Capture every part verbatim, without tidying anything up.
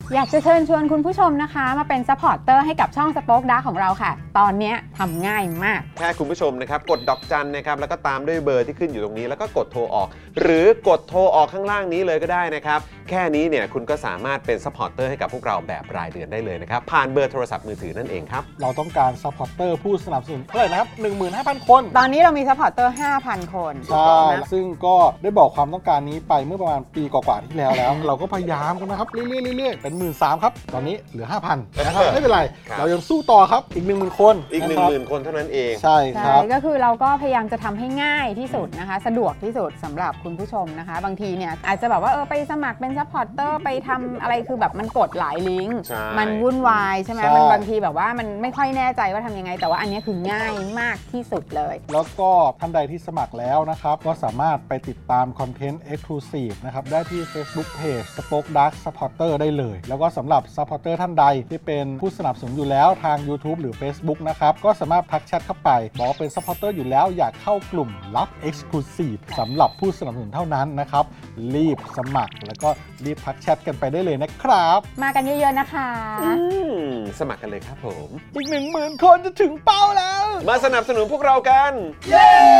อยากจะเชิญชวนคุณผู้ชมนะคะมาเป็นซัพพอร์ตเตอร์ให้กับช่อง Spoke Dark ของเราค่ะตอนนี้ทำง่ายมากแค่คุณผู้ชมนะครับกดดอกจันนะครับแล้วก็ตามด้วยเบอร์ที่ขึ้นอยู่ตรงนี้แล้วก็กดโทรออกหรือกดโทรออกข้างล่างนี้เลยก็ได้นะครับแค่นี้เนี่ยคุณก็สามารถเป็นซัพพอร์ตเตอร์ให้กับพวกเราแบบรายเดือนได้เลยนะครับผ่านเบอร์โทรศัพท์มือถือนั่นเองครับเราต้องการซัพพอร์ตเตอร์ผู้สนับสนุนเท่าไหร่นะครับ หนึ่งหมื่นห้าพัน คนตอนนี้เรามีซัพพอร์ตเตอร์ ห้าพัน คนใช่ซึ่งก็ได้บอกความต้องการนี้ไปเมื่อประมาณปีกว่าๆที่แล้วแล้ว เราก็พยายามกันนะครับเรื่อยๆๆเป็นหมื่นสามพันครับตอนนี้เหลือ ห้าพัน นะครับไม่เป็นไรเรายังสู้ต่อครับอีก หนึ่งหมื่น คนอีก หนึ่งหมื่น คนเท่านั้นเองใช่ครับก็คือเราก็พยายามจะทำให้ง่ายที่สุดนะคะสะดวกที่สุดสำหรับคุณผู้ชมนะคะบางทีเนี่ยอาจจะแบบว่าเออไปสมัครเป็นซัพพอร์ตเตอร์ไปทำอะไรคือแบบมันกดหลายลิงก์มันวุ่นวายใช่ไหมมันบางทีแบบว่ามันไม่ค่อยแน่ใจว่าทำยังไงแต่ว่าอันนี้คือง่ายมากที่สุดเลยแล้วก็ท่านใดที่สมัครแล้วนะครับก็สามารถไปติดตามคอนเทนต์ Exclusive นะครับได้ที่ Facebook Page Spoke Dark Supporter ได้เลยแล้วก็สำหรับ Supporter ท่านใดที่เป็นผู้สนับสนุนอยู่แล้วทาง YouTube หรือ Facebook นะครับก็สามารถทักแชทเข้าไปบอกว่าเป็น Supporter อยู่แล้วอยากเข้ากลุ่มลับ Exclusive สำหรับผู้สนับสนุนเท่านั้นนะครับรีบสมัครแล้วก็รีบทักแชทกันไปได้เลยนะครับมากันเยอะๆนะคะสมัครกันเลยครับผมอีก หนึ่งหมื่น คนจะถึงเป้าแล้วมาสนับสนุนพวกเรากันเย้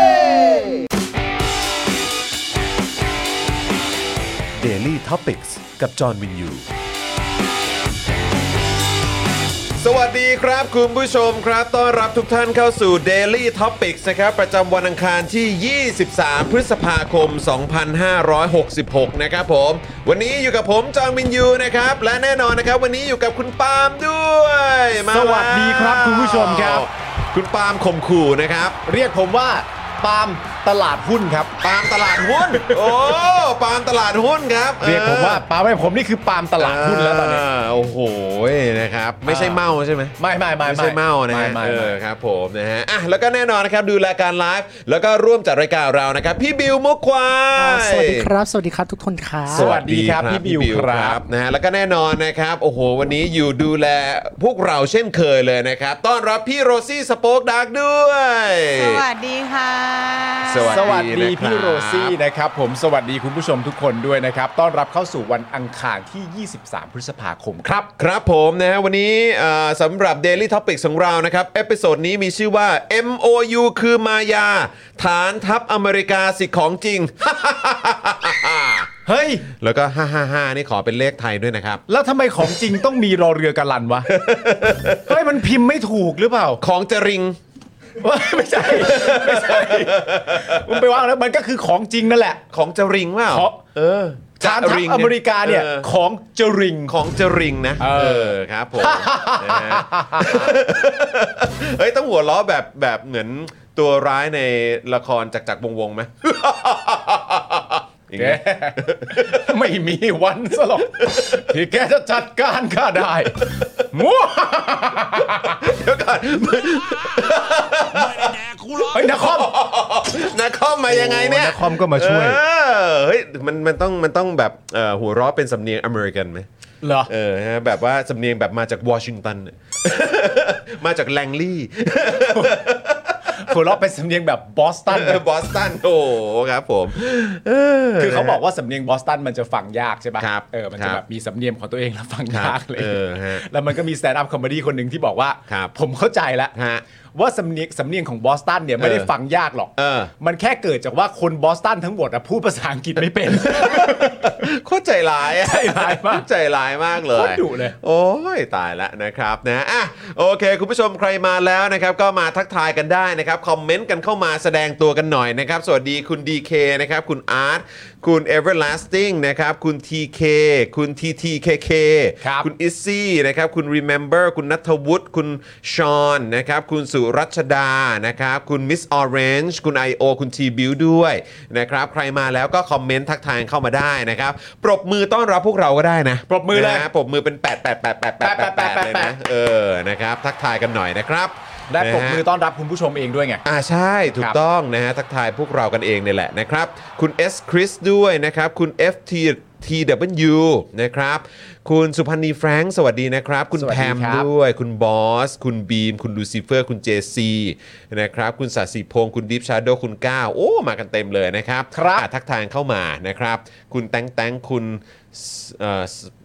Daily Topics กับจอห์นวินยูสวัสดีครับคุณผู้ชมครับต้อนรับทุกท่านเข้าสู่ Daily Topics นะครับประจำวันอังคารที่ยี่สิบสามพฤษภาคมสองพันห้าร้อยหกสิบหกนะครับผมวันนี้อยู่กับผมจอห์นวินยูนะครับและแน่นอนนะครับวันนี้อยู่กับคุณปาล์มด้วยสวัสดีครับคุณผู้ชมครับคุณปาล์มข่มขู่นะครับเรียกผมว่าปาล์มตลาดหุ้นครับปาล์มตลาดหุ้นโอ้ปาล์มตลาดหุ้นครับเรียกผมว่าปาล์มให้ผมนี่คือปาล์มตลาดหุ้นแล้วตอนนี้โอ้โหนะครับไม่ใช่เมาใช่ไหมไม่ไม่ไม่ไม่ใช่เมานะฮะเออครับผมนะฮะอ่ะแล้วก็แน่นอนนะครับดูรายการไลฟ์แล้วก็ร่วมจัดรายการเรานะครับพี่บิวมุกควายสวัสดีครับสวัสดีครับทุกคนครับสวัสดีครับพี่บิวครับนะฮะแล้วก็แน่นอนนะครับโอ้โหวันนี้อยู่ดูแลพวกเราเช่นเคยเลยนะครับต้อนรับพี่โรซี่สโป๊กดาร์กด้วยสวัสดีค่ะสวัสดีพี่โรซี่นะครับผมสวัสดีคุณผู้ชมทุกคนด้วยนะครับต้อนรับเข้าสู่วันอังคารที่ยี่สิบสามพฤษภาคมครับครับผมนะฮะวันนี้สำหรับ Daily Topics ของเรานะครับเอพิโซดนี้มีชื่อว่า เอ็ม โอ ยู คือมายาฐานทัพอเมริกาสิของจริงเฮ้ยแล้วก็ห้าห้าห้านี่ขอเป็นเลขไทยด้วยนะครับแล้วทำไมของจริงต้องมีรอเรือกะลันวะ เฮ้ยมันพิมพ์ไม่ถูกหรือเปล่าของจริงไม่ใช่ไม่ใช่มันไปว่าแล้วมันก็คือของจริงนั่นแหละของจริงเปล่าเออฐานทัพอเมริกาเนี่ยของจริงของจริงนะเออครับผมเฮ้ยต้องหัวล้อแบบแบบเหมือนตัวร้ายในละครจักรจักรวงศ์วงศ์ไหมไม่มีวันซะหรอกที่แกจะจัดการข้าได้มั่วเดี๋ยวก่อนเฮ้ยนักคอมนักคอมมายังไงเนี่ยนักคอมก็มาช่วยเฮ้ยมันมันต้องมันต้องแบบหัวเราะเป็นสำเนียงอเมริกันไหมเหรอเออแบบว่าสำเนียงแบบมาจากวอชิงตันมาจากแลงลีย์หัวเราะเป็นสำเนียงแบบบอสตันบอสตันโอ้ครับผมคือเขาบอกว่าสำเนียงบอสตันมันจะฟังยากใช่ป่ะเออมันจะแบบมีสำเนียงของตัวเองแล้วฟังยากเลยแล้วมันก็มีสแตนด์อัพคอมเมดี้คนหนึ่งที่บอกว่าผมเข้าใจแล้วว่าสำเนียงสำเนียงของบอสตันเนี่ยไม่ได้ฟังยากหรอกมันแค่เกิดจากว่าคนบอสตันทั้งหมดพูดภาษาอังกฤษไม่เป็นโคตรใจร้ายใจร้ายมากใจร้ายมากเลยโคตรดุเลยโอ้ยตายละนะครับนะอ่ะโอเคคุณผู้ชมใครมาแล้วนะครับก็มาทักทายกันได้นะครับคอมเมนต์กันเข้ามาแสดงตัวกันหน่อยนะครับสวัสดีคุณ ดี เค นะครับคุณอาร์ตคุณ Everlasting นะครับคุณ ที เค คุณ ที ที เค เค คุณอิซซี่นะครับคุณ Remember คุณณัฐวุฒิคุณชอนนะครับคุณสุรัชดานะครับคุณ Miss Orange คุณ ไอ โอ คุณ T Build ด้วยนะครับใครมาแล้วก็คอมเมนต์ทักทายเข้ามาได้นะครับปรบมือต้อนรับพวกเราก็ได้นะปรบมือเลยนะปรบมือเป็นแปด แปด แปด แปด แปด แปดเลยนะเออนะครับทักทายกันหน่อยนะครับได้ปรบมือต้อนรับคุณผู้ชมเองด้วยไงอ่าใช่ถูกต้องนะฮะทักทายพวกเรากันเองเนี่ยแหละนะครับคุณ S คริสด้วยนะครับคุณ เอฟ ที ที ดับเบิลยู นะครับคุณสุพันธ์นีแฟรงค์สวัสดีนะครับคุณแพมด้วยคุณบอสคุณบีมคุณลูซิเฟอร์คุณเจซีนะครับคุณศาสิพงศ์คุณดิฟชาโดคุณก้าวโอ้มากันเต็มเลยนะครับทักทายเข้ามานะครับคุณแตงแตงคุณเอ่อ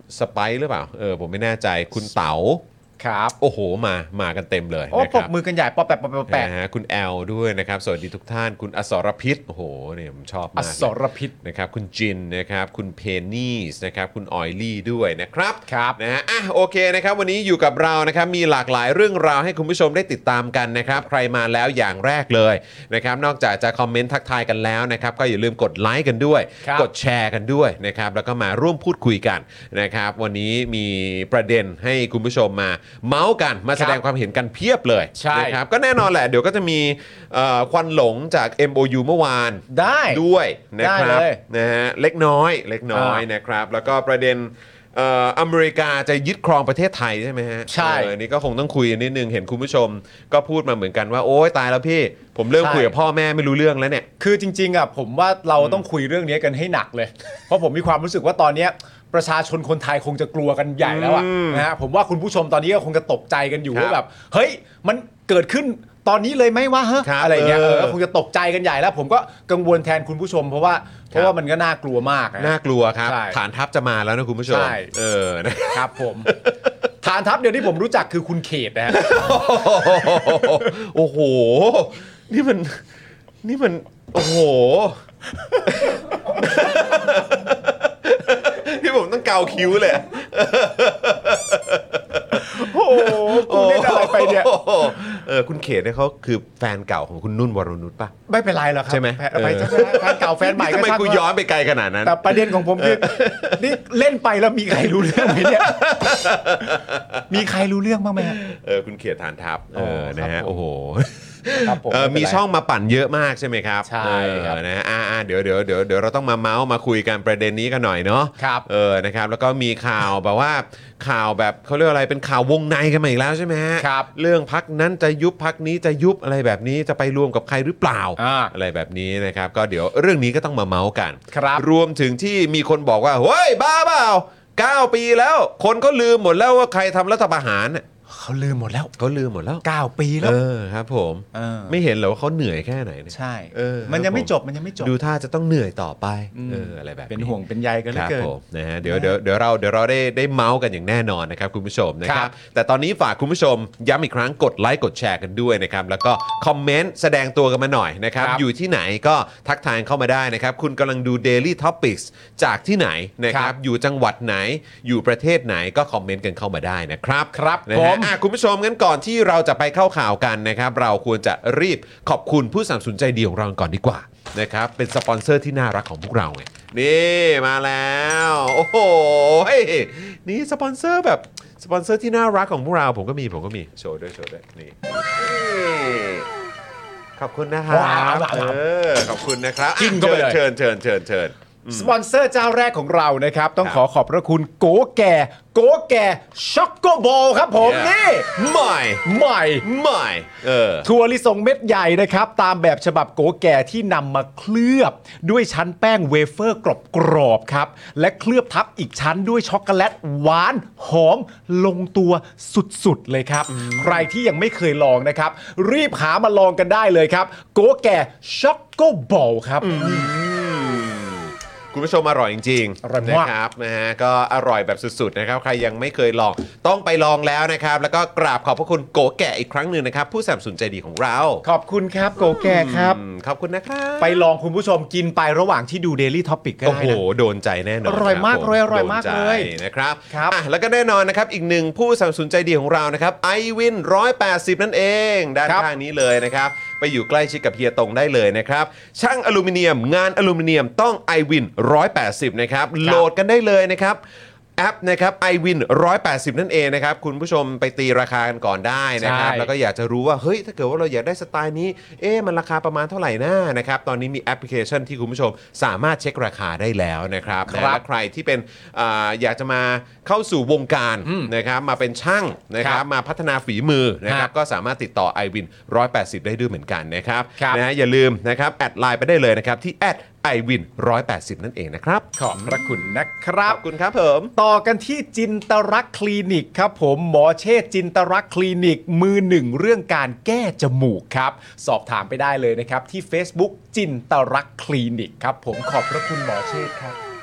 สไปซ์หรือเปล่าเออผมไม่แน่ใจคุณเต๋าครับโอ้โหมามากันเต็มเลยโอ้นะคปรรับบ มือกันใหญ่ปอแปะปอแปะปอแปะนะฮะคุณแอลด้วยนะครับสวัสดีทุกท่านคุณอสรพิษโอ้โหเนี่ยผมชอบอมากสรพิษนะครับคุณจินนะครับคุณเพนนีสนะครับคุณออยลี่ด้วยนะครับครับนะฮะอ่ะโอเคนะครับวันนี้อยู่กับเรานะครับมีหลากหลายเรื่องราวให้คุณผู้ชมได้ติดตามกันนะครับใครมาแล้วอย่างแรกเลยนะครับนอกจากจะคอมเมนต์ทักทายกันแล้วนะครับก็อย่าลืมกดไลค์กันด้วยครับกดแชร์กันด้วยนะครับแล้วก็มาร่วมพูดคุยกันนะครับวันนี้มีประเด็นให้คุณผู้ชมมาเมาส์กันมาแสดงความเห็นกันเพียบเลยใช่นะครับก็แน่นอนแหละเดี๋ยวก็จะมีเอ่อควันหลงจาก เอ็ม โอ ยู เมื่อวานได้ด้วยนะครับได้เลยนะฮะเล็กน้อยเล็กน้อยอ่านนะครับแล้วก็ประเด็นเอ่ออเมริกาจะยึดครองประเทศไทยใช่ไหมฮะใช่เออนี่ก็คงต้องคุยกันนิดนึงเห็นคุณผู้ชมก็พูดมาเหมือนกันว่าโอ๊ยตายแล้วพี่ผมเริ่มคุยกับพ่อแม่ไม่รู้เรื่องแล้วเนี่ยคือจริงๆอ่ะผมว่าเราต้องคุยเรื่องนี้กันให้หนักเลย เพราะผมมีความรู้สึกว่าตอนเนี้ยประชาชนคนไทยคงจะกลัวกันใหญ่แล้วอ่ะอืมนะฮะผมว่าคุณผู้ชมตอนนี้ก็คงจะตกใจกันอยู่ครับว่าแบบเฮ้ยมันเกิดขึ้นตอนนี้เลยไหมวะฮะครับอะไรเงี้ยเอเอออคงจะตกใจกันใหญ่แล้ว ผมก็กังวลแทนคุณผู้ชมเพราะว่าเพราะว่ามันก็น่ากลัวมากะน่ากลัวครับใช่ฐานทัพจะมาแล้วนะคุณผู้ชมใช่เออนะครับผม ฐานทัพเดี๋ยวที่ผมรู้จักคือคุณเขตนะฮะโอ้โหนี่มันนี่มันโอ้โห ที่ผมต้องเกาคิ้วเลยโอ้โหคุณเล่นอะไรไปเนี่ยเออคุณเขตเนี่ยเขาคือแฟนเก่าของคุณนุ่นวรนุชป่ะไม่เป็นไรหรอกครับใช่ไหมแฟนไปเออใช่ไหมแฟนเก่าแฟนใหม่ทำไมช่างกูว่าย้อนไปไกลขนาดนั้นแต่ประเด็นของผมคือนี่เล่นไปแล้วมีใครรู้เรื่องไหมเนี่ย มีใครรู้เรื่องบ้างไหมฮะเออคุณเขตฐานทัพเอออ๋อนะฮะครับผมโอ้โหครับผมเออไเป็นมีไรช่องมาปั่นเยอะมากใช่ไหมครับใช่เออครับนะฮะอ่าอ่าเดี๋ยวเดี๋ยวเดี๋ยวเดี๋ยวเราต้องมาเมาส์มาคุยกันประเด็นนี้กันหน่อยเนาะครับเออนะครับแล้วก็มีข่าวแบบว่าข่าวแบบเขาเรียกอะไรเป็นข่าววงในกันมาอีกแล้วใช่ไหมฮะครับเรื่องพักนั้นจะยุบพักนี้จะยุบอะไรแบบนี้จะไปรวมกับใครหรือเปล่าอ่าอะไรแบบนี้นะครับก็เดี๋ยวเรื่องนี้ก็ต้องมาเมาส์กันครับรวมถึงที่มีคนบอกว่าเฮ้ยบ้าเปล่าเก้าปีแล้ว คนก็ลืมหมดแล้วว่าใครทำรัฐประหารน่ะเขาลืมหมดแล้วเขาลืมหมดแล้วเก้าปีแล้วเออครับผมเออไม่เห็นเหรอว่าเขาเหนื่อยแค่ไหนเนี่ยใช่เออมันยังไม่ครับผมจบมันยังไม่จบดูท่าจะต้องเหนื่อยต่อไปมเอออะไรแบบเป็นห่วงเป็นใยกันเหคลือรับเกินผมนะฮะเดี๋ยวเดี๋ยวเดี๋ยวเราเดี๋ยวเราได้ได้เมาส์กันอย่างแน่นอนนะครับคุณผู้ชมนะคครัรับบ แต่ตอนนี้ฝากคุณผู้ชมย้ำอีกครั้งกดไลค์กดแชร์กันด้วยนะครับแล้วก็คอมเมนต์แสดงตัวกันมาหน่อยนะครับครับอยู่ที่ไหนก็ทักทายเข้ามาได้นะครับคุณกำลังดู Daily Topics จากที่ไหนนะครับอยู่จังหวัดไหนอยู่ประเทศไหนก็คอมเมนต์กันเข้ามาได้นะครับครับนะผฮะมอ่ะคุณผู้ชมงั้นก่อนที่เราจะไปเข้าข่าวกันนะครับเราควรจะรีบขอบคุณผู้สนับสนุนใจดีของเราก่อนดีกว่านะครับเป็นสปอนเซอร์ที่น่ารักของพวกเราไงนี่มาแล้วโอ้โหนี่สปอนเซอร์แบบสปอนเซอร์ที่น่ารักของพวกเราผมก็มีผมก็มีโชว์ด้วยโชว์ด้วยนี่ขอบคุณนะครับว้าวว้าวเออขอบคุณนะครับกินเข้าไปเลยเชิญเชิญเชิญเชิญสปอนเซอร์เจ้าแรกของเรานะครับ ต้องครับขอขอบพระคุณโกแก่โกแก่ช็อกโกบอลครับผม Yeah นี่ใหม่ใหม่ใหม่เออถั่วลิสงเม็ดใหญ่นะครับ ตามแบบฉบับโกแก่ที่นำมาเคลือบ ด้วยชั้นแป้งเวเฟอร์กรอบๆครับ และเคลือบทับอีกชั้นด้วยช็อกโกแลตหวานหอมลงตัวสุดๆเลยครับ ใครที่ยังไม่เคยลองนะครับ รีบหามาลองกันได้เลยครับโกแก่ช็อกโกบอลครับคุณผู้ชมอร่อยจริงอร่อยๆนะมากครับนะฮะก็อร่อยแบบสุดๆนะครับใครยังไม่เคยลองต้องไปลองแล้วนะครับแล้วก็กราบขอบพระคุณโกแก่อีกครั้งหนึ่งนะครับผู้สนับสนุนใจดีของเราขอบคุณครับโกแก่ครับอืมขอบคุณนะครับไปลองคุณผู้ชมกินไประหว่างที่ดู Daily Topic ก็โอ้ได้โหนะโดนใจแน่นอนอร่อยมากคบผเลยอร่อยมากโดนใจเลยนะครับครับอ่ะแล้วก็แน่นอนนะครับอีกหนึ่งผู้สนับสนุนใจดีของเรานะครับ i w วินหนึ่งร้อยแปดสิบนั่นเองด้านข้างนี้เลยนะครับไปอยู่ใกล้ชิดกับเฮียตงได้เลยนะครับช่างอลูมิเนียมงานอลูมิเนียมต้อง i w วินหนึ่งร้อยแปดสิบนะครับโหลดกันได้เลยนะครับแอปนะครับ i w วินหนึ่งร้อยแปดสิบนั่นเองนะครับคุณผู้ชมไปตีราคากันก่อนได้นะครับใช่แล้วก็อยากจะรู้ว่าเฮ้ยถ้าเกิดว่าเราอยากได้สไตล์นี้เอ๊ะมันราคาประมาณเท่าไหร่นะนะครับตอนนี้มีแอปพลิเคชันที่คุณผู้ชมสามารถเช็คราคาได้แล้วนะครับครับและใครที่เป็นอาอยากจะมาเข้าสู่วงการอืมนะครับมาเป็นช่างนะคครัรับบ มาพัฒนาฝีมือนะครับฮะก็สามารถติดต่อ i w วินหนึ่งร้อยแปดสิบได้ด้วยเหมือนกันนะครับครับนะฮะอย่าลืมนะครับแอดไลน์ไปได้เลยนะครับที่แอด i w วินหนึ่งร้อยแปดสิบนั่นเองนะครับขอบพระคุณนะคขรับอบคุณครับผมต่อกันที่จินตรักษณ์คลินิกครับผมหมอเชษฐ์จินตรักษณ์คลินิกมือหนึ่งเรื่องการแก้จมูกครับสอบถามไปได้เลยนะครับที่ Facebook จินตรักษณ์คลินิกครับผมขอบพระคุณหมอเชษฐ์ครับ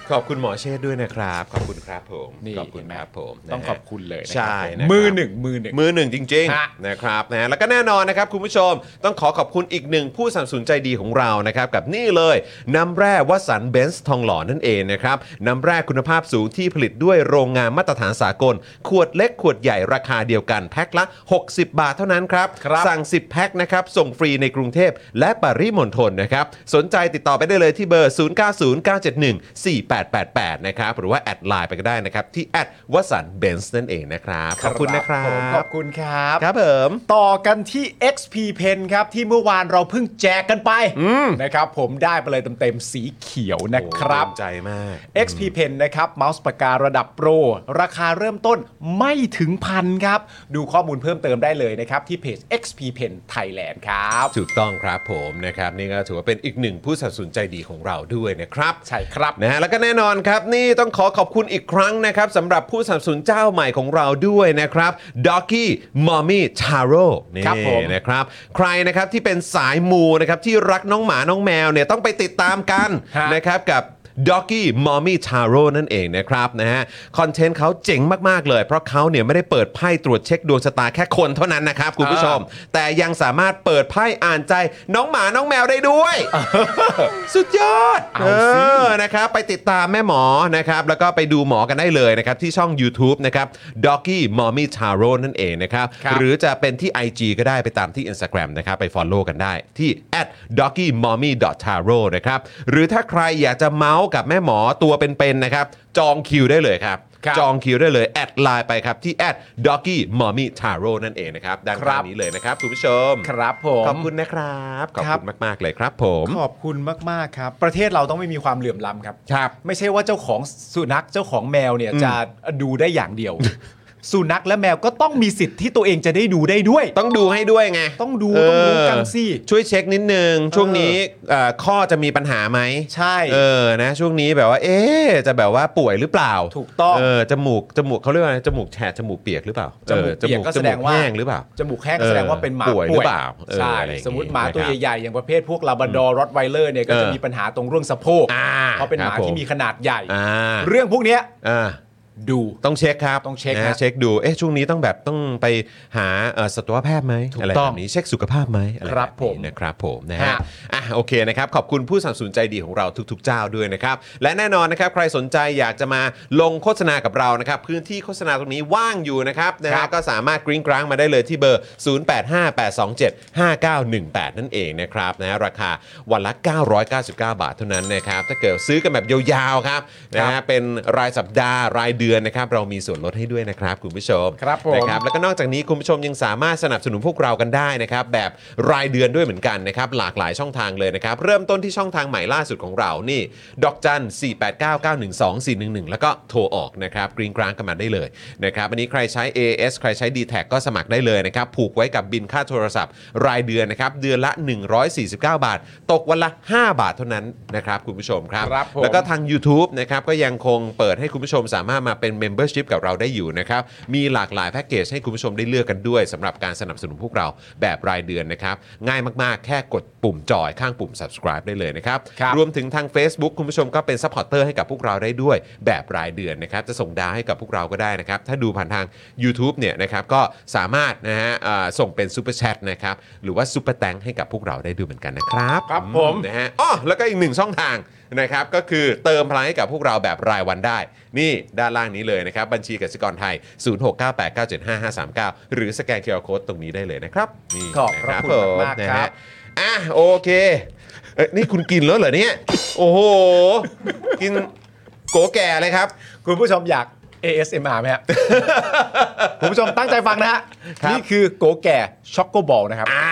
ขอบคุณหมอเชษด้วยนะครับขอบคุณครับผมนี่ขอบคุณครับผมต้องนะฮะขอบคุณเลยนะใช่ครับผมนะครับมือหนึ่งมือหนึ่งมือหนึ่งจริงฮะๆนะครับนะฮะแล้วก็แน่นอนนะครับคุณผู้ชมต้องขอขอบคุณอีกหนึ่งผู้สนับสนุนใจดีของเรานะครับกับนี่เลยน้ำแร่วสันต์เบนซ์ทองหล่อนั่นเองนะครับน้ำแร่คุณภาพสูงที่ผลิตด้วยโรงงานมาตรฐานสากลขวดเล็กขวดใหญ่ราคาเดียวกันแพ็คละหกสิบบาทเท่านั้นครับครับสั่งสิบแพ็คนะครับส่งฟรีในกรุงเทพและปริมณฑลนะครับสนใจติดต่อไปได้เลยที่เบอร์ศูนย์ เก้า ศูนย์ เก้า เจ็ด หนึ่ง สี่ แปด แปด แปดนะครับหรือว่าแอดไลน์ไปก็ได้นะครับที่แอดวสันต์เบนซ์นั่นเองนะครับขอบคุณนะครัผมขบอบคุณครับครับผมต่อกันที่ เอ็กซ์ พี Pen ครับที่เมื่อวานเราเพิ่งแจกกันไปนะครับผมได้ไปเลยเต็มๆสีเขียวนะครับโอ้ภูมิใจมากเอ็กซ์ พี Pen นะครับเมาส์ปากการะดับโปรราคาเริ่มต้นไม่ถึงพันครับดูข้อมูลเพิ่มเติมได้เลยนะครับที่เพจ เอ็กซ์ พี Pen Thailand ครับถูกต้องครับผมนะครับนี่ก็ถือว่าเป็นอีกหนึ่งผู้สนับสนุนใจดีของเราด้วยนะครับใช่ครับนะฮะแล้วก็แน่นอนครับนี่ต้องขอขอบคุณอีกครั้งนะครับสำหรับผู้สนับสนุนเจ้าใหม่ของเราด้วยนะครับ Doggy Mommy Taro นี่ครับผมนะครับใครนะครับที่เป็นสายมูนะครับที่รักน้องหมาน้องแมวเนี่ยต้องไปติดตามกันฮะนะครับกับ Doggy Mommy Taro นั่นเองนะครับนะฮะคอนเทนต์เขาเจ๋งมากๆเลยเพราะเขาเนี่ยไม่ได้เปิดไพ่ตรวจเช็คดวงชะตาแค่คนเท่านั้นนะครับคุณผู้ชม แต่ยังสามารถเปิดไพ่อ่านใจน้องหมาน้องแมวได้ด้วย สุดยอดเอาสิอนะครับไปติดตามแม่หมอนะครับแล้วก็ไปดูหมอกันได้เลยนะครับที่ช่อง YouTube นะครับ Doggy Mommy Taro นั่นเองนะครับครับหรือจะเป็นที่ ไอ จี ก็ได้ไปตามที่ Instagram นะครับไป follow กันได้ที่ แอท ด็อกกี้มอมมี่ ดอท ทาโร่ นะครับหรือถ้าใครอยากจะเมาส์กับแม่หมอตัวเป็นๆนะครับจองคิวได้เลยครับครับจองคิวได้เลยแอดไลน์ไปครับที่ แอท ด็อกกี้มอมมี่ ทาโร่ นั่นเองนะครับด้านครัข้างบนี้เลยนะครับคุณผู้ชมครับผมขอบคุณนะครับขอบครัคุบณมากๆเลยครับผมขอบคุณมากๆครับประเทศเราต้องไม่มีความเหลื่อมล้ำครับครับไม่ใช่ว่าเจ้าของสุนัขเจ้าของแมวเนี่ยจะดูได้อย่างเดียว สุนัขและแมวก็ต้องมีสิทธิ์ที่ตัวเองจะได้ดูได้ด้วยต้องดูให้ด้วยไงต้องดูต้องรู้กันสิช่วยเช็คนิดนึง ช่วงนี้เอ่อข้อจะมีปัญหาไหมใช่เออนะช่วงนี้แบบว่า เอ๊ะจะแบบว่าป่วยหรือเปล่าถูกต้องเออจมูกจมูกเขาเรียกว่าอะไรจมูกแฉะจมูกเปียกหรือเปล่าจมูกเปียกก็แสดงว่าจมูกแห้งหรือเปล่าจมูกแห้งก็แสดงว่าเป็นหมาป่วยหรือเปล่าเออใช่อะไรอย่างงี้สมมติหมาตัวนะครับใหญ่ๆ อย่างประเภทพวกลาบราดอร์รอตไวเลอร์เนี่ยก็จะเออมีปัญหาตรงเรื่องสะโพกอ่าเพราะเป็นหมาครับผมที่มีขนาดใหญ่อ่าเรื่องพวกเนี้ยอ่าดูต้องเช็คครับต้องเช็คนะฮะเช็คดู เอ๊ะช่วงนี้ต้องแบบต้องไปหาเอ่อสัตวแพทย์ไหมถูกอะไรต้แบองบนี้เช็คสุขภาพไหมอะไรครับแนี้ผมนะครับผมนะฮะฮะอ่ะโอเคนะครับขอบคุณผู้สนับสนุนใจดีของเราทุกๆเจ้าด้วยนะครับและแน่นอนนะครับใครสนใจอยากจะมาลงโฆษณากับเรานะครับพื้นที่โฆษณาตรงนี้ว่างอยู่นะครับนะครัฮะบก็สามารถกริ้งกร้างมาได้เลยที่เบอร์ ศูนย์ แปด ห้า แปด สอง เจ็ด ห้า เก้า หนึ่ง แปด นั่นเองนะครับนะฮะราคาวันละ เก้าร้อยเก้าสิบเก้า บาทเท่านั้นนะครับถ้าเกิดซื้อกันแบบยาวๆครับนะฮะเป็นรายสัปดาห์รายเดือนนะครับเรามีส่วนลดให้ด้วยนะครับคุณผู้ชมครับผมนะครับแล้วก็นอกจากนี้คุณผู้ชมยังสามารถสนับสนุนพวกเรากันได้นะครับแบบรายเดือนด้วยเหมือนกันนะครับหลากหลายช่องทางเลยนะครับเริ่มต้นที่ช่องทางใหม่ล่าสุดของเรานี่ดอกจัน สี่ แปด เก้า เก้า หนึ่ง สอง สี่ หนึ่ง หนึ่ง แล้วก็โทรออกนะครับกรีนกรางกันมาได้เลยนะครับอันนี้ใครใช้ เอ เอส ใครใช้ ดี แท็ก ก็สมัครได้เลยนะครับผูกไว้กับบินค่าโทรศัพท์รายเดือนนะครับเดือนละหนึ่งร้อยสี่สิบเก้าบาทตกวันละห้าบาทเท่านั้นนะครับคุณผู้ชมครับครับผมแล้วก็ทาง YouTube นะครับก็ยังคงเปิดให้คุณผู้ชมสามารถมาเป็น Membership กับเราได้อยู่นะครับมีหลากหลายแพ็กเกจให้คุณผู้ชมได้เลือกกันด้วยสำหรับการสนับสนุนพวกเราแบบรายเดือนนะครับง่ายมากๆแค่กดปุ่มจอยข้างปุ่ม subscribe ได้เลยนะครับครับรวมถึงทาง Facebook คุณผู้ชมก็เป็นซัพพอร์ตเตอร์ให้กับพวกเราได้ด้วยแบบรายเดือนนะครับจะส่งดาวให้กับพวกเราก็ได้นะครับถ้าดูผ่านทาง YouTube เนี่ยนะครับก็สามารถนะฮะเอ่อส่งเป็นซูเปอร์แชทนะครับหรือว่าซูเปอร์แตงให้กับพวกเราได้ดูเหมือนกันนะครับครับผมนะฮะอ๋อแล้วก็อีกหนึ่งช่องทางนะครับก็คือเติมพลังให้กับพวกเราแบบรายวันได้ นี่ด้านล่างนี้เลยนะครับบัญชีกสิกรไทย ศูนย์ หก เก้า แปด เก้า เจ็ด ห้า ห้า สาม เก้า หรือสแกน คิว อาร์ Code ตรงนี้ได้เลยนะครับนี่ขอบพระคุณนมากๆนะครัฮะบอ่ะโอเคเอ้ยนี่คุณกินแล้วเหรอเนี่ยโอ้โหกินโกแก่เลยครับคุณผู้ชมอยาก เอ เอส เอ็ม อาร์ ไหมฮะ คุณผู้ชมตั้งใจฟังนะฮะครับนี่คือโกแก่ช็อกโกบอลนะครับอ่ะ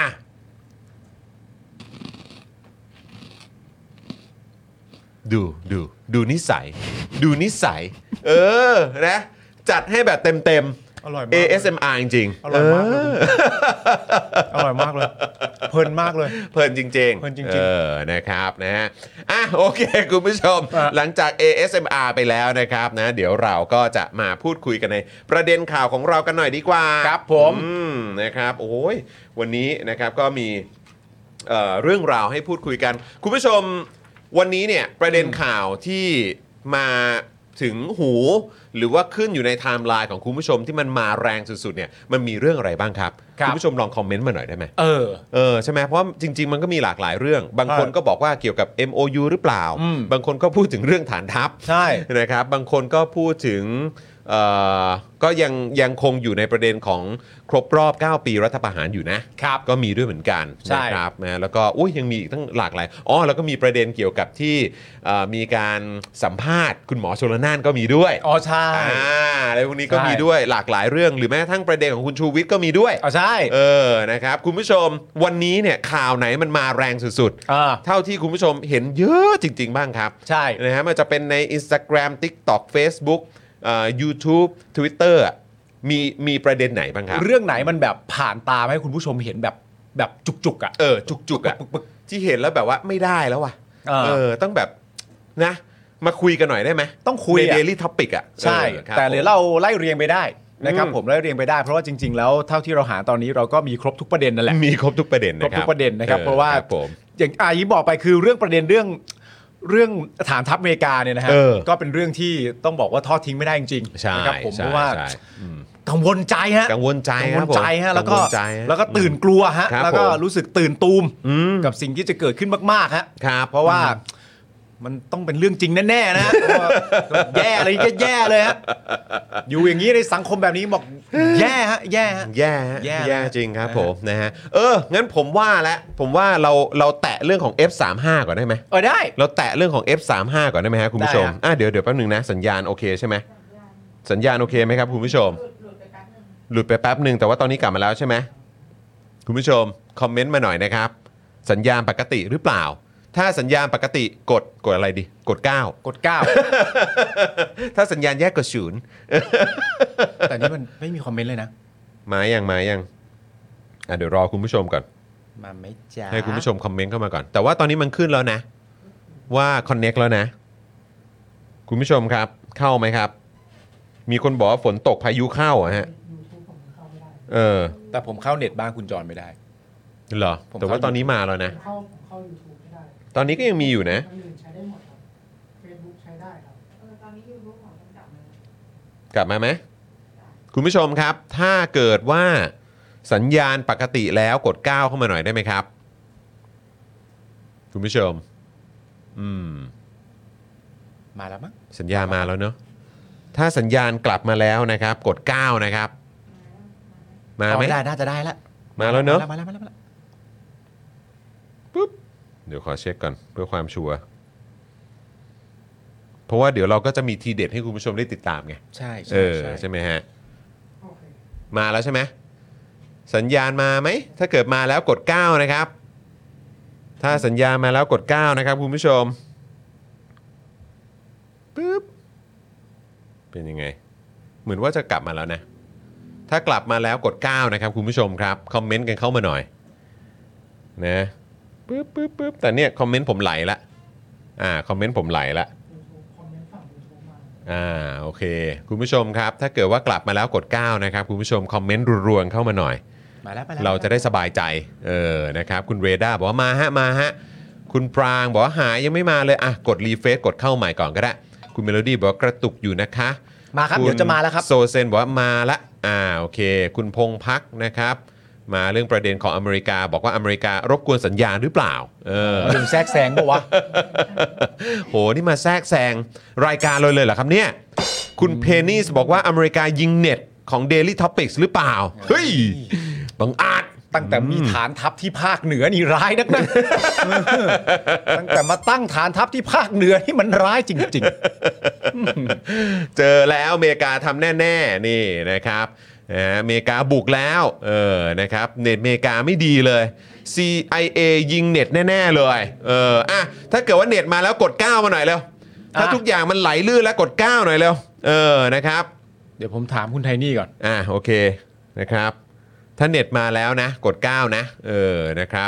ดูดูดูนิสัย ดูนิสัย เออนะจัดให้แบบเต็มเต็มๆอร่อยมากเอ เอส เอ็ม อาร์ จริงๆอร่อยมากเลยอร่อยมากเลย เพลินมากเลยเพลินจริงๆเพลินจริงๆเออนะครับนะฮะอ่ะโอเคคุณผู้ชมอ่ะหลังจาก เอ เอส เอ็ม อาร์ ไปแล้วนะครับนะเดี๋ยวเราก็จะมาพูดคุยกันในประเด็นข่าวของเรากันหน่อยดีกว่าครับผมอืมนะครับโอ้ยวันนี้นะครับก็มีเอ่อเรื่องราวให้พูดคุยกัน คุณผู้ชมวันนี้เนี่ยประเด็นข่าวที่มาถึงหูหรือว่าขึ้นอยู่ในไทม์ไลน์ของคุณผู้ชมที่มันมาแรงสุดๆเนี่ยมันมีเรื่องอะไรบ้างครับครับคุณผู้ชมลองคอมเมนต์มาหน่อยได้ไหมเออเออใช่ไหมเพราะว่าจริง ๆ มันก็มีหลากหลายเรื่อง บางคนก็บอกว่าเกี่ยวกับ เอ็ม โอ ยู หรือเปล่าอืมบางคนก็พูดถึงเรื่องฐานทัพใช่นะครับบางคนก็พูดถึงเอ่อก็ยังยังคงอยู่ในประเด็นของครบรอบ เก้า ปีรัฐประหารอยู่นะครับ ก็มีด้วยเหมือนกันใช่นะครับนะแล้วก็อุ้ยยังมีอีกตั้งหลากหลายอ๋อแล้วก็มีประเด็นเกี่ยวกับที่เอ่อมีการสัมภาษณ์คุณหมอชลน่านก็มีด้วยอ๋อใช่อ่าอะไรพวกนี้ก็ใช่มีด้วยหลากหลายเรื่องหรือแม้กระทั่งประเด็นของคุณชูวิทย์ก็มีด้วยอ๋อใช่เออนะครับคุณผู้ชมวันนี้เนี่ยข่าวไหนมันมาแรงสุดอ่าๆเท่าที่คุณผู้ชมเห็นเยอะจริง ๆ บ้างครับใช่นะฮะมันจะเป็นใน Instagram TikTok Facebook เอ่อ YouTube Twitter อ่ะมีมีประเด็นไหนบ้างครับเรื่องไหนมันแบบผ่านตาให้คุณผู้ชมเห็นแบบแบบจุกๆอ่ะเออจุกๆอ่ะปึ๊กที่เห็นแล้วแบบว่าไม่ได้แล้วว่ะเออเออต้องแบบนะมาคุยกันหน่อยได้ไหมต้องคุยในอะ Daily Topic อ่ะใช่เออครับแต่เดี๋ยวเราไล่เรียงไปได้นะครับอืมผมไล่เรียงไปได้เพราะว่าจริง ๆ แล้วเท่าที่เราหาตอนนี้เราก็มีครบทุกประเด็นนั่นแหละมีครบทุกประเด็นครนะบครับทุกประเด็นนะครับออเพราะว่าคบผมอย่างอายิบอกไปคือเรื่องประเด็นเรื่องเรื่องฐานทัพอเมริกาเนี่ยนะฮะเออก็เป็นเรื่องที่ต้องบอกว่าทอดทิ้งไม่ได้จริงใช่ๆนะครับผมใช่เพราะว่าใช่อืมกังวลใจฮะกังวลใจกังคว รัลบผมใจฮะแล้วก็กังวลใจฮะแล้วก็ตื่นกลัวฮะครับแล้วก็ผมรู้สึกตื่นตูมอืมกับสิ่งที่จะเกิดขึ้นมากๆฮะครับเพราะว่ามันต้องเป็นเรื่องจริงแน่ๆนะฮะเพราะว่าแย่อะไรก็แย่เลยฮะอยู่อย่างนี้ในสังคมแบบนี้บอกแย่ฮะแย่ฮะแย่ฮะแย่แย่นะจริงครับนะฮะผมนะฮะเอองั้นผมว่าแล้วผมว่าเราเราแตะเรื่องของ เอฟ สามสิบห้า ก่อนได้ไหมเออได้เราแตะเรื่องของ เอฟ สามสิบห้า ก่อนได้ไหมฮะคุณผู้ชมได้ฮะอ่ะเดี๋ยวเดี๋ยวแป๊บหนึงนะสัญญาณโอเคใช่ไหมสัญญาณโอเคไหมครับคุณผู้ชมหลุดไปแป๊บหนึ่งแต่ว่าตอนนี้กลับมาแล้วใช่ไหมคุณผู้ชมคอมเมนต์มาหน่อยนะครับสัญญาณปกติหรือเปล่า ถ้าสัญญาณปกติกดกดอะไรดีกดเก้ากดเก้าถ้าสัญญาณแยกกดศูนย์แต่นี่มันไม่มีคอมเมนต์เลยนะมายังมายังอ่ะเดี๋ยวรอคุณผู้ชมก่อนมาไม่จ้าให้คุณผู้ชมคอมเมนต์เข้ามาก่อน แต่ว่าตอนนี้มันขึ้นแล้วนะ ว่า Connect แล้วนะ คุณผู้ชมครับ เข้าไหมครับ มีคนบอกว่าฝนตกพายุเข้าอะฮะเออแต่ผมเข้าเน็ตบ้านคุณจรไม่ได้เหรอผมเข้าแต่ว่าตอนนี้มาแล้วนะเข้าผมเข้า YouTube ไม่ได้ตอนนี้ก็ยังมีอยู่นะอันอื่นใช้ได้หมดครับ Facebook ใช้ได้ครับกลับมาไหมคุณผู้ชมครับ ถ้าเกิดว่าสัญญาณปกติแล้วกดเก้าเข้ามาหน่อยได้ไหมครับ คุณผู้ชม อืมมาแล้วมั้งสัญญาณมาแล้วเนอะถ้าสัญญาณกลับมาแล้วนะครับ กดเก้านะครับ มาไหมเอได้น่าจะได้แล้วมาแล้วเนอะมาแล้วมาแล้วมาแล้วปุ๊บเดี๋ยวขอเช็คก่อนเพื่อความชัวร์เพราะว่าเดี๋ยวเราก็จะมีทีเด็ดให้คุณผู้ชมได้ติดตามไงใช่เอใช่อใช่ใช่ไหมฮะโอเคมาแล้วใช่ไหมสัญญาณมาไหมถ้าเกิดมาแล้วกดเก้านะครับ ถ้าสัญญาณมาแล้วกดเก้านะครับคุณผู้ชมปุ๊บเป็นยังไง เหมือนว่าจะกลับมาแล้วนะ ถ้ากลับมาแล้วกดเก้านะครับคุณผู้ชมครับคอมเมนต์กันเข้ามาหน่อยนะปุ๊บปุ๊บปุ๊บแต่เนี่ยคอมเมนต์ผมไหลละอ่าคอมเมนต์ผมไหลละคอมเมนต์ฝั่ง YouTube มาอ่าโอเค คุณผู้ชมครับ ถ้าเกิดว่ากลับมาแล้วกดเก้านะครับคุณผู้ชมคอมเมนต์รัวๆเข้ามาหน่อยมาแล้วมาแล้วเราจะได้สบายใจเออนะครับคุณเรดาบอกว่ามาฮะมาฮะคุณปรางบอกว่าหายยังไม่มาเลยอ่ะกดรีเฟรชกดเข้าใหม่ก่อนก็ได้คุณเมโลดี้บอกว่ากระตุกอยู่นะคะมาครับณเดี๋ยวจะมาแล้วครับโซเซนบอกว่ามาละอ่าโอเค คุณพงพักนะครับ มาเรื่องประเด็นของอเมริกา บอกว่าอเมริการบกวนสัญญาณหรือเปล่าเออดึงแทรกแซงปะวะโหนี่มาแทรกแซงรายการเลยเลยเหรอครับเนี่ยคุณเพนนีสบอกว่าอเมริกายิงเน็ตของ Daily Topics หรือเปล่าเฮ้ยบังอาจตั้งแต่มีฐานทัพที่ภาคเหนือนี่ร้ายนักนะ ตั้งแต่มาตั้งฐานทัพที่ภาคเหนือนี่มันร้ายจริงเจอแล้วอเมริกาทำแน่ๆนี่นะครับนะอเมริกาบุกแล้วเออนะครับเน็ตอเมริกาไม่ดีเลย ซี ไอ เอ ยิงเน็ตแน่ๆเลยเอออ่ะถ้าเกิดว่าเน็ตมาแล้วกดเก้ามาหน่อยเร็วถ้าทุกอย่างมันไหลลื่นแล้วกดเก้าหน่อยเร็วเออนะครับๆ เดี๋ยวผมถามคุณไทนี่ก่อนอ่ะโอเคนะครับถ้าเน็ตมาแล้วนะกดเก้านะเออนะครับ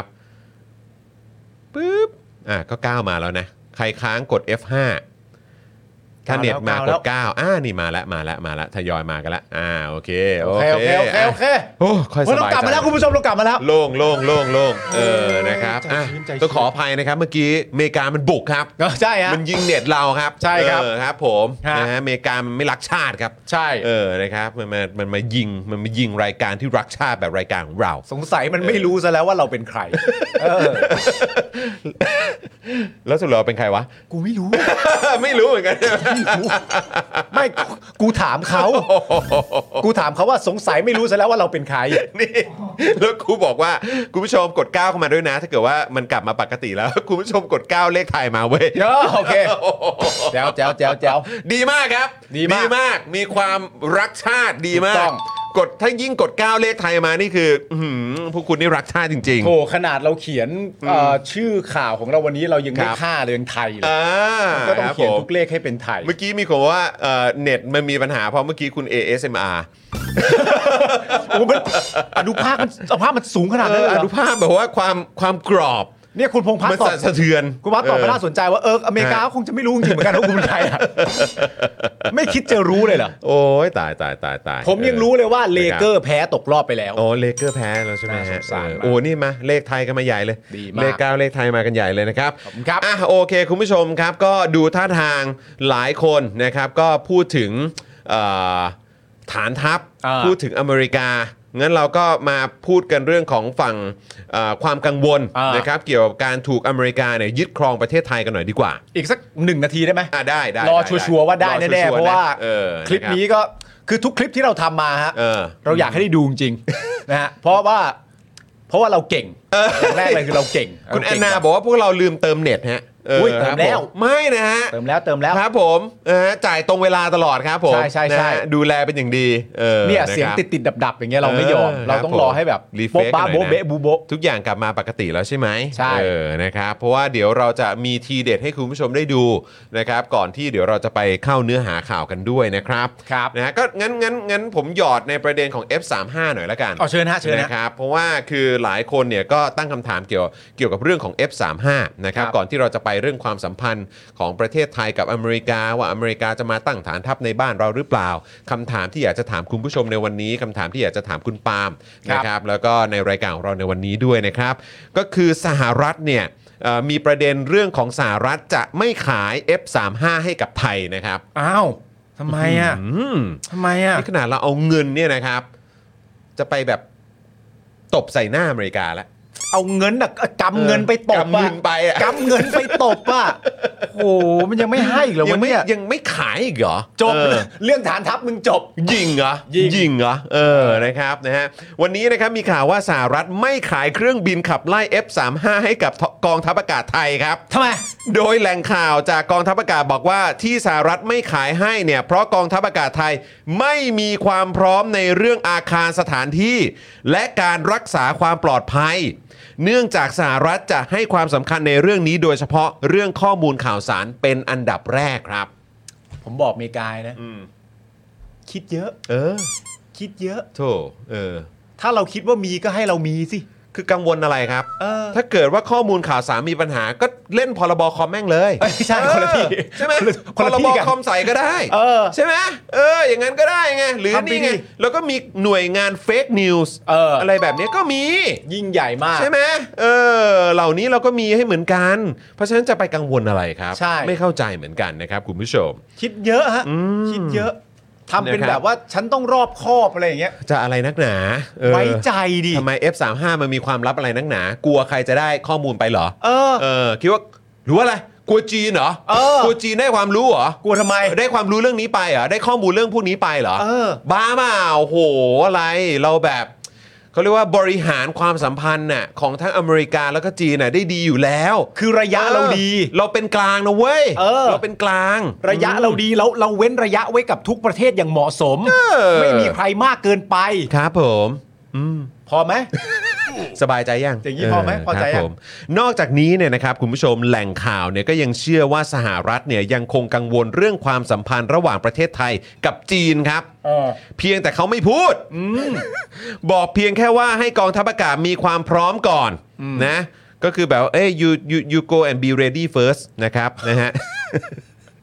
ปึ๊บอ่ะก็เก้ามาแล้วนะใครค้างกด เอฟ ห้าถ้าเน็ตมากแล้ดวเก้าอ่านี่มาแล้วมาแล้วมาแล้วทยอยมากันแล้วอ่าโอเคโอเคโอเคโอเคโอเคโอ้ค่อยสเฮ้ยเราบายกลับใจมาแล้วคุณผู้ชมเรากลับมาแล้วโล่งโล่งโล่งโล่งเออนะครับใจอ่ะชื้นใจชื้นต้องขออภัยนะครับเมื่อกี้อเมริกามันบุกครับก็ใช่ฮะมันยิงเน็ตเราครับใช่ครับเออครับผมฮะนะฮะอเมริกามันไม่รักชาติครับใช่เออนะครับมันมามันมายิงมันมายิงรายการที่รักชาติแบบรายการของเราสงสัยมันไม่รู้ซะแล้วว่าเราเป็นใครเออแล้วสุดเราเป็นใครวะกูไม่รู้ไม่รู้เหมือนกันไม่กูกูถามเขากูถามเขาว่าสงสัยไม่รู้ซะแล้วว่าเราเป็นใครนี่แล้วครูบอกว่าคุณผู้ชมกดเก้าเข้ามาด้วยนะ ถ้าเกิดว่ามันกลับมาปกติแล้ว คุณผู้ชมกดเก้าเลขไทยมาเว้ยเยอะโอเคแจ๋วแจ๋วแจ๋วแจ๋วดีมากครับดีมากมากมีความรักชาติดีมาถูกกต้องกดถ้ายิ่งกดเก้าเลขไทยมานี่คืออื้อหือพวกคุณนี่รักชาติจริงโถขนาดเราเขียนเอ่อชื่อข่าวของเราวันนี้เรายังไม่ครับฆ่าเรือนไทยเลๆยอ่าก็ต้องครับเขียนผมทุกเลขให้เป็นไทยเมื่อกี้มีคนว่าเอ่อเน็ตมันมีปัญหาเพราะเมื่อกี้คุณ เอ เอส เอ็ม อาร์โอ้มันอนุภาคมันอนุภาคมันสูงขนาดเอนั้นอเลยอ เหรนุอนุภาพแบบว่าความความกรอบเนี่ยคุณพงษ์พัฒมันน์ตอบสะเทือนคุณพัฒน์ตอบไม่น่าสนใจว่าเอออเมริกาคงจะไม่รู้จริงๆเหมือนกันว่าคุณเป็นใครอะไม่คิดจะรู้เลยเหรอโอ้ยตายตายตายตายผมยังรู้เลยว่าเลเกอร์แพ้ตกรอบไปแล้วโอ้เลเกอร์แพ้แล้วใช่ไหมน่าสฮะงสารเออมากโอ้นี่มาเลขไทยกันมาใหญ่เลยดีมากเลขเก้าเลขไทยมากันใหญ่เลยนะครับขอบคุณครับอ่ะโอเคคุณผู้ชมครับก็ดูท่าทางหลายคนนะครับก็พูดถึงเอ่อฐานทัพอ่าพูดถึงอเมริกางั้นเราก็มาพูดกันเรื่องของฝั่งเอ่อความกังวลอ่านนะครับเกี่ยวกับการถูกอเมริกาเนี่ยยึดครองประเทศไทยกันหน่อยดีกว่าอีกสักหนึ่งนาทีได้ไหมอ่ะได้ได้รอได้ชัวร์ๆว่าได้รอแน่ๆชัวเพราะว่าเออคลิปนี้ก็คือทุกคลิปที่เราทำมาฮะเออเราอยากให้ได้ดูจริงๆ นะฮะเพราะว่าเพราะว่าเราเก่งอย่างแรกเลยคือเราเก่งคุณแอนนาเรเก่งบอกว่าพวกเราลืมเติมเน็ตฮะอุ้ยเติมแล้วครับผไม่นะฮะเติมแล้วเติมแล้วครับผมเออจ่ายตรงเวลาตลอดครับผมใช่ใช่ใช่นะฮะดูแลเป็นอย่างดีออเนี่ยะครับเสียงติดติดดับดับๆอย่างเงี้ยเราไม่ยอมเออเราต้องครับรอผมให้แบบรีเฟโบ๊ะรชบ้ากันหน่อยโบ๊ะนะเบ๊ะบูโบ๊ะทุกอย่างกลับมาปกติแล้วใช่ไหมใช่เออนะครับเพราะว่าเดี๋ยวเราจะมีทีเด็ดให้คุณผู้ชมได้ดูนะครับก่อนที่เดี๋ยวเราจะไปเข้าเนื้อหาข่าวกันด้วยนะครับครับนะฮะก็งั้นงั้นงั้นผมหยอดในประเด็นของ เอฟ สามสิบห้า หน่อยละกันเอาเชิญฮะเชิญนะฮะครับเพราะว่าคือหลายคนเนี่ยก็ตั้งคำถามเกี่ยวเกี่ยวกับเรื่องของ เอฟ สามสิบห้า นะครับครับก่อนที่เราจะไปเรื่องความสัมพันธ์ของประเทศไทยกับอเมริกาว่าอเมริกาจะมาตั้งฐานทัพในบ้านเราหรือเปล่าคำถามที่อยากจะถามคุณผู้ชมในวันนี้คำถามที่อยากจะถามคุณปาล์มครับนะครับแล้วก็ในรายการของเราในวันนี้ด้วยนะครับก็คือสหรัฐเนี่ยเอ่อมีประเด็นเรื่องของสหรัฐจะไม่ขาย เอฟ สามสิบห้า ให้กับไทยนะครับอ้าวทำไมอ่ะอืมทำไมอ่ะนี่ขนาดเราเอาเงินเนี่ยนะครับ จะไปแบบตบใส่หน้าอเมริกาแล้วเอาเงินอ่ะกำเงินไปตบกำเงินไปอะกำเงินไปตบอ่ะโอ้โหมันยังไม่ให้อีกเหรอยัวะงไม่เนี่ยยังไม่ขายอีกเหรอจบเออเรื่องฐานทัพมึงจบยิงเหรอยิงเหรอเออนะครับนะฮะวันนี้นะครับมีข่าวว่าสหรัฐไม่ขายเครื่องบินขับไล่ เอฟ สามสิบห้า ให้กับกองทัพอากาศไทยครับทำไมโดยแหล่งข่าวจากกองทัพอากาศบอกว่าที่สหรัฐไม่ขายให้เนี่ยเพราะกองทัพอากาศไทยไม่มีความพร้อมในเรื่องอาคารสถานที่ และการรักษาความปลอดภัย เนื่องจากสหรัฐจะให้ความสำคัญในเรื่องนี้โดยเฉพาะเรื่องข้อมูลข่าวสารเป็นอันดับแรกครับผมบอกเมกายนะอืมคิดเยอะเออคิดเยอะโถเออถ้าเราคิดว่ามีก็ให้เรามีสิคือกังวลอะไรครับเออถ้าเกิดว่าข้อมูลข่าวสารมีปัญหาก็เล่นพรบคอมแม่งเลยเอ้ยไม่ใช่คนละที่เออใช่ไหมคนละพคนละรที่บกันคอมใส่ก็ได้เออใช่ไหมเอออย่างนั้นก็ได้ไงหรือทำไปนี่ไงดิแล้วก็มีหน่วยงานเฟกนิวส์เออออะไรแบบนี้ก็มียิ่งใหญ่มากใช่ไหมเออเหล่านี้เราก็มีให้เหมือนกัน เพราะฉะนั้นจะไปกังวลอะไรครับใช่ไม่เข้าใจเหมือนกันนะครับคุณผู้ชมคิดเยอะฮะอืมคิดเยอะทำเป็นนะครับแบบว่าฉันต้องรอบคอบอะไรอย่างเงี้ยจะอะไรนักหนาเออไว้ใจดิทำไม เอฟ สามสิบห้า มันมีความลับอะไรนักหนากลัวใครจะได้ข้อมูลไปเหรอเออเออคิดว่าหรือว่าอะไรกลัวจีนเหรอเออกลัวจีนได้ความรู้เหรอกลัวทำไมได้ความรู้เรื่องนี้ไปเหรอได้ข้อมูลเรื่องพวกนี้ไปเหรอเออบ้าเปล่าโหอะไรเราแบบเขาเรียกว่าบริหารความสัมพันธ์น่ะของทั้งอเมริกาแล้วก็จีนน่ะได้ดีอยู่แล้วคือระยะเราดีออเราเป็นกลางนะเว้ยเออเป็นกลางระยะเราดีแล้วเราเว้นระยะไว้กับทุกประเทศอย่างเหมาะสมอไม่มีใครมากเกินไปครับผมอืมพอไหมสบายใจยังอย่างนี้พอไหมพอใจครับยังผมนอกจากนี้เนี่ยนะครับคุณผู้ชมแหล่งข่าวเนี่ยก็ยังเชื่อว่าสหรัฐเนี่ยยังคงกังวลเรื่องความสัมพันธ์ระหว่างประเทศไทยกับจีนครับเออเพียงแต่เขาไม่พูดบอกเพียงแค่ว่าให้กองทัพอากาศมีความพร้อมก่อนนะก็คือแบบว่าเอ้ย you you you go and be ready first นะครับนะฮะ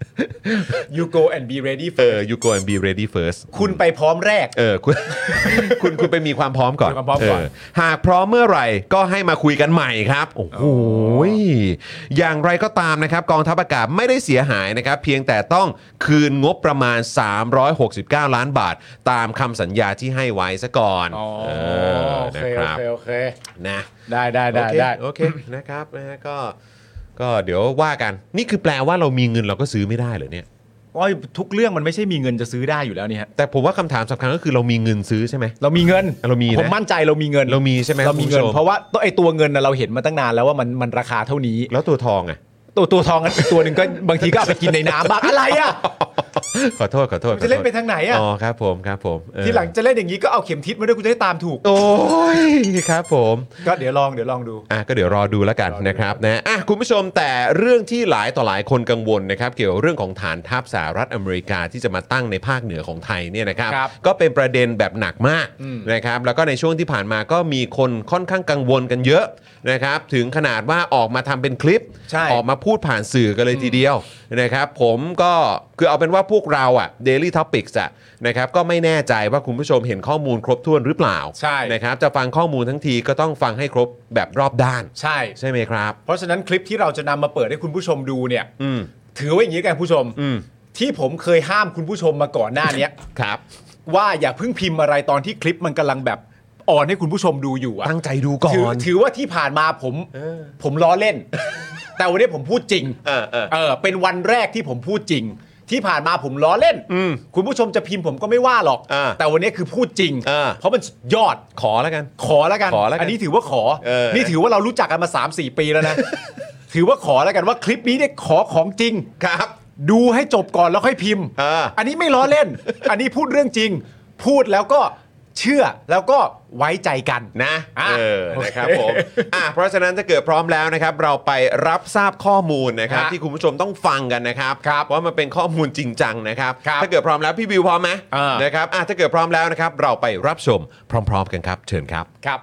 you go and be ready เอ first อ you go and be ready first คุณไปพร้อมแรกเออคุณ คุณคุณไปมีความพร้อมก่อนมีความพร้อมก่อนเออหากพร้อมเมื่อไหร่ก็ให้มาคุยกันใหม่ครับโอ้โหอย่างไรก็ตามนะครับกองทัพอากาศไม่ได้เสียหายนะครับเพียงแต่ต้องคืนงบประมาณสามร้อยหกสิบเก้าล้านบาทตามคำสัญญาที่ให้ไว้ซะก่อนเออโอนะเคคโอรับเคโอเคนะได้ได้ได้โอเคได้โอเคนะครับนะฮะก็ก็เดี๋ยวว่ากันนี่คือแปลว่าเรามีเงินเราก็ซื้อไม่ได้เหรอเนี่ยว่าทุกเรื่องมันไม่ใช่มีเงินจะซื้อได้อยู่แล้วนี่ฮะแต่ผมว่าคำถามสำคัญก็คือเรามีเงินซื้อใช่ไหมเรามีเงินเรามีนะผมมั่นใจเรามีเงินเรามีใช่ไหมเรามีเงินเพราะว่าตัวไอตัวเงินนะเราเห็นมาตั้งนานแล้วว่ามันมันราคาเท่านี้แล้วตัวทองอ่ะตัวตัวทองอีกตัวหนึ่งก็บางทีก็เอาไปกินในน้ำบ้างอะไรอ่ะขอโทษขอโทษจะเล่นไปทางไหนอ่ะอ๋อครับผมครับผมทีหลังจะเล่นอย่างนี้ก็เอาเข็มทิศมาด้วยกูจะได้ตามถูกโอ้ยครับผมก็เดี๋ยวลองเดี๋ยวลองดูอ่ะก็เดี๋ยวรอดูแล้วกันนะครับนะอ่ะคุณผู้ชมแต่เรื่องที่หลายต่อหลายคนกังวลนะครับเกี่ยวกับเรื่องของฐานทัพสหรัฐอเมริกาที่จะมาตั้งในภาคเหนือของไทยเนี่ยนะครับก็เป็นประเด็นแบบหนักมากนะครับแล้วก็ในช่วงที่ผ่านมาก็มีคนค่อนข้างกังวลกันเยอะนะครับถึงขนาดว่าออกมาทำเป็นคลิปออกมาพูดผ่านสื่อกันเลยทีเดียวนะครับผมก็คือเอาเป็นว่าพวกเราอ่ะ Daily Topics อ่ะนะครับก็ไม่แน่ใจว่าคุณผู้ชมเห็นข้อมูลครบถ้วนหรือเปล่าใช่นะครับจะฟังข้อมูลทั้งทีก็ต้องฟังให้ครบแบบรอบด้านใช่ใช่ไหมครับเพราะฉะนั้นคลิปที่เราจะนำมาเปิดให้คุณผู้ชมดูเนี่ยถือว่าอย่างนี้กันผู้ชมที่ผมเคยห้ามคุณผู้ชมมาก่อนหน้านี้ครับว่าอย่าเพิ่งพิมพ์อะไรตอนที่คลิปมันกำลังแบบอ่อนให้คุณผู้ชมดูอยู่อะตั้งใจดูก่อนถือถือว่าที่ผ่านมาผมผมล้อเล่น แต่วันนี้ผมพูดจริงเออเออเออเป็นวันแรกที่ผมพูดจริงที่ผ่านมาผมล้อเล่นคุณผู้ชมจะพิมพ์ผมก็ไม่ว่าหรอกแต่วันนี้คือพูดจริงเพราะมันยอดขอแล้วกันขอแล้วกันอันนี้ถือว่าขอนี่ถือว่าเรารู้จักกันมา สามสี่ ปีแล้วนะถือว่าขอแล้วกันว่าคลิปนี้เนี่ยขอของจริงครับดูให้จบก่อนแล้วค่อยพิมพ์อันนี้ไม่ล้อเล่นอันนี้พูดเรื่องจริงพูดแล้วก็เชื่อแล้วก็ไว้ใจกันนะเออนะครับผมอ่ะเพราะฉะนั้นถ้าเกิดพร้อมแล้วนะครับเราไปรับทราบข้อมูลนะครับที่คุณผู้ชมต้องฟังกันนะครับว่ามันเป็นข้อมูลจริงจังนะครับถ้าเกิดพร้อมแล้วพี่บิวพร้อมไหมนะครับอ่ะถ้าเกิดพร้อมแล้วนะครับเราไปรับชมพร้อมๆกันครับเชิญครับครับ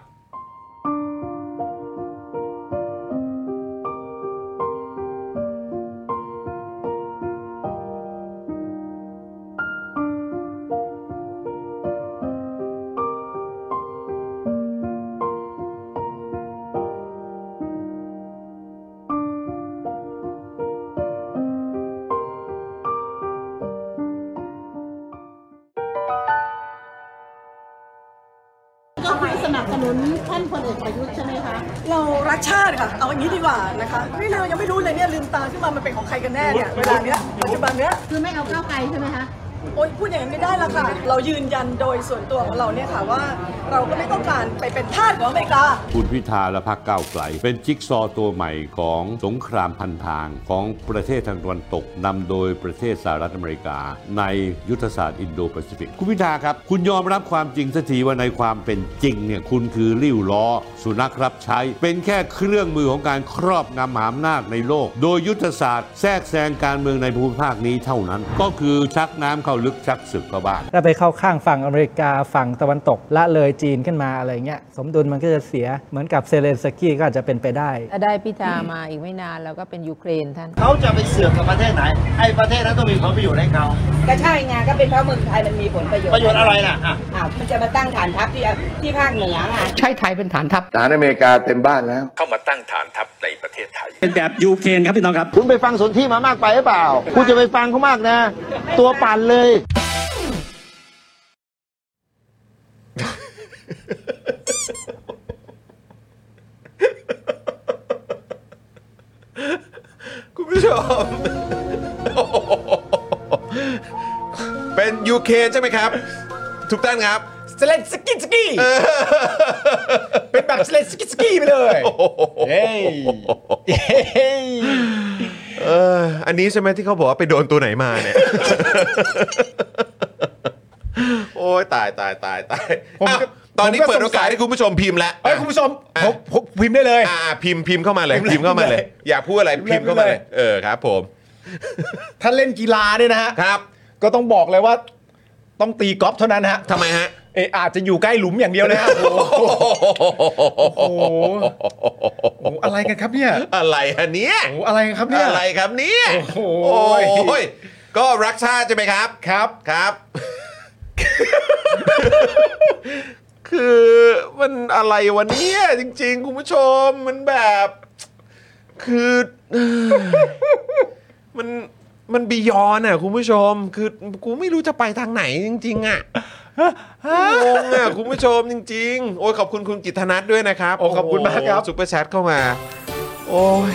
สนับสนุนท่านพลเอกประยุทธ์ใช่ไหมคะเรารักชาติค่ะเอาอย่างนี้ดีกว่านะคะนี่เรายังไม่รู้เลยเนี่ยลืมตาขึ้นมามันเป็นของใครกันแน่เนี่ยเวลาเนี้ยปัจจุบันเนี้ยคือไม่เอาก้าวไกลใช่ไหมคะโอ๊ยพูดอย่างนั้นไม่ได้ละค่ะเรายืนยันโดยส่วนตัวของเราเนี่ยค่ะว่าเราก็ไม่ต้องการไปเป็นทาสของอเมริกาคุณพิธาและพรรคก้าวไกลเป็นจิ๊กซอว์ตัวใหม่ของสงครามพันทางของประเทศทางตะวันตกนำโดยประเทศสหรัฐอเมริกาในยุทธศาสตร์อินโดแปซิฟิกคุณพิธาครับคุณยอมรับความจริงสักทีว่าในความเป็นจริงเนี่ยคุณคือริ้วล้อสุนัขรับใช้เป็นแค่เครื่องมือของการครอบงำมหาอำนาจในโลกโดยยุทธศาสตร์แทรกแซงการเมืองในภูมิภาคนี้เท่านั้นก็คือชักน้ำเข้าลึกชักศึกเข้าบ้านถ้าไปเข้าข้างฝั่งอเมริกาฝั่งตะวันตกละเลยจีนขึ้นมาอะไรเงี้ยสมดุลมันก็จะเสียเหมือนกับเซเลนสกี้ก็อาจจะเป็นไปได้ถ้าได้พิธามาอีกไม่นานแล้วก็เป็นยูเครนท่านเขาจะไปเสือกกับประเทศไหนไอ้ประเทศนั้นต้องมีผลประโยชน์ให้เขาก็ใช่ไงก็เป็นเพราะเมืองไทยมันมีผลประโยชน์ประโยชน์อะไรล่ะอ่ะอ้าวมันจะมาตั้งฐานทัพที่ที่ภาคเหนือไงใช่ไทยเป็นฐานทัพฐานอเมริกาเต็มบ้านแล้วเข้ามาตั้งฐานทัพในประเทศไทยเป็นแบบยูเครนครับพี่น้องครับคุณไปฟังสนธิมามากไปหรือเปล่าคุณจะไปฟังเขามากนะตัวปั่นเลยคุณผู้ชมเป็นยูเครนใช่ไหมครับถูกต้องครับเซเลนสกี้สกี้เป็นแบบเซเลนสกี้สกี้ไปเลยเฮ้ยเอออันนี้ใช่ไหมที่เขาบอกว่าไปโดนตัวไหนมาเนี่ยโอ้ยตายตายตายตายตอนนี้เปิดโอกาสให้คุณผู้ชมพิมพ์แล้วเอ้ยคุณผู้ชมพิมพ์ได้เลยอ่าพิมพ์พิมพ์เข้ามาเลยพิมพ์เข้ามาเลยอยากพูดอะไรพิมพ์เข้ามาเลยเออครับผมถ้าเล่นกีฬาเนี่ยนะฮะครับก็ต้องบอกเลยว่าต้องตีกอล์ฟเท่านั้นฮะทำไมฮะเอออาจจะอยู่ใกล้หลุมอย่างเดียวเลยฮะโอ้โหอะไรกันครับเนี่ยอะไรอันเนี้ยโอ้อะไรกันครับเนี่ยอะไรครับเนี่ยโอ้โหก็รักชาติใช่ไหมครับครับครับ คือมันอะไรวะเนี่ยจริงๆคุณผู้ชมมันแบบคือมันมันบียอนอ่ะคุณผู้ชมคือกูไม่รู้จะไปทางไหนจริงๆอ่ะงงอ่ะคุณผู้ชมจริงๆโอ้ยขอบคุณคุณกิตนัทด้วยนะครับโอ้ขอบคุณมากครับซุปเปอร์แชทเข้ามาโอ้ย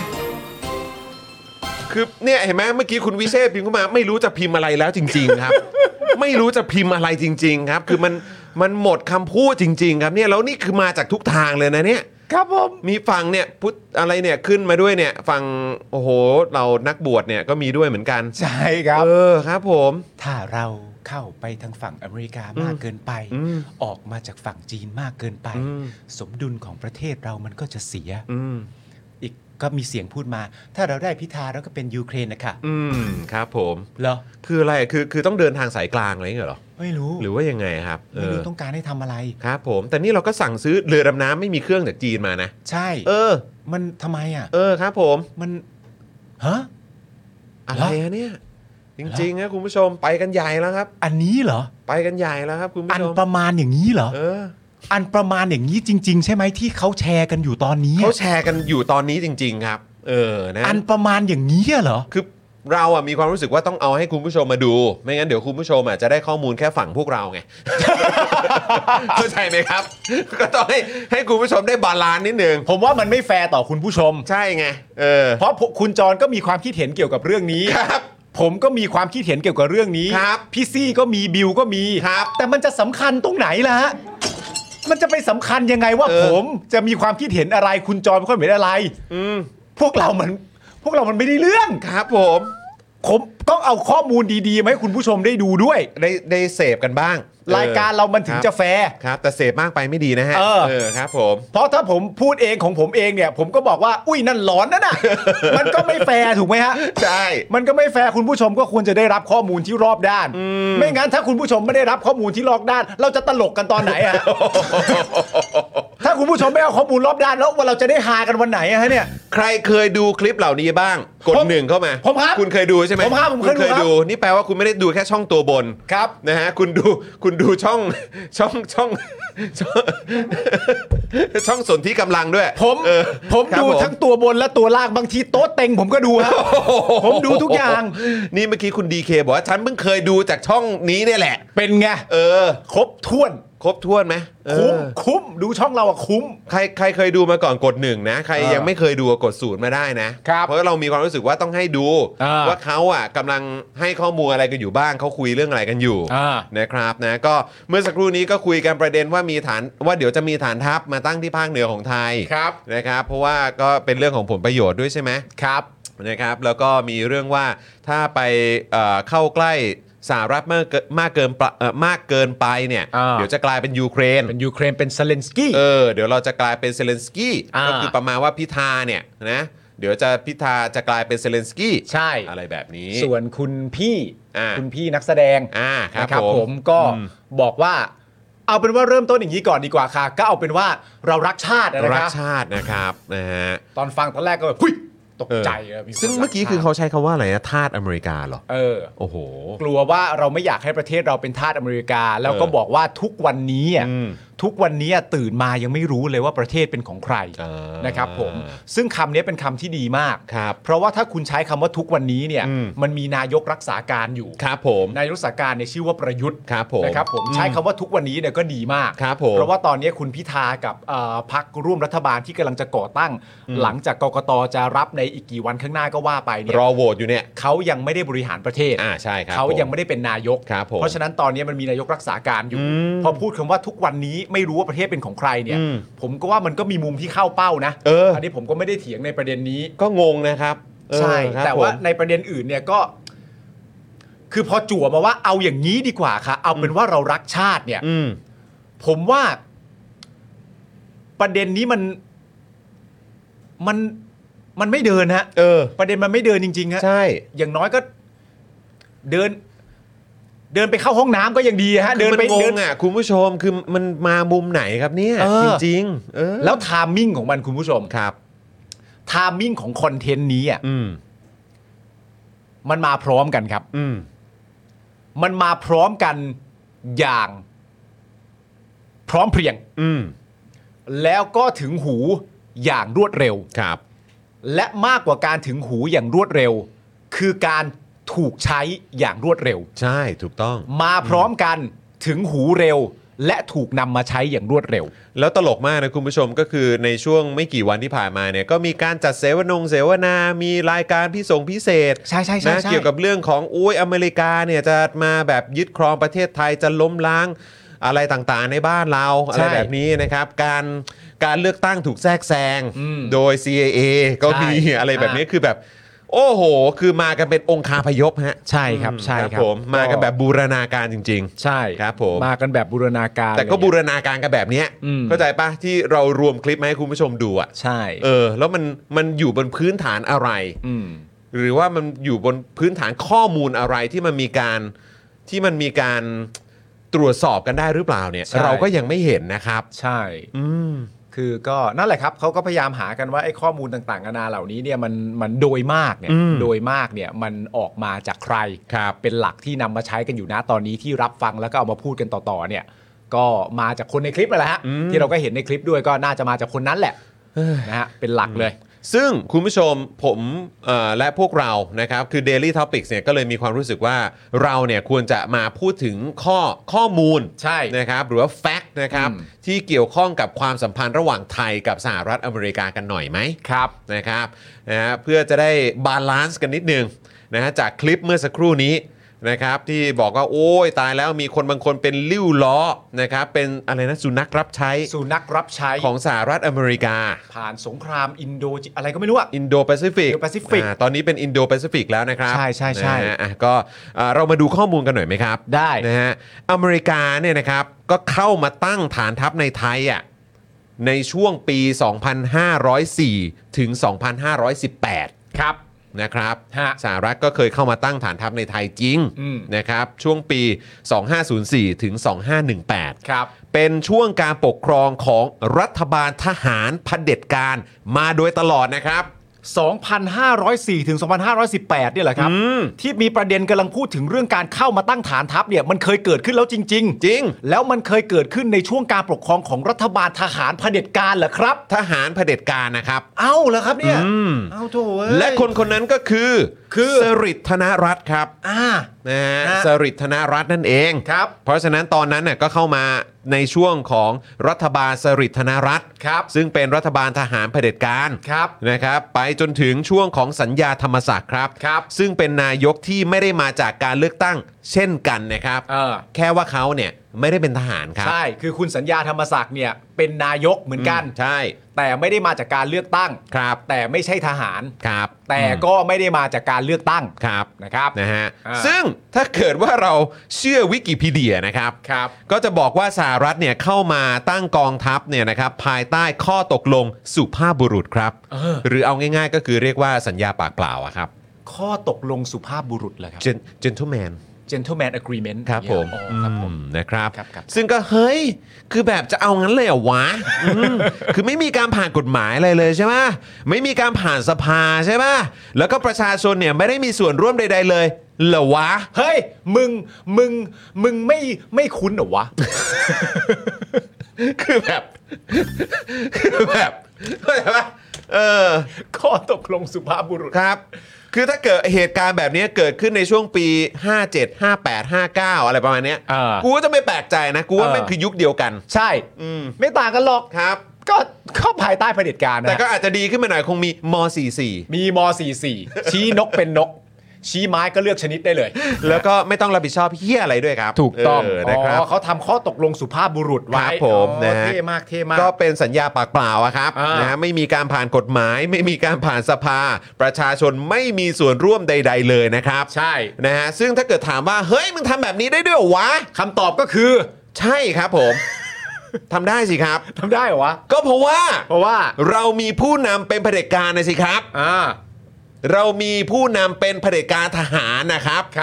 คือเนี่ยเห็นไหมเมื่อกี้คุณวิเชษพิมพ์เข้ามาไม่รู้จะพิมพ์อะไรแล้วจริงๆครับ ไม่รู้จะพิมพ์อะไรจริงๆครับคือมันมันหมดคำพูดจริงๆครับเนี่ยแล้วนี่คือมาจากทุกทางเลยนะเนี่ยครับผมมีฝั่งเนี่ยพุทธอะไรเนี่ยขึ้นมาด้วยเนี่ยฝั่งโอ้โหเรานักบวชเนี่ยก็มีด้วยเหมือนกันใช่ครับเออครับผมถ้าเราเข้าไปทางฝั่งอเมริกามากเกินไปออกมาจากฝั่งจีนมากเกินไปสมดุลของประเทศเรามันก็จะเสียอีกก็มีเสียงพูดมาถ้าเราได้พิธาเราก็เป็นยูเครนนะคะอืมครับผมเหรอคืออะไรคือคือต้องเดินทางสายกลางอะไรอย่างเงี้ยเหรอไม่รู้หรือว่ายังไงครับไม่รู้ต้องการให้ทำอะไรครับผมแต่นี่เราก็สั่งซื้อเรือดำน้ำไม่มีเครื่องจากจีนมานะใช่เออมันทำไมอ่ะเออครับผมมันฮะอะไรเนี่ยจริงๆนะคุณผู้ชมไปกันใหญ่แล้วครับอันนี้เหรอไปกันใหญ่แล้วครับคุณผู้ชมอันประมาณอย่างนี้เหรอเอออันประมาณอย่างนี้จริงๆใช่ไหมที่เขาแชร์กันอยู่ตอนนี้เขาแชร์กันอยู่ตอนนี้จริงๆครับเออนะอันประมาณอย่างนี้เหรอคือเราอ่ะมีความรู้สึกว่าต้องเอาให้คุณผู้ชมมาดูไม่งั้นเดี๋ยวคุณผู้ชมอ่ะจะได้ข้อมูลแค่ฝั่งพวกเราไง เข้าใจไหมครับก็ต้องให้ให้คุณผู้ชมได้บาลานซ์นิดนึงผมว่ามันไม่แฟร์ต่อคุณผู้ชมใช่ไงเออเพราะคุณจรก็มีความคิดเห็นเกี่ยวกับเรื่องนี้ครับผมก็มีความคิดเห็นเกี่ยวกับเรื่องนี้ครับพี่ซี่ก็มีบิวก็มีครับแต่มันจะสำคัญตรงไหนล่ะฮะมันจะไปสำคัญยังไงว่าผมจะมีความคิดเห็นอะไรคุณจรเป็นคนเห็นอะไรอืมพวกเรามันพวกเรามันไม่ได้เรื่องครับผมผมต้องเอาข้อมูลดีๆมาให้คุณผู้ชมได้ดูด้วยได้ได้เสพกันบ้างรายการเรามันถึงจะแฟร์ครับแต่เสพมากไปไม่ดีนะฮะเออเออครับผมเพราะถ้าผมพูดเองของผมเองเนี่ยผมก็บอกว่าอุ้ยนั่นหลอนนั่นน่ะ มันก็ไม่แฟร์ถูกไหมฮะใช่มันก็ไม่แฟร์คุณผู้ชมก็ควรจะได้รับข้อมูลที่รอบด้านไม่งั้นถ้าคุณผู้ชมไม่ได้รับข้อมูลที่รอบด้านเราจะตลกกันตอนไหนฮะ ถ้าคุณผู้ชมไม่เอาข้อมูลรอบด้านแล้วว่าเราจะได้ฮากันวันไหนฮะเนี่ยใครเคยดูคลิปเหล่านี้บ้างกดหนึ่งเข้ามาผมครับคุณเคยดูใช่ไหมผมครับผมเคยดูนี่แปลว่าคุณไม่ได้ดูแค่ช่องตัวบนครับนะฮะคุณดูคุณดูช่องช่องช่องช่องสนที่กำลังด้วยผมผมดูทั้งตัวบนและตัวล่างบางทีโต๊ะเต็งผมก็ดูฮะผมดูทุกอย่างนี่เมื่อกี้คุณดีเคบอกว่าฉันเพิ่งเคยดูจากช่องนี้เนี่ยแหละเป็นไงเออครบถ้วนครบถ้วนไหมคุ้มคุ้มดูช่องเราอะคุ้มใครใครเคยดูมาก่อนกดหนึ่งนะใครยังไม่เคยดูกดศูนย์มาได้นะเพราะเรามีความรู้สึกว่าต้องให้ดูว่าเขาอ่ะกำลังให้ข้อมูลอะไรกันอยู่บ้างเขาคุยเรื่องอะไรกันอยู่นะครับนะก็เมื่อสักครู่นี้ก็คุยกันประเด็นว่ามีฐานว่าเดี๋ยวจะมีฐานทัพมาตั้งที่ภาคเหนือของไทยนะครับเพราะว่าก็เป็นเรื่องของผลประโยชน์ด้วยใช่ไหมครับนะครับแล้วก็มีเรื่องว่าถ้าไปเอ่อเข้าใกล้สหรัฐมากมากเกินมากเกินไปเนี่ยเดี๋ยวจะกลายเป็นยูเครนเป็นยูเครนเป็นเซเลนสกี้เออเดี๋ยวเราจะกลายเป็นเซเลนสกี้ก็คือประมาณว่าพิธาเนี่ยนะเดี๋ยวจะพิธาจะกลายเป็นเซเลนสกี้ใช่อะไรแบบนี้ส่วนคุณพี่คุณพี่นักแสดงนะครับผมก็บอกว่าเอาเป็นว่าเริ่มต้นอย่างนี้ก่อนดีกว่าค่ะก็เอาเป็นว่าเรารักชาตินะครับรักชาตินะครับนะฮะตอนฟังตอนแรกก็แบบหุ้ยตกใจซึ่งเมื่อกี้คือเขาใช้คำว่าอะไรนะทาสอเมริกาเหรอเออโอ้โหกลัวว่าเราไม่อยากให้ประเทศเราเป็นทาสอเมริกาแล้วก็บอกว่าทุกวันนี้ทุกวันนี้ตื่นมายังไม่รู้เลยว่าประเทศเป็นของใครนะครับผมซึ่งคำนี้เป็นคำที่ดีมากเพราะว่าถ้าคุณใช้คำว่าทุกวันนี้เนี่ยมันมีนายกรักษาการอยู่ครับผมนายกรักษาการเนี่ยชื่อว่าประยุทธ์ครับผมนะครับผมใช้คำว่าทุกวันนี้เนี่ยก็ดีมากครับผมเพราะว่าตอนนี้คุณพิธากับพรรคร่วมรัฐบาลที่กำลังจะก่อตั้งหลังจากกกตจะรับในอีกกี่วันข้างหน้าก็ว่าไปเนี่ยรอโหวตอยู่เนี่ยเขายังไม่ได้บริหารประเทศอ่าใช่ครับเขายังไม่ได้เป็นนายกเพราะฉะนั้นตอนนี้มันมีนายกรักษาการอยู่พอพูดคำว่าทุกวันนี้ไม่รู้ว่าประเทศเป็นของใครเนี่ยผมก็ว่ามันก็มีมุมที่เข้าเป้านะเอออันนี้ผมก็ไม่ได้เถียงในประเด็นนี้ก็งงนะครับใช่แต่ว่าในประเด็นอื่นเนี่ยก็คือพอจั่วมาว่าเอาอย่างนี้ดีกว่าค่ะเอาเป็นว่าเรารักชาติเนี่ยผมว่าประเด็นนี้มันมันมันไม่เดินฮะเออประเด็นมันไม่เดินจริงๆฮะใช่อย่างน้อยก็เดินเดินไปเข้าห้องน้ำก็ยังดีฮะเดินไปมันงเดิงอ่ะคุณผู้ชมคือมันมามุมไหนครับเนี่ยเออจริงๆเออแล้วไทามมิ่งของมันคุณผู้ชมครับไทามมิ่งของคอนเทนต์นี้อ่ะอืมมันมาพร้อมกันครับอืมมันมาพร้อมกันอย่าง พร้อมเพรียงอืมแล้วก็ถึงหูอย่างรวดเร็วครับและมากกว่าการถึงหูอย่างรวดเร็ว คือการถูกใช้อย่างรวดเร็วใช่ถูกต้องมาพร้อมกันถึงหูเร็ว และถูกนำมาใช้อย่างรวดเร็วแล้วตลกมากนะคุณผู้ชมก็คือในช่วงไม่กี่วันที่ผ่านมาเนี่ยก็มีการจัดเสวนงเสวนา มีรายการพิส่งพิเศษใช่ใช่ใช่นะเกี่ยวกับเรื่องของอุ้ยอเมริกาเนี่ยจะมาแบบยึดครองประเทศไทยจะล้มล้างอะไรต่างๆในบ้านเราอะไรแบบนี้นะครับการการเลือกตั้งถูกแทรกแซงโดย ซี ไอ เอ ก็มีอะไรแบบนี้คือแบบโอ้โหคือมากันเป็นองคาพยพฮะใช่ครับใช่ครับผมมากันแบบบูรณาการจริงๆใช่ครับผมมากันแบบบูรณาการแต่ก็บูรณาการกันแบบเนี้ยอืมเข้าใจปะที่เรารวมคลิปมาให้คุณผู้ชมดูอ่ะใช่เออแล้วมันมันอยู่บนพื้นฐานอะไรอืมหรือว่ามันอยู่บนพื้นฐานข้อมูลอะไรที่มันมีการที่มันมีการตรวจสอบกันได้หรือเปล่าเนี่ยใช่เราก็ยังไม่เห็นนะครับใช่อืมคือก็นั่นแหละครับเขาก็พยายามหากันว่าไอ้ข้อมูลต่างๆนานาเหล่านี้เนี่ยมันมันโดยมากเนี่ยอืมโดยมากเนี่ยมันออกมาจากใครครับเป็นหลักที่นำมาใช้กันอยู่นะตอนนี้ที่รับฟังแล้วก็เอามาพูดกันต่อๆเนี่ยก็มาจากคนในคลิปนั่นแหละฮะอืมที่เราก็เห็นในคลิปด้วยก็น่าจะมาจากคนนั้นแหละนะฮะเป็นหลักเลยซึ่งคุณผู้ชมผมเอ่อและพวกเรานะครับคือ Daily Topics เนี่ยก็เลยมีความรู้สึกว่าเราเนี่ยควรจะมาพูดถึงข้อข้อมูลใช่นะครับหรือว่า fact นะครับอืมที่เกี่ยวข้องกับความสัมพันธ์ระหว่างไทยกับสหรัฐอเมริกากันหน่อยไหมครับนะครับนะฮะเพื่อจะได้บาลานซ์กันนิดนึงนะฮะจากคลิปเมื่อสักครู่นี้นะครับที่บอกว่าโอ้ยตายแล้วมีคนบางคนเป็นลิ้วล้อนะครับเป็นอะไรนะสุนัขรับใช้สุนัขรับใช้ของสหรัฐอเมริกาผ่านสงครามอินโดจีอะไรก็ไม่รู้อะอินโดแปซิฟิก Indo-Pacific ตอนนี้เป็นอินโดแปซิฟิกแล้วนะครับใช่ใช่ใช่นะฮะอ่ะก็อ่าเรามาดูข้อมูลกันหน่อยไหมครับได้นะฮะอเมริกาเนี่ยนะครับก็เข้ามาตั้งฐานทัพในไทยอ่ะในช่วงปี สองพันห้าร้อยสี่ ถึง สองพันห้าร้อยสิบแปดครับนะครับฮะสหรัฐก็เคยเข้ามาตั้งฐานทัพในไทยจริงอืมนะครับช่วงปี สองพันห้าร้อยสี่ ถึง สองพันห้าร้อยสิบแปดครับเป็นช่วงการปกครองของรัฐบาลทหารเผด็จการมาโดยตลอดนะครับสองพันห้าร้อยสี่ ถึง สองพันห้าร้อยสิบแปด เนี่ยแหละครับอืมที่มีประเด็นกำลังพูดถึงเรื่องการเข้ามาตั้งฐานทัพเนี่ยมันเคยเกิดขึ้นแล้วจริง ๆจริงแล้วมันเคยเกิดขึ้นในช่วงการปกครองของรัฐบาลทหารเผด็จการเหรอครับทหารเผด็จการนะครับเอ้าเหรอครับเนี่ยอืมเอ้าโถเอ้ยและคนคนนั้นก็คือคือสฤษดิ์ธนรัตน์ครับอ่านะฮะฮะสฤษดิ์ธนรัตน์นั่นเองครับเพราะฉะนั้นตอนนั้นน่ยก็เข้ามาในช่วงของรัฐบาลสฤษดิ์ธนรัตน์ครับซึ่งเป็นรัฐบาลทหารเผด็จการครับนะครับไปจนถึงช่วงของสัญญาธรรมศักดิ์ครับครับซึ่งเป็นนายกที่ไม่ได้มาจากการเลือกตั้งเช่นกันนะครับเออแค่ว่าเขาเนี่ยไม่ได้เป็นทหารครับใช่คือคุณสัญญาธรรมศักดิ์เนี่ยเป็นนายกเหมือนกันใช่แต่ไม่ได้มาจากการเลือกตั้งครับแต่ไม่ใช่ทหารครับแต่ก็ไม่ได้มาจากการเลือกตั้งครับนะครับนะฮะอ่าซึ่งถ้าเกิดว่าเราเชื่อวิกิพีเดียนะครับครับก็จะบอกว่าสหรัฐเนี่ยเข้ามาตั้งกองทัพเนี่ยนะครับภายใต้ข้อตกลงสุภาพบุรุษครับเออหรือเอาง่ายๆ ก็คือเรียกว่าสัญญาปากเปล่าอะครับข้อตกลงสุภาพบุรุษเหรอครับ Gen- gentleman gentleman agreement ครับผมอ๋อครับผมอืมนะครับครับครับซึ่งก็เฮ้ยคือแบบจะเอางั้นเลยเหรอวะอืมคือไม่มีการผ่านกฎหมายอะไรเลยใช่ไหมไม่มีการผ่านสภาใช่ไหมแล้วก็ประชาชนเนี่ยไม่ได้มีส่วนร่วมใด ๆ เลยเหรอวะเฮ้ยมึงมึงมึงไม่ไม่คุ้นเหรอวะคือแบบคือแบบเข้าใจปะเออข้อตกลงสุภาพบุรุษครับ คือถ้าเกิดเหตุการณ์แบบนี้เกิดขึ้นในช่วงปี ห้าเจ็ด ห้าแปด ห้าเก้า อะไรประมาณเนี้ยอ่ากูก็จะไม่แปลกใจนะ กูว่าเออแม่งคือยุคเดียวกันใช่อืมไม่ต่างกันหรอกครับก็ก็ภายใต้เผด็จการนะแต่ก็อาจจะดีขึ้นมาหน่อยคงมีม สี่สิบสี่มีม สี่สิบสี่ ชี้นกเป็นนก ชี้ไม้ก็เลือกชนิดได้เลยแล้วก็ไม่ต้องรับผิดชอบเหี้ยอะไรด้วยครับถูกต้องเนะครับอ๋อเขาทำข้อตกลงสุภาพบุรุษคไว้รับผมอ๋อนะฮะเท่มากเท่มากก็เป็นสัญญาปากเปล่าอะครับอ่านนะฮะไม่มีการผ่านกฎหมาย ไม่มีการผ่านสภา ประชาชนไม่มีส่วนร่วมใด ๆ เลยนะครับใช่นะฮะซึ่งถ้าเกิดถามว่าเฮ้ยมึงทำแบบนี้ได้ด้วยเหรอวะคำตอบก็คือใช่ครับผม ทำได้สิครับทำได้เหรอวะก็เพราะว่าเพราะว่าเรามีผู้นำเป็นเผด็จการนะสิครับอ่าเรามีผู้นำเป็นเผด็จการทหารนะครับครับ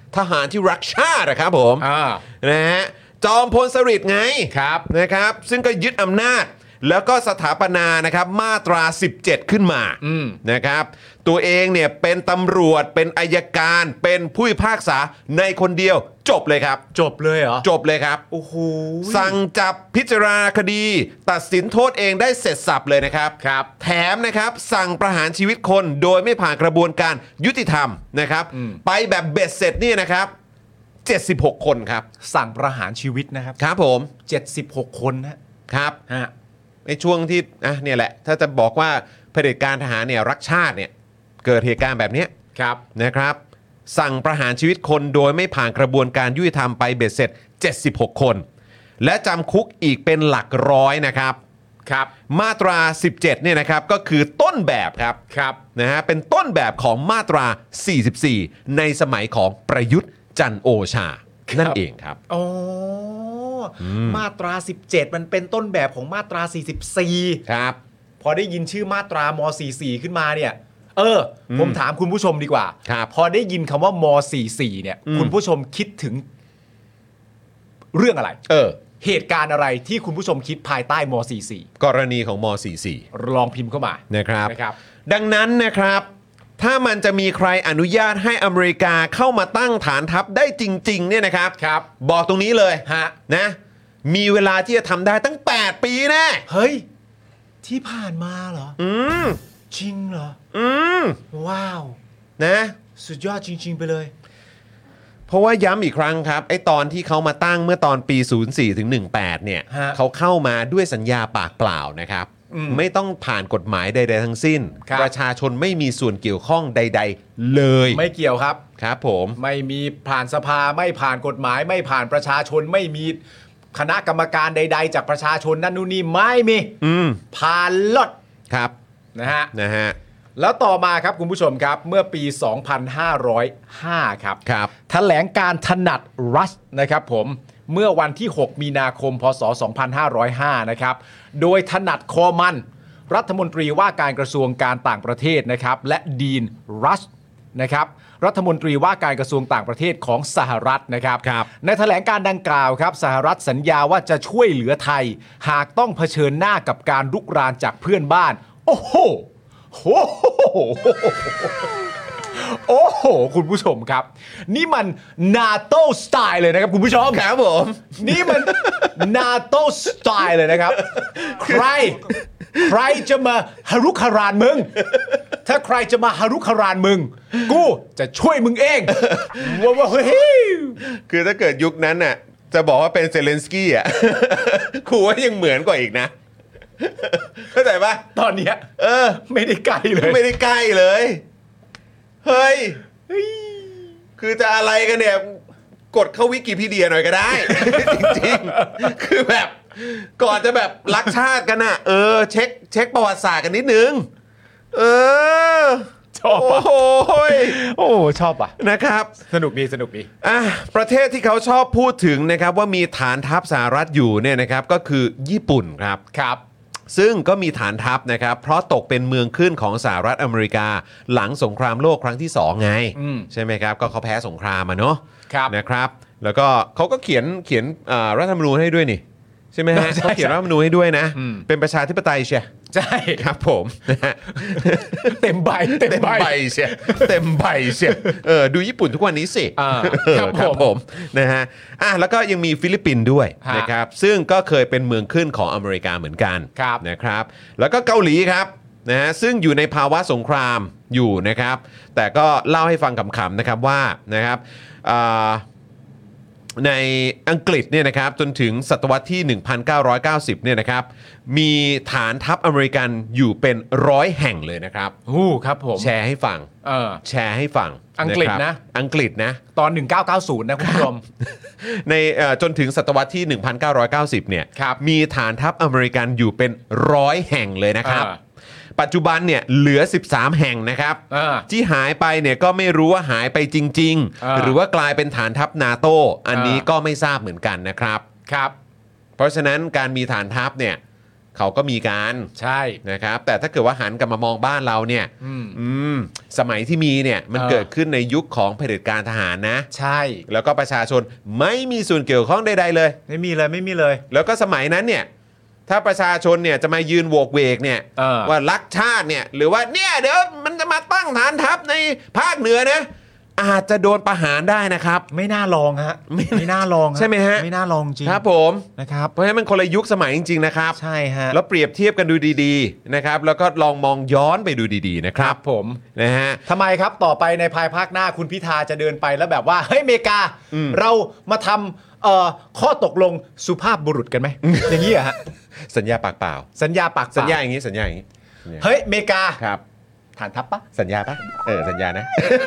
ทหารที่รักชาตินะครับผมนะฮะจอมพลสฤษดิ์ไงครับนะครับซึ่งก็ยึดอำนาจแล้วก็สถาปนานะครับมาตราสิบเจ็ดขึ้นมานะครับตัวเองเนี่ยเป็นตำรวจเป็นอัยการเป็นผู้พิพากษาในคนเดียวจบเลยครับจบเลยเหรอจบเลยครับโอ้โหสั่งจับพิจารณาคดีตัดสินโทษเองได้เสร็จสับเลยนะครับครับแถมนะครับสั่งประหารชีวิตคนโดยไม่ผ่านกระบวนการยุติธรรมนะครับไปแบบเบ็ดเสร็จนี่นะครับเจ็ดสิบหกคนครับสั่งประหารชีวิตนะครับครับผมเจ็ดสิบหกคนนะครับฮะในช่วงที่อ่ะเนี่ยแหละถ้าจะบอกว่าเผด็จการทหารเนี่ยรักชาติเนี่ยเกิดเหตุการณ์แบบนี้ครับนะครับสั่งประหารชีวิตคนโดยไม่ผ่านกระบวนการยุติธรรมไปเบ็ดเสร็จเจ็ดสิบหกคนและจำคุกอีกเป็นหลักร้อยนะครับครับมาตราสิบเจ็ดเนี่ยนะครับก็คือต้นแบบครับครับนะฮะเป็นต้นแบบของมาตราสี่สิบสี่ในสมัยของประยุทธ์จันทร์โอชานั่นเองครับอ๋อมาตราสิบเจ็ดมันเป็นต้นแบบของมาตราสี่สิบสี่ครับพอได้ยินชื่อมาตรามสี่สิบสี่ขึ้นมาเนี่ยเออผมถามคุณผู้ชมดีกว่าพอได้ยินคำว่ามสี่สิบสี่เนี่ยคุณผู้ชมคิดถึงเรื่องอะไรเออเหตุการณ์อะไรที่คุณผู้ชมคิดภายใต้มสี่สิบสี่กรณีของมสี่สิบสี่ลองพิมพ์เข้ามานะครับนะครับดังนั้นนะครับถ้ามันจะมีใครอนุญาตให้อเมริกาเข้ามาตั้งฐานทัพได้จริงๆเนี่ยนะครับครับบอกตรงนี้เลยฮะนะมีเวลาที่จะทำได้ตั้งแปดปีแน่เฮ้ยที่ผ่านมาเหรออืมจริงเหรออืมว้าวนะสุดยอดจริงๆไปเลยเพราะว่าย้ำอีกครั้งครับไอ้ตอนที่เขามาตั้งเมื่อตอนปีศูนย์สี่ถึงสิบแปดเนี่ยเขาเข้ามาด้วยสัญญาปากเปล่านะครับไม่ต้องผ่านกฎหมายใดๆทั้งสิ้นประชาชนไม่มีส่วนเกี่ยวข้องใดๆเลยไม่เกี่ยวครับครับผมไม่มีผ่านสภาไม่ผ่านกฎหมายไม่ผ่านประชาชนไม่มีคณะกรรมการใดๆจากประชาชนนั่นนู่นนี่ไม่มีผ่านลดครับนะฮะนะฮะแล้วต่อมาครับคุณผู้ชมครับเมื่อปี สองพันห้าร้อยห้า ครับครับแถลงการถนัดรัชนะครับผมเมื่อวันที่หกมีนาคมพศสองพันห้าร้อยห้านะครับโดยถนัดคอมันรัฐมนตรีว่าการกระทรวงการต่างประเทศนะครับและดีนรัชนะครับรัฐมนตรีว่าการกระทรวงต่างประเทศของสหรัฐนะครับในแถลงการดังกล่าวครับสหรัฐสัญญาว่าจะช่วยเหลือไทยหากต้องเผชิญหน้ากับการรุกรานจากเพื่อนบ้านโอ้โหโอ้โหโอ้โหคุณผู้ชมครับนี่มันนาโต้สไตล์เลยนะครับคุณผู้ชมครับผมนี่มันนาโต้สไตล์เลยนะครับใครใครจะมาฮารุคารานมึงถ้าใครจะมาฮารุคารานมึงกูจะช่วยมึงเองว้าวเฮ้ยคือถ้าเกิดยุคนั้นน่ะจะบอกว่าเป็นเซเลนสกี้อ่ะกูว่ายังเหมือนกว่าอีกนะเข้าใจปะตอนเนี้ยเออไม่ได้ใกล้เลยไม่ได้ใกล้เลยเฮ้ยคือจะอะไรกันเนี่ยกดเข้าวิกิพีเดียหน่อยก็ได้ จริงๆคือแบบก่อนจะแบบรักชาติกันน่ะเออเช็คเช็คประวัติศาสตร์กันนิดนึงเออชอบอ่ะโอ้ยโอ้ชอบอ่ะนะครับสนุกดีสนุกดีอ่ะประเทศที่เขาชอบพูดถึงนะครับว่ามีฐานทัพสหรัฐอยู่เนี่ยนะครับก็คือญี่ปุ่นครับครับซึ่งก็มีฐานทัพนะครับเพราะตกเป็นเมืองขึ้นของสหรัฐอเมริกาหลังสงครามโลกครั้งที่สองไงใช่ไหมครับก็เขาแพ้สงครามมาเนาะนะครับแล้วก็เขาก็เขียนเขียนรัฐธรรมนูญให้ด้วยนี่ใช่ไหมฮะเขาเขียนรัฐธรรมนูญให้ด้วยนะเป็นประชาธิปไตยเชียใช่ครับผมเต็มใบเต็มใบเชียเต็มใบเชียเออดูญี่ปุ่นทุกวันนี้สิครับผมนะฮะอ่ะแล้วก็ยังมีฟิลิปปินส์ด้วยนะครับซึ่งก็เคยเป็นเมืองขึ้นของอเมริกาเหมือนกันนะครับแล้วก็เกาหลีครับนะฮะซึ่งอยู่ในภาวะสงครามอยู่นะครับแต่ก็เล่าให้ฟังขำๆนะครับว่านะครับในอังกฤษเนี่ยนะครับจนถึงศตวรรษที่ หนึ่งพันเก้าร้อยเก้าสิบ เนี่ยนะครับมีฐานทัพอเมริกันอยู่เป็นร้อยแห่งเลยนะครับโอ้ครับผมแชร์ให้ฟังเออแชร์ให้ฟังอังกฤษนะอังกฤษนะตอนหนึ่งพันเก้าร้อยเก้าสิบนะคุณผู้ชมในจนถึงศตวรรษที่ หนึ่งพันเก้าร้อยเก้าสิบ เนี่ยมีฐานทัพอเมริกันอยู่เป็นร้อยแห่งเลยนะครับปัจจุบันเนี่ยเหลือสิบสามแห่งนะครับที่หายไปเนี่ยก็ไม่รู้ว่าหายไปจริงๆหรือว่ากลายเป็นฐานทัพนาโต้อันนี้ก็ไม่ทราบเหมือนกันนะครับครับเพราะฉะนั้นการมีฐานทัพเนี่ยเขาก็มีการใช่นะครับแต่ถ้าเกิดว่าหันกลับมามองบ้านเราเนี่ยอืมสมัยที่มีเนี่ยมันเกิดขึ้นในยุคของเผด็จการทหารนะใช่แล้วก็ประชาชนไม่มีส่วนเกี่ยวข้องใดๆเลยไม่มีเลยไม่มีเลยแล้วก็สมัยนั้นเนี่ยถ้าประชาชนเนี่ยจะมายืนโวกเวกเนี่ยว่ารักชาติเนี่ยหรือว่าเนี่ยเดี๋ยวมันจะมาตั้งฐานทัพในภาคเหนือนะอาจจะโดนประหารได้นะครับไม่น่าลองฮะไม่ไม่น่าลองใช่ไหมฮะไม่น่าลองจริงครับผมนะครับเพราะฉะนั้นมันคนละยุคสมัยจริงๆนะครับใช่ฮะแล้วเปรียบเทียบกันดูดีๆนะครับแล้วก็ลองมองย้อนไปดูดีๆนะครับผมนะฮะทำไมครับต่อไปในภายภาคหน้าคุณพิธาจะเดินไปแล้วแบบว่าเฮ้ยอเมริกาเรามาทำเอ่อข้อตกลงสุภาพบุรุษกันไหม อย่างนี้อะฮะสัญญาปากเปล่าสัญญาปากสัญญาอย่างนี้สัญญาอย่างนี้เฮ้ยอเมริกาครับฐานทัพปะสัญญาปะเออสัญญานะ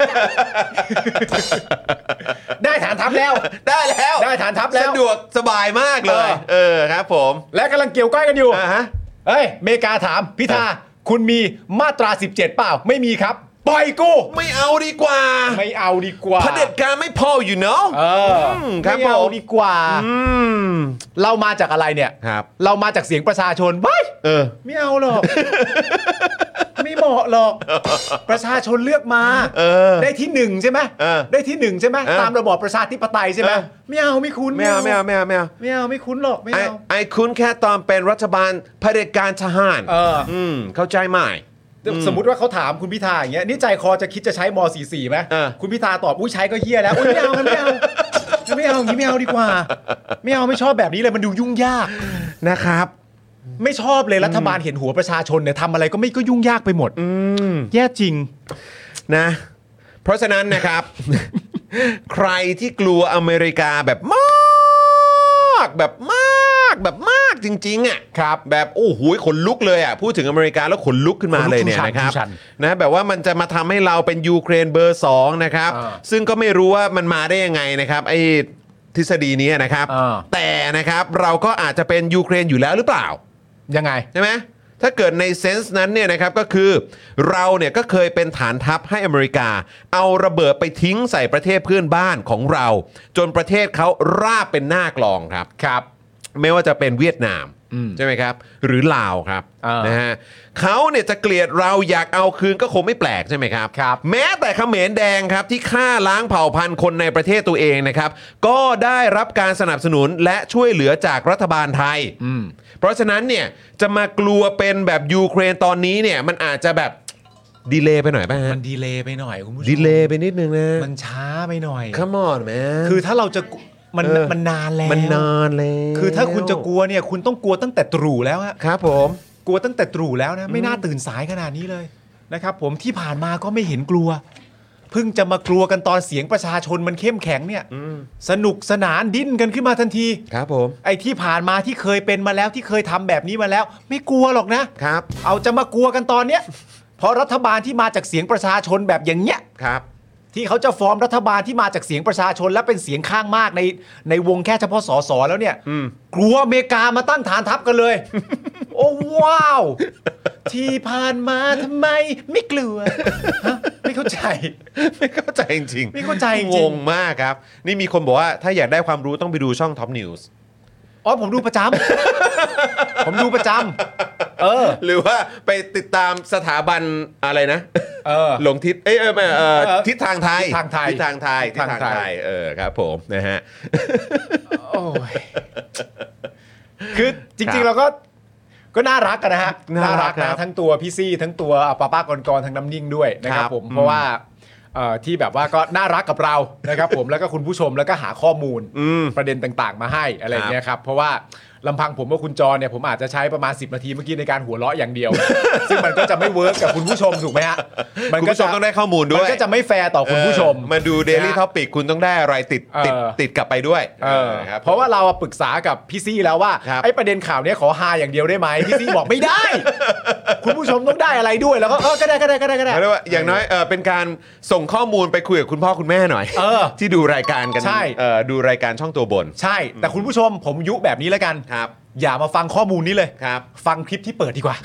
ได้ฐานทัพแล้วได้แล้วได้ฐานทัพแล้วสะดวกสบายมากเลยเออครับผมและกำลังเกี่ยวก้อยกันอยู่อ่าฮะเฮ้ยอเมริกาถามพิธาคุณมีมาตราสิบเจ็ดเปล่าไม่มีครับปล่อยกูไม่เอาดีกว่าไม่เอาดีกว่าเผด็จการไม่พออยู่เนาะเออไม่เอาดีกว่าเรามาจากอะไรเนี่ยครับเรามาจากเสียงประชาชนไม่เออไม่เอาหรอกไม่เหมาะหรอกประชาชนเลือกมาได้ที่หนึ่งใช่ไหมได้ที่หนึ่งใช่ไหมตามระบอบประชาธิปไตยใช่ไหมไม่เอาไม่คุ้นไม่เอาไม่เอาไม่เอาไม่เอาไม่เอาไม่คุ้นหรอกไม่เอาไอ้คุ้นแค่ตอนเป็นรัฐบาลเผด็จการทหารเอออืมเข้าใจไหมสมมุติว่าเขาถามคุณพิธาอย่างเงี้ยนี่ใจคอจะคิดจะใช้ม สี่สิบสี่ ไหมคุณพิธาตอบอุ้ยใช้ก็เหี้ยแล้วอุ้ยไม่เอาไม่เอาไม่เอาอย่างนี้ไม่เอาดีกว่าไม่เอาไม่ชอบแบบนี้เลยมันดูยุ่งยากนะครับไม่ชอบเลยรัฐบาลเห็นหัวประชาชนเนี่ยทำอะไรก็ไม่ก็ยุ่งยากไปหมดแย่จริงนะเพราะฉะนั้นนะครับ ใครที่กลัวอเมริกาแบบมากแบบมากแบบมากจริงๆอ่ะครับแบบโอ้โหขนลุกเลยอ่ะพูดถึงอเมริกาแล้วขนลุกขึ้นมาเลยเนี่ยนะครับนะแบบว่ามันจะมาทำให้เราเป็นยูเครนเบอร์สองนะครับซึ่งก็ไม่รู้ว่ามันมาได้ยังไงนะครับไอ้ทฤษฎีนี้นะครับแต่นะครับเราก็อาจจะเป็นยูเครนอยู่แล้วหรือเปล่ายังไงใช่ไหมถ้าเกิดในเซนส์นั้นเนี่ยนะครับก็คือเราเนี่ยก็เคยเป็นฐานทัพให้อเมริกาเอาระเบิดไปทิ้งใส่ประเทศเพื่อนบ้านของเราจนประเทศเขาราบเป็นหน้ากลองครับครับไม่ว่าจะเป็นเวียดนามใช่ไหมครับหรือลาวครับนะฮะเขาเนี่ยจะเกลียดเราอยากเอาคืนก็คงไม่แปลกใช่ไหมครับครับแม้แต่เขมรแดงครับที่ฆ่าล้างเผ่าพันธุ์คนในประเทศตัวเองนะครับก็ได้รับการสนับสนุนและช่วยเหลือจากรัฐบาลไทยเพราะฉะนั้นเนี่ยจะมากลัวเป็นแบบยูเครนตอนนี้เนี่ยมันอาจจะแบบดีเลย์ไปหน่อยป่ะฮะมันดีเลย์ไปหน่อยคุณผู้ชมดีเลย์ไปนิดนึงนะมันช้าไปหน่อย Come on man คือถ้าเราจะมันมันนานแล้วมันนานแล้วคือถ้าคุณจะกลัวเนี่ยคุณต้องกลัวตั้งแต่ตรู่แล้วฮะครับผมกลัวตั้งแต่ตรู่แล้วนะไม่น่าตื่นสายขนาดนี้เลยนะครับผมที่ผ่านมาก็ไม่เห็นกลัวเพิ่งจะมากลัวกันตอนเสียงประชาชนมันเข้มแข็งเนี่ยสนุกสนานดิ้นกันขึ้นมาทันทีครับผมไอ้ที่ผ่านมาที่เคยเป็นมาแล้วที่เคยทำแบบนี้มาแล้วไม่กลัวหรอกนะครับเอาจะมากลัวกันตอนเนี้ยเพราะรัฐบาลที่มาจากเสียงประชาชนแบบอย่างเงี้ยครับที่เขาจะฟอร์มรัฐบาลที่มาจากเสียงประชาชนและเป็นเสียงข้างมากในในวงแค่เฉพาะสสแล้วเนี่ยกลัวอเมริกามาตั้งฐานทัพกันเลย โอ้ว้าวที่ผ่านมาทำไมไม่กลัวไม่เข้าใจไม่เข้าใจจริงๆไม่เข้าใจจริงงงมากครับนี่มีคนบอกว่าถ้าอยากได้ความรู้ต้องไปดูช่อง Top News อ๋อผมดูประจำ ผมดูประจำเออหรือว่าไปติดตามสถาบันอะไรนะเออหลงทิศเอ้ยเออเออทิศทางไทยทิศทางไทยทิศทางไทยทิศทางไทยเออครับผมนะฮะโอ้ยคือจริงๆเราก็ก็น่ารักกันนะฮะน่ารักนะทั้งตัวพี่ซี่ทั้งตัวป้าป้ากรกรทั้งน้ำนิ่งด้วยนะครับผมเพราะว่าที่แบบว่าก็น่ารักกับเรานะครับผมแล้วก็คุณผู้ชมแล้วก็หาข้อมูลประเด็นต่างๆมาให้อะไรเงี้ยครับเพราะว่าลำพังผมว่าคุณจรเนี่ยผมอาจจะใช้ประมาณสิบนาทีเมื่อกี้ในการหัวเราะอย่างเดียวซึ่งมันก็จะไม่เวิร์กกับคุณผู้ชมถูกไหมฮะมันก็จะต้องได้ข้อมูลด้วยมันก็จะไม่แฟร์ต่อคุณผู้ชมมาดู Daily Topic คุณต้องได้อะไรติดติดติดกลับไปด้วยเพราะว่าเราปรึกษากับพี่ซี่แล้วว่าไอ้ประเด็นข่าวนี้ขอฮาอย่างเดียวได้ไหมพี่ซี่บอกไม่ได้คุณผู้ชมต้องได้อะไรด้วยแล้วก็เออก็ได้ก็ได้ก็ได้ก็ได้อย่างน้อยเป็นการส่งข้อมูลไปคุยกับคุณพ่อคุณแม่หน่อยที่ดูรายการกันดูรายการช่องตัวบนใช่แต่คุณผู้ชมผมยุแบบนี้แล้วกันครับอย่ามาฟังข้อมูลนี้เลยครับฟังคลิปที่เปิดดีกว่า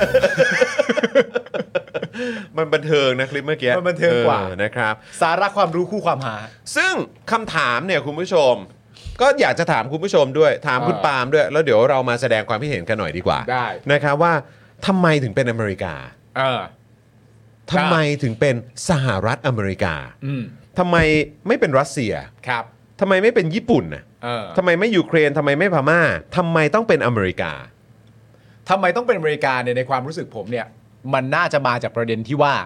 มันบันเทิงนะคลิปเมื่อกี้มันบันเทิงกว่านะครับสาระความรู้คู่ความหาซึ่งคำถามเนี่ยคุณผู้ชมก็อยากจะถามคุณผู้ชมด้วยถามคุณปาล์มด้วยแล้วเดี๋ยวเรามาแสดงความคิดเห็นกันหน่อยดีกว่าได้นะครับว่าทำไมถึงเป็นอเมริกาเออทำไมถึงเป็นสหรัฐอเมริกาทำไมไม่เป็นรัสเซียครับทำไมไม่เป็นญี่ปุ่นน่ะทำไมไม่ยูเครนทำไมไม่พม่าทำไมต้องเป็นอเมริกาทำไมต้องเป็นอเมริกาเนี่ยในความรู้สึกผมเนี่ยมันน่าจะมาจากประเด็นที่ว่า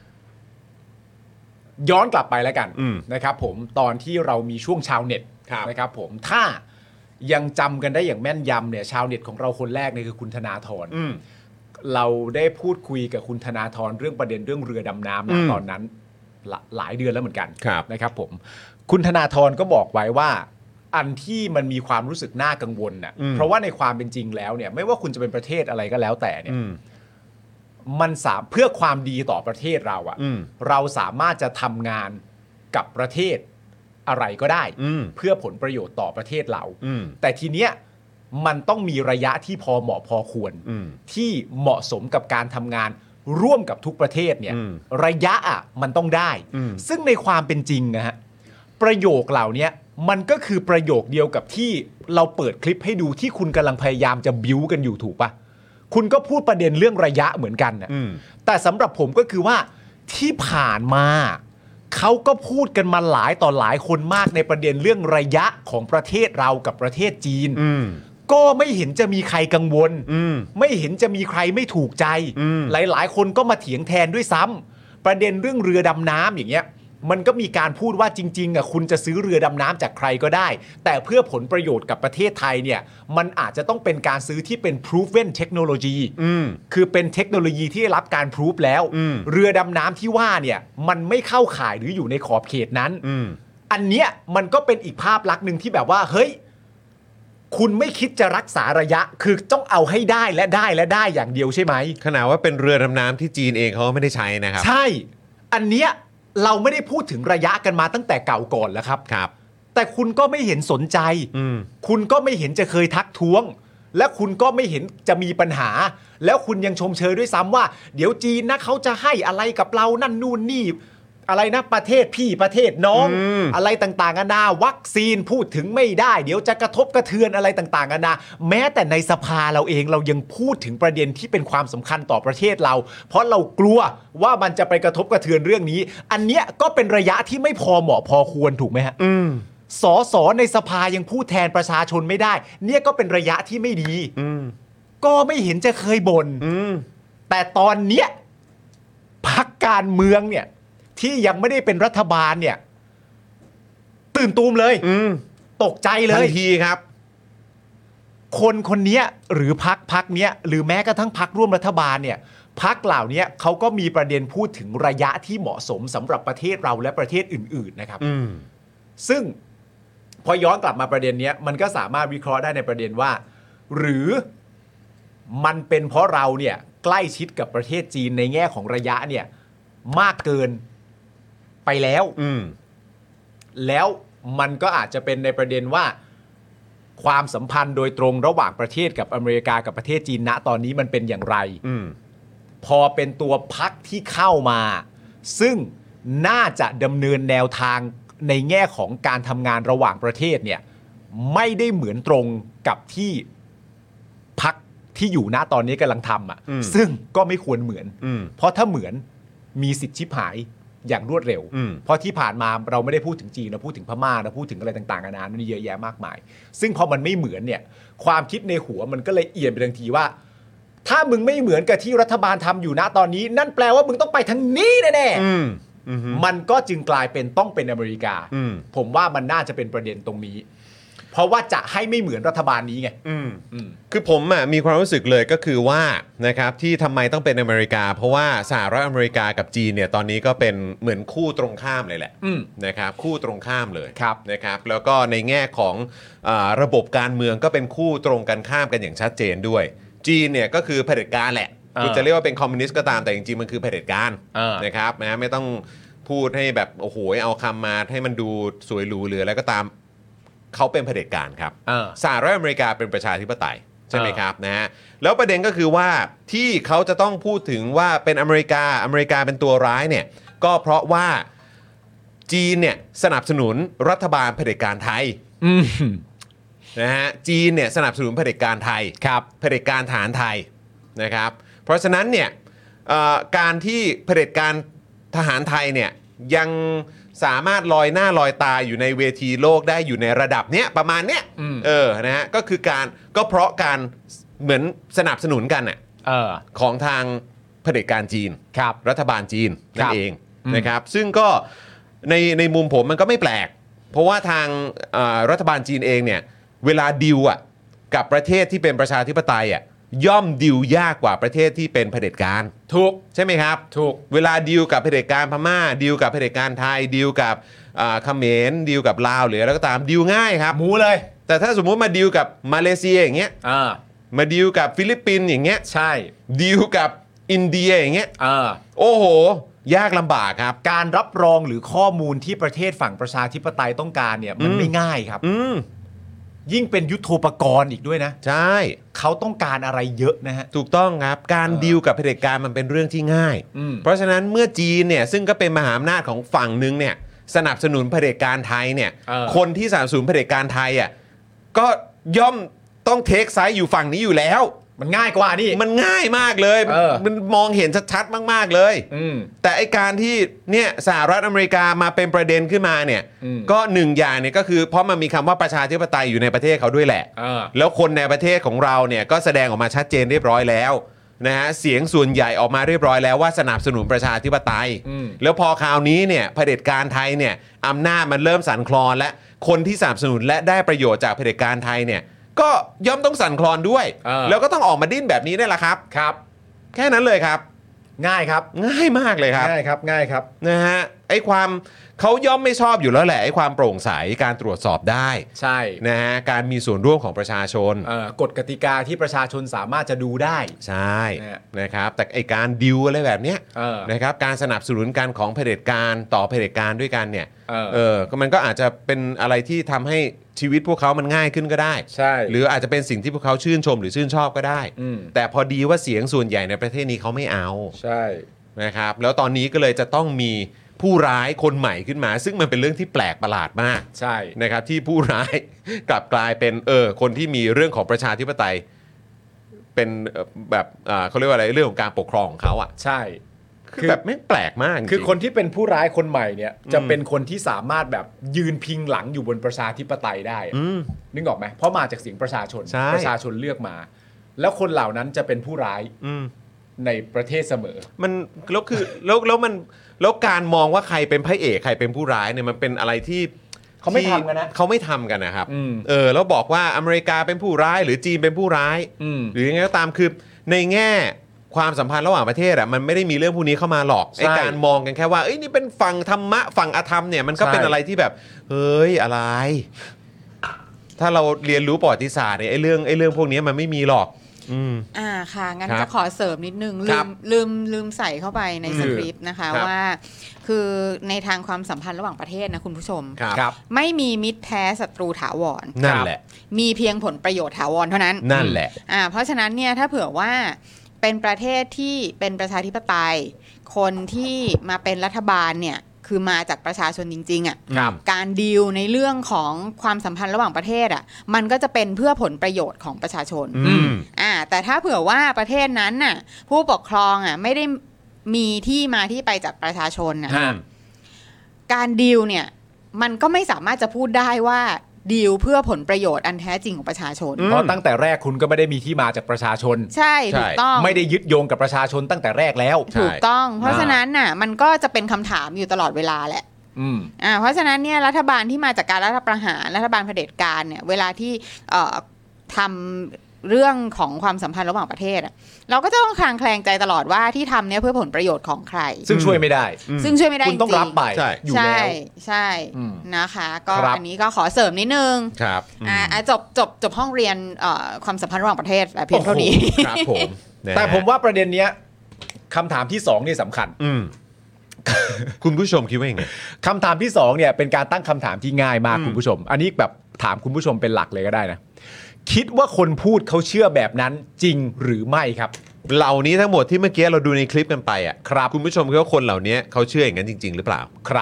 ย้อนกลับไปแล้วกันนะครับผมตอนที่เรามีช่วงชาวเน็ตนะครับผมถ้ายังจำกันได้อย่างแม่นยำเนี่ยชาวเน็ตของเราคนแรกเนี่ยคือคุณธนาธรเราได้พูดคุยกับคุณธนาธรเรื่องประเด็นเรื่องเรือดำน้ำนะตอนนั้นหลายเดือนแล้วเหมือนกันนะครับผมคุณธนาธรก็บอกไว้ว่าอันที่มันมีความรู้สึกน่ากังวลน่ะเพราะว่าในความเป็นจริงแล้วเนี่ยไม่ว่าคุณจะเป็นประเทศอะไรก็แล้วแต่เนี่ยมันสามเพื่อความดีต่อประเทศเราอะเราสามารถจะทำงานกับประเทศอะไรก็ได้เพื่อผลประโยชน์ต่อประเทศเราแต่ทีเนี้ยมันต้องมีระยะที่พอเหมาะพอควรที่เหมาะสมกับการทำงานร่วมกับทุกประเทศเนี่ยระยะอ่ะมันต้องได้ซึ่งในความเป็นจริงนะฮะประโยคเหล่านี้มันก็คือประโยคเดียวกับที่เราเปิดคลิปให้ดูที่คุณกำลังพยายามจะบิ้วกันอยู่ถูกปะคุณก็พูดประเด็นเรื่องระยะเหมือนกันนะแต่สำหรับผมก็คือว่าที่ผ่านมาเขาก็พูดกันมาหลายต่อหลายคนมากในประเด็นเรื่องระยะของประเทศเรากับประเทศจีนก็ไม่เห็นจะมีใครกังวลไม่เห็นจะมีใครไม่ถูกใจหลายๆคนก็มาเถียงแทนด้วยซ้ำประเด็นเรื่องเรือดำน้ำอย่างเงี้ยมันก็มีการพูดว่าจริงๆอ่ะคุณจะซื้อเรือดำน้ำจากใครก็ได้แต่เพื่อผลประโยชน์กับประเทศไทยเนี่ยมันอาจจะต้องเป็นการซื้อที่เป็น proven technology คือเป็นเทคโนโลยีที่ได้รับการ prove แล้วเรือดำน้ำที่ว่าเนี่ยมันไม่เข้าข่ายหรืออยู่ในขอบเขตนั้นอันเนี้ยมันก็เป็นอีกภาพลักษณ์หนึ่งที่แบบว่าเฮ้ยคุณไม่คิดจะรักษาระยะคือต้องเอาให้ได้และได้และได้อย่างเดียวใช่ไหมขนาดว่าเป็นเรือดำน้ำที่จีนเองเขาไม่ได้ใช้นะครับใช่อันเนี้ยเราไม่ได้พูดถึงระยะกันมาตั้งแต่เก่าก่อนแล้วครับครับแต่คุณก็ไม่เห็นสนใจคุณก็ไม่เห็นจะเคยทักท้วงและคุณก็ไม่เห็นจะมีปัญหาแล้วคุณยังชมเชยด้วยซ้ำว่าเดี๋ยวจีนนะเขาจะให้อะไรกับเรานั่นนู่นนี่อะไรนะประเทศพี่ประเทศน้องอะไรต่างๆนานาวัคซีนพูดถึงไม่ได้เดี๋ยวจะกระทบกระเทือนอะไรต่างๆนานาแม้แต่ในสภาเราเองเรายังพูดถึงประเด็นที่เป็นความสำคัญต่อประเทศเราเพราะเรากลัวว่ามันจะไปกระทบกระเทือนเรื่องนี้อันเนี้ยก็เป็นระยะที่ไม่พอเหมาะพอควรถูกไหมฮะสอสอในสภายังพูดแทนประชาชนไม่ได้เนี่ยก็เป็นระยะที่ไม่ดีก็ไม่เห็นจะเคยบ่นแต่ตอนเนี้ยพรรคการเมืองเนี่ยที่ยังไม่ได้เป็นรัฐบาลเนี่ยตื่นตูมเลยตกใจเลยทันทีครับคนคนนี้หรือพรรคพรรคเนี้ยหรือแม้กระทั่งพรรคร่วมรัฐบาลเนี่ยพรรคเหล่านี้เขาก็มีประเด็นพูดถึงระยะที่เหมาะสมสำหรับประเทศเราและประเทศอื่นๆนะครับซึ่งพอย้อนกลับมาประเด็นนี้มันก็สามารถวิเคราะห์ได้ในประเด็นว่าหรือมันเป็นเพราะเราเนี่ยใกล้ชิดกับประเทศจีนในแง่ของระยะเนี่ยมากเกินไปแล้วแล้วมันก็อาจจะเป็นในประเด็นว่าความสัมพันธ์โดยตรงระหว่างประเทศกับอเมริกากับประเทศจีนณตอนนี้มันเป็นอย่างไรพอเป็นตัวพรรคที่เข้ามาซึ่งน่าจะดำเนินแนวทางในแง่ของการทำงานระหว่างประเทศเนี่ยไม่ได้เหมือนตรงกับที่พรรคที่อยู่ณตอนนี้กำลังทำอ่ะซึ่งก็ไม่ควรเหมือนเพราะถ้าเหมือนมีสิทธิชิบหายอย่างรวดเร็วเพราะที่ผ่านมาเราไม่ได้พูดถึงจีนเราพูดถึงพม่าเราพูดถึงอะไรต่างๆนานานี่เยอะแยะมากมายซึ่งพอมันไม่เหมือนเนี่ยความคิดในหัวมันก็เลยเอียงไปทันทีว่าถ้ามึงไม่เหมือนกับที่รัฐบาลทำอยู่ณตอนนี้นั่นแปลว่ามึงต้องไปทางนี้แน่ๆมันก็จึงกลายเป็นต้องเป็นอเมริกาผมว่ามันน่าจะเป็นประเด็นตรงนี้เพราะว่าจะให้ไม่เหมือนรัฐบาลนี้ไงคือผมอ่ะมีความรู้สึกเลยก็คือว่านะครับที่ทำไมต้องเป็นอเมริกาเพราะว่าสหรัฐอเมริกากับจีนเนี่ยตอนนี้ก็เป็นเหมือนคู่ตรงข้ามเลยแหละนะครับคู่ตรงข้ามเลยนะครับแล้วก็ในแง่ของอ่าระบบการเมืองก็เป็นคู่ตรงกันข้ามกันอย่างชัดเจนด้วยจีนเนี่ยก็คือเผด็จการแหละคุณจะเรียกว่าเป็นคอมมิวนิสต์ก็ตามแต่จริงๆมันคือเผด็จการนะครับนะไม่ต้องพูดให้แบบโอ้โหเอาคำมาให้มันดูสวยหรูหรืออะไรก็ตามเขาเป็นเผด็จการครับสหรัฐอเมริกาเป็นประชาธิปไตยใช่ไหมครับนะฮะแล้วประเด็นก็คือว่าที่เขาจะต้องพูดถึงว่าเป็นอเมริกาอเมริกาเป็นตัวร้ายเนี่ยก็เพราะว่าจีนเนี่ยสนับสนุนรัฐบาลเผด็จการไทยอืมนะฮะจีนเนี่ยสนับสนุนเผด็จการไทยครับเผด็จการทหารไทยนะครับเพราะฉะนั้นเนี่ยเอ่อการที่เผด็จการทหารไทยเนี่ยยังสามารถลอยหน้าลอยตาอยู่ในเวทีโลกได้อยู่ในระดับเนี้ยประมาณเนี้ยเออนะฮะก็คือการก็เพราะการเหมือนสนับสนุนกันน่ะของทางเผด็จการจีนครับรัฐบาลจีนนั่นเองนะครับซึ่งก็ในในมุมผมมันก็ไม่แปลกเพราะว่าทางเอ่อรัฐบาลจีนเองเนี่ยเวลาดิวอ่ะกับประเทศที่เป็นประชาธิปไตยอ่ะย่อมดิวยากกว่าประเทศที่เป็นเผด็จการถูกใช่ไหมครับถูกเวลาดิวกับเผด็จการพม่าดิวกับเผด็จการไทยดิวกับอ่าเขมรดิวกับลาวหรืออะไรก็ตามดิวง่ายครับหมูเลยแต่ถ้าสมมุติมาดิวกับมาเลเซียอย่างเงี้ยมาดิวกับฟิลิปปินส์อย่างเงี้ยใช่ดิวกับอินเดียอย่างเงี้ยโอ้โหยากลำบากครับการรับรองหรือข้อมูลที่ประเทศฝั่งประชาธิปไตยต้องการเนี่ยมันไม่ง่ายครับยิ่งเป็นยุทโธปกรณ์อีกด้วยนะใช่เขาต้องการอะไรเยอะนะฮะถูกต้องครับการดีลกับเผด็จการมันเป็นเรื่องที่ง่ายเพราะฉะนั้นเมื่อจีนเนี่ยซึ่งก็เป็นมหาอำนาจของฝั่งนึงเนี่ยสนับสนุนเผด็จการไทยเนี่ยคนที่สนับสนุนเผด็จการไทยอ่ะก็ย่อมต้องเทคไซด์อยู่ฝั่งนี้อยู่แล้วมันง่ายกว่านี่มันง่ายมากเลยมันมองเห็นชัดๆมากๆเลยแต่ไอการที่เนี่ยสหรัฐอเมริกามาเป็นประเด็นขึ้นมาเนี่ยก็หนึ่งอย่างเนี่ยก็คือเพราะมันมีคำว่าประชาธิปไตยอยู่ในประเทศเขาด้วยแหละแล้วคนในประเทศของเราเนี่ยก็แสดงออกมาชัดเจนเรียบร้อยแล้วนะฮะเสียงส่วนใหญ่ออกมาเรียบร้อยแล้วว่าสนับสนุนประชาธิปไตยแล้วพอคราวนี้เนี่ยเผด็จการไทยเนี่ยอำนาจมันเริ่มสั่นคลอนและคนที่สนับสนุนและได้ประโยชน์จากเผด็จการไทยเนี่ยก็ย่อมต้องสั่นคลอนด้วยแล้วก็ต้องออกมาดิ้นแบบนี้นี่แหละครับครับแค่นั้นเลยครับง่ายครับง่ายมากเลยครับง่ายครับง่ายครับนะฮะไอ้ความเขาย่อมไม่ชอบอยู่แล้วแหละไอ้ความโปร่งใสการตรวจสอบได้ใช่นะฮะการมีส่วนร่วมของประชาชนกฎกติกาที่ประชาชนสามารถจะดูได้ใช่นะครับแต่ไอ้การดิวอะไรแบบเนี้ยนะครับการสนับสนุนการของเผด็จการต่อเผด็จการด้วยกันเนี่ยเออก็มันก็อาจจะเป็นอะไรที่ทำให้ชีวิตพวกเขามันง่ายขึ้นก็ได้ใช่หรืออาจจะเป็นสิ่งที่พวกเขาชื่นชมหรือชื่นชอบก็ได้แต่พอดีว่าเสียงส่วนใหญ่ในประเทศนี้เขาไม่เอาใช่นะครับแล้วตอนนี้ก็เลยจะต้องมีผู้ร้ายคนใหม่ขึ้นมาซึ่งมันเป็นเรื่องที่แปลกประหลาดมากใช่นะครับที่ผู้ร้ายกลับกลายเป็นเออคนที่มีเรื่องของประชาธิปไตยเป็นแบบอ่าเขาเรียกว่าอะไรเรื่องของการปกครองของเขาอ่ะใช่คือแบบไม่แปลกมากคือคนที่เป็นผู้ร้ายคนใหม่เนี่ยจะเป็นคนที่สามารถแบบยืนพิงหลังอยู่บนประชาธิปไตยได้นึกออกไหมเพราะมาจากเสียงประชาชนประชาชนเลือกมาแล้วคนเหล่านั้นจะเป็นผู้ร้ายในประเทศเสมอมันแล้วคือแล้วแล้วมันแล้วการมองว่าใครเป็นพระเอกใครเป็นผู้ร้ายเนี่ยมันเป็นอะไรที่เขาไม่ทำกันนะเขาไม่ทำกันนะครับเออแล้วบอกว่าอเมริกาเป็นผู้ร้ายหรือจีนเป็นผู้ร้ายหรือยังไงก็ตามคือในแง่ความสัมพันธ์ระหว่างประเทศอ่ะมันไม่ได้มีเรื่องพวกนี้เข้ามาหรอกไอ้การมองกันแค่ว่าเอ้ยนี่เป็นฝั่งธรรมะฝั่งอธรรมเนี่ยมันก็เป็นอะไรที่แบบเฮ้ยอะไรถ้าเราเรียนรู้ประวัติศาสตร์เนี่ยไอ้เรื่องไอ้เรื่องพวกนี้มันไม่มีหรอกอืมอ่าค่ะงั้นจะขอเสริมนิดนึงลืมลืมลืมใส่เข้าไปในสคริปต์นะคะว่าคือในทางความสัมพันธ์ระหว่างประเทศนะคุณผู้ชมไม่มีมิตรแท้ศัตรูถาวรนั่นแหละมีเพียงผลประโยชน์ถาวรเท่านั้นนั่นแหละอ่าเพราะฉะนั้นเนี่ยถ้าเผื่อว่าเป็นประเทศที่เป็นประชาธิปไตยคนที่มาเป็นรัฐบาลเนี่ยคือมาจากประชาชนจริงๆอ่ะการดีลในเรื่องของความสัมพันธ์ระหว่างประเทศอ่ะมันก็จะเป็นเพื่อผลประโยชน์ของประชาชนอ่าแต่ถ้าเผื่อว่าประเทศนั้นน่ะผู้ปกครองอ่ะไม่ได้มีที่มาที่ไปจากประชาชนน่ะการดีลเนี่ยมันก็ไม่สามารถจะพูดได้ว่าดีลเพื่อผลประโยชน์อันแท้จริงของประชาชนเพราะตั้งแต่แรกคุณก็ไม่ได้มีที่มาจากประชาชนใช่ถูกต้องไม่ได้ยึดโยงกับประชาชนตั้งแต่แรกแล้วถูกต้องเพราะฉะนั้นน่ะมันก็จะเป็นคำถามอยู่ตลอดเวลาแหละอ่าเพราะฉะนั้นเนี่ยรัฐบาลที่มาจากการรัฐประหารรัฐบาลเผด็จการเนี่ยเวลาที่เอ่อทำเรื่องของความสัมพันธ์ระหว่างประเทศเราก็จะต้องคลางแคลงใจตลอดว่าที่ทำเนี่ยเพื่อผลประโยชน์ของใครซึ่งช่วยไม่ได้ซึ่งช่วยไม่ได้คุณต้องรับไปอยู่แล้วใช่นะคะก็อันนี้ก็ขอเสริมนิดนึงครับอ่าจบจบจบห้องเรียนความสัมพันธ์ระหว่างประเทศเพียงเท่านี้ครับผมแต่ผมว่าประเด็นเนี้ยคำถามที่สองนี่สำคัญคุณผู้ชมคิดว่ายังไงคำถามที่สองเนี่ยเป็นการตั้งคำถามที่ง่ายมากคุณผู้ชมอันนี้แบบถามคุณผู้ชมเป็นหลักเลยก็ได้นะคิดว่าคนพูดเขาเชื่อแบบนั้นจริงหรือไม่ครับเหล่านี้ทั้งหมดที่เมื่อกี้เราดูในคลิปกันไปอ่ะครับคุณผู้ชมคิดว่าคนเหล่านี้เขาเชื่ออย่างนั้นจริงๆหรือเปล่าครับ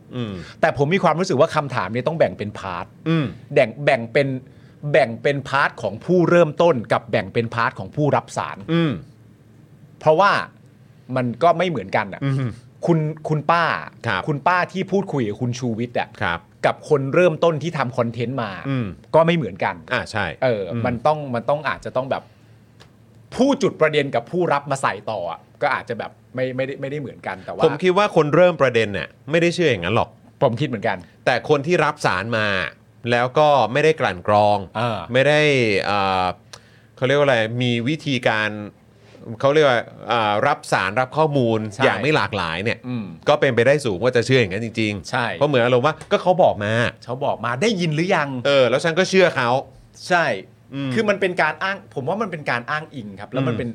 แต่ผมมีความรู้สึกว่าคำถามนี้ต้องแบ่งเป็นพาร์ทแบ่งแบ่งเป็นแบ่งเป็นพาร์ทของผู้เริ่มต้นกับแบ่งเป็นพาร์ทของผู้รับสารเพราะว่ามันก็ไม่เหมือนกันอ่ะคุณคุณป้าคุณป้าที่พูดคุยกับคุณชูวิทย์อ่ะกับคนเริ่มต้นที่ทำคอนเทนต์มาก็ไม่เหมือนกันอ่าใช่เออมันต้องมันต้องอาจจะต้องแบบผู้จุดประเด็นกับผู้รับมาใส่ต่อก็อาจจะแบบไม่ไม่ได้ไม่ได้เหมือนกันแต่ว่าผมคิดว่าคนเริ่มประเด็นเนี่ยไม่ได้เชื่ออย่างนั้นหรอกผมคิดเหมือนกันแต่คนที่รับสารมาแล้วก็ไม่ได้กลั่นกรองไม่ได้เขาเรียกว่าอะไรมีวิธีการเขาเรียกว่ารับสารรับข้อมูลอย่างไม่หลากหลายเนี่ยก็เป็นไปได้สูงว่าจะเชื่ออย่างนั้นจริงๆใช่เพราะเหมือนอารมณ์ว่าก็เขาบอกมาเขาบอกมาได้ยินหรือยังเออแล้วฉันก็เชื่อเขาใช่คือมันเป็นการอ้างผมว่ามันเป็นการอ้างอิงครับแล้วมันเป็น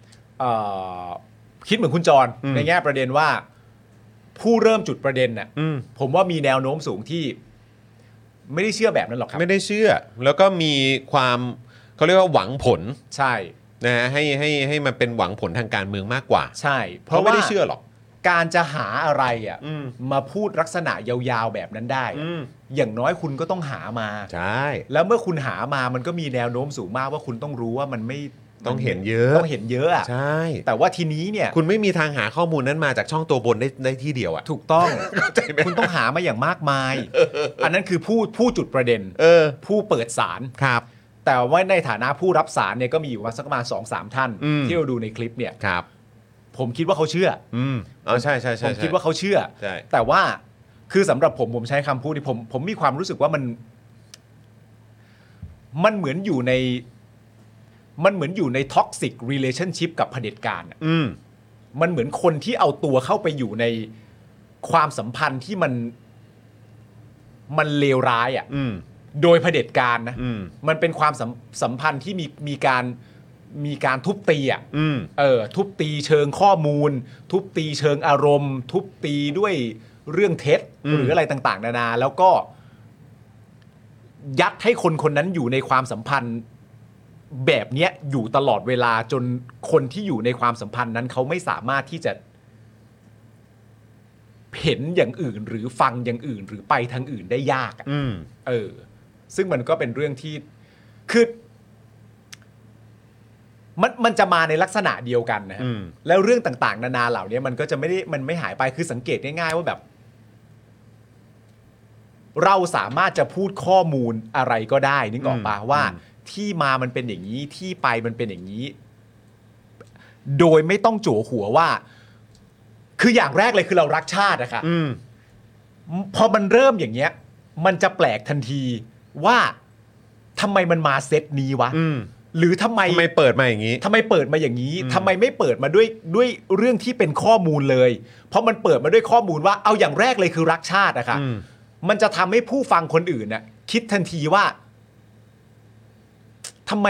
คิดเหมือนคุณจรในแง่ประเด็นว่าผู้เริ่มจุดประเด็นน่ะผมว่ามีแนวโน้มสูงที่ไม่ได้เชื่อแบบนั้นหรอกครับไม่ได้เชื่อแล้วก็มีความเขาเรียกว่าหวังผลใช่นะฮะให้ให้ให้มันเป็นหวังผลทางการเมืองมากกว่าใช่เพราะไม่ได้เชื่อหรอกการจะหาอะไรอ่ะมาพูดลักษณะยาวๆแบบนั้นได้อย่างน้อยคุณก็ต้องหามาใช่แล้วเมื่อคุณหามามันก็มีแนวโน้มสูงมากว่าคุณต้องรู้ว่ามันไม่ต้องเห็นเยอะต้องเห็นเยอะอ่ะใช่แต่ว่าทีนี้เนี่ยคุณไม่มีทางหาข้อมูลนั้นมาจากช่องตัวบนได้ได้ที่เดียวอ่ะถูกต้องคุณต้องหามาอย่างมากมายอันนั้นคือผู้ผู้จุดประเด็นผู้เปิดสารครับแต่ว่าในฐานะผู้รับสารเนี่ยก็มีอยู่สักประมาณ สองสาม ท่านที่เราดูในคลิปเนี่ยครับผมคิดว่าเขาเชื่ออืมอ๋อใช่ใช่ใช่ผมคิดว่าเขาเชื่อแต่ว่าคือสำหรับผมผมใช้คำพูดที่ผมผมมีความรู้สึกว่ามันมันเหมือนอยู่ในมันเหมือนอยู่ใน toxic relationship กับเผด็จการอ่ะมันเหมือนคนที่เอาตัวเข้าไปอยู่ในความสัมพันธ์ที่มันมันเลวร้ายอ่ะโดยเผด็จการนะมันเป็นความสัมสัมพันธ์ที่มีมีการมีการทุบตีอ่ะเออทุบตีเชิงข้อมูลทุบตีเชิงอารมณ์ทุบตีด้วยเรื่องเท็จหรืออะไรต่างๆนานาแล้วก็ยัดให้คนคนนั้นอยู่ในความสัมพันธ์แบบเนี้ยอยู่ตลอดเวลาจนคนที่อยู่ในความสัมพันธ์นั้นเขาไม่สามารถที่จะเห็นอย่างอื่นหรือฟังอย่างอื่นหรือไปทางอื่นได้ยากอ่ะเออซึ่งมันก็เป็นเรื่องที่คือมันมันจะมาในลักษณะเดียวกันนะฮะแล้วเรื่องต่างๆนานาเหล่านี้มันก็จะไม่ได้มันไม่หายไปคือสังเกตง่ายๆว่าแบบเราสามารถจะพูดข้อมูลอะไรก็ได้นึกออกปะว่าที่มามันเป็นอย่างนี้ที่ไปมันเป็นอย่างนี้โดยไม่ต้องจั่วหัวว่าคืออย่างแรกเลยคือเรารักชาติอะค่ะพอมันเริ่มอย่างเงี้ยมันจะแปลกทันทีว่าทำไมมันมาเซตนี้วะหรือทำไมทำไมเปิดมาอย่างนี้ทำไมเปิดมาอย่างนี้ทำไมไม่เปิดมาด้วยด้วยเรื่องที่เป็นข้อมูลเลยเพราะมันเปิดมาด้วยข้อมูลว่าเอาอย่างแรกเลยคือรักชาติอะค่ะมันจะทำให้ผู้ฟังคนอื่นน่ะคิดทันทีว่าทำไม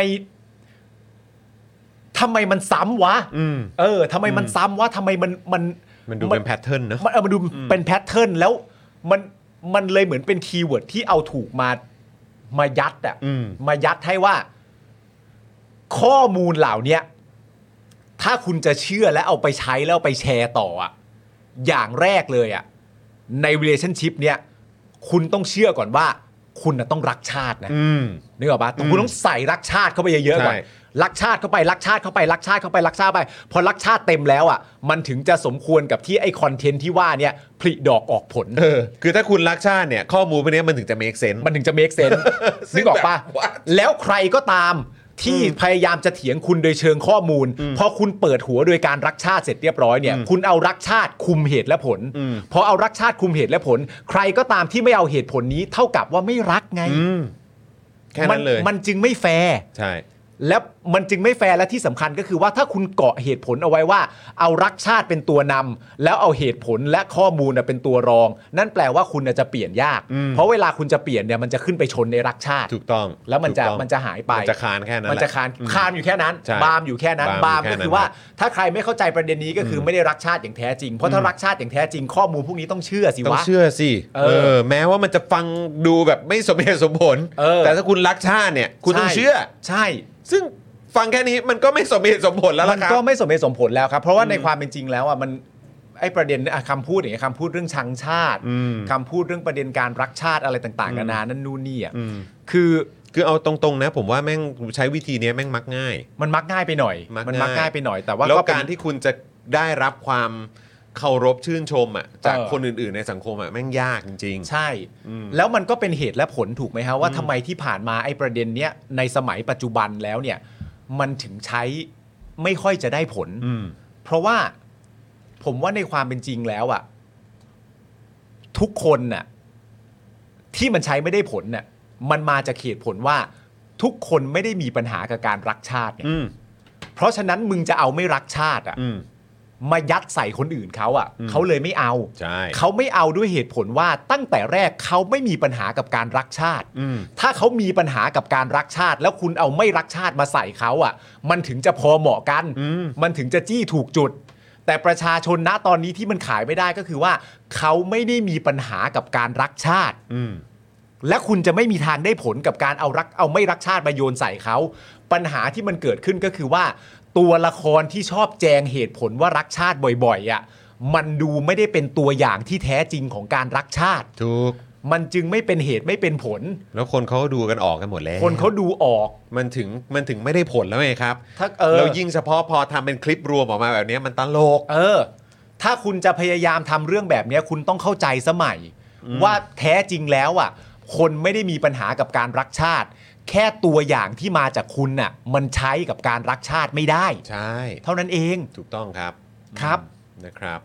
ทำไมมันซ้ำวะเออทำไมมันซ้ำวะทำไมมันมันมันดูเป็นแพทเทิร์นเนอะมันมันดูเป็นแพทเทิร์นแล้วมันมันเลยเหมือนเป็นคีย์เวิร์ดที่เอาถูกมามายัดอ่ะมายัดให้ว่าข้อมูลเหล่านี้ถ้าคุณจะเชื่อและเอาไปใช้แล้วไปแชร์ต่ออ่ะอย่างแรกเลยอ่ะใน relationship เนี้ยคุณต้องเชื่อก่อนว่าคุณน่ะต้องรักชาตินะนึกออกปะคุณต้องใส่รักชาติเข้าไปเยอะๆก่อนรักชาติเข้าไปรักชาติเข้าไปรักชาติเข้าไปรักชาติไปพอรักชาติเต็มแล้วอ่ะมันถึงจะสมควรกับที่ไอคอนเทนต์ที่ว่าเนี่ยผลิดอกออกผลเออคือถ้าคุณรักชาติเนี่ยข้อมูลพวกนี้มันถึงจะ make sense มันถึงจะ make sense นึกออกปะแล้วใครก็ตามที่พยายามจะเถียงคุณโดยเชิงข้อมูลพอคุณเปิดหัวโดยการรักชาติเสร็จเรียบร้อยเนี่ยคุณเอารักชาติคุมเหตุและผลพอเอารักชาติคุมเหตุและผลใครก็ตามที่ไม่เอาเหตุผลนี้เท่ากับว่าไม่รักไงแค่นั้นเลยมันจึงไม่แฟร์ใช่แล้วมันจึงไม่แฟร์และที่สำคัญก็คือว่าถ้าคุณเกาะเหตุผลเอาไว้ว่าเอารักชาติเป็นตัวนำแล้วเอาเหตุผลและข้อมูลเป็นตัวรองนั่นแปลว่าคุณจะเปลี่ยนยากเพราะเวลาคุณจะเปลี่ยนเนี่ยมันจะขึ้นไปชนในรักชาติถูกต้องแล้วมันจะมันจะหายไปมันจะคานแค่นั้นมันจะคานคานอยู่แค่นั้นบามอยู่แค่นั้นบามก็คือว่าถ้าใครไม่เข้าใจประเด็นนี้ก็คือไม่ได้รักชาติอย่างแท้จริงเพราะถ้ารักชาติอย่างแท้จริงข้อมูลพวกนี้ต้องเชื่อสิวะต้องเชื่อสิเออแม้ว่ามันจะฟังดูแบบไม่สมเหตุสมผลแต่ถ้าคุณรักชาติเนี่ยคุณต้องเชื่อใช่ซึ่งฟังแค่นี้มันก็ไม่สมเหตุสมผลแล้วล่ะครับมันก็ไม่สมเหตุสมผลแล้วครับเพราะว่าในความเป็นจริงแล้วอ่ะมันไอ้ประเด็นอ่ะคำพูดอย่างเงี้ยคำพูดเรื่องชังชาติคำพูดเรื่องประเด็นการรักชาติอะไรต่างๆนานานั่นนู่นนี่อ่ะคือคือเอาตรงๆนะผมว่าแม่งใช้วิธีนี้แม่งมักง่ายมันมักง่ายไปหน่อยมันมักง่ายไปหน่อยแต่ว่าแล้วการที่คุณจะได้รับความเคารพชื่นชมอ่ะจากคนอื่นๆในสังคมอ่ะแม่งยากจริงๆใช่แล้วมันก็เป็นเหตุและผลถูกไหมฮะว่าทำไมที่ผ่านมาไอ้ประเด็นเนี้ยในสมัยปัจจุบันแล้วเนี่ยมันถึงใช้ไม่ค่อยจะได้ผลเพราะว่าผมว่าในความเป็นจริงแล้วอ่ะทุกคนน่ะที่มันใช้ไม่ได้ผลน่ะมันมาจากเหตุผลว่าทุกคนไม่ได้มีปัญหากับการรักชาติเนี่ยเพราะฉะนั้นมึงจะเอาไม่รักชาติอ่ะมายัดใส่คนอื่นเขาอ่ะเขาเลยไม่เอาเขาไม่เอาด้วยเหตุผลว่าตั้งแต่แรกเขาไม่มีปัญหากับการรักชาติถ้าเขามีปัญหากับการรักชาติแล้วคุณเอาไม่รักชาติมาใส่เขาอ่ะมันถึงจะพอเหมาะกันมันถึงจะจี้ถูกจุดแต่ประชาชนณตอนนี้ที่มันขายไม่ได้ก็คือว่าเขาไม่ได้มีปัญหากับการรักชาติและคุณจะไม่มีทางได้ผลกับการเอารักเอาไม่รักชาติมาโยนใส่เขาปัญหาที่มันเกิดขึ้นก็คือว่าตัวละครที่ชอบแจงเหตุผลว่ารักชาติบ่อยๆอ่ะมันดูไม่ได้เป็นตัวอย่างที่แท้จริงของการรักชาติถูกมันจึงไม่เป็นเหตุไม่เป็นผลแล้วคนเขาดูกันออกกันหมดแล้วคนเขาดูออกมันถึงมันถึงไม่ได้ผลแล้วไงครับถ้าเออแล้วยิ่งเฉพาะพอทำเป็นคลิปรวมออกมาแบบนี้มันตลกเออถ้าคุณจะพยายามทำเรื่องแบบนี้คุณต้องเข้าใจสมัยว่าแท้จริงแล้วอ่ะคนไม่ได้มีปัญหากับการรักชาติแค่ตัวอย่างที่มาจากคุณน่ะมันใช้กับการรักชาติไม่ได้ใช่เท่านั้นเองถูกต้องครับครับนะครับ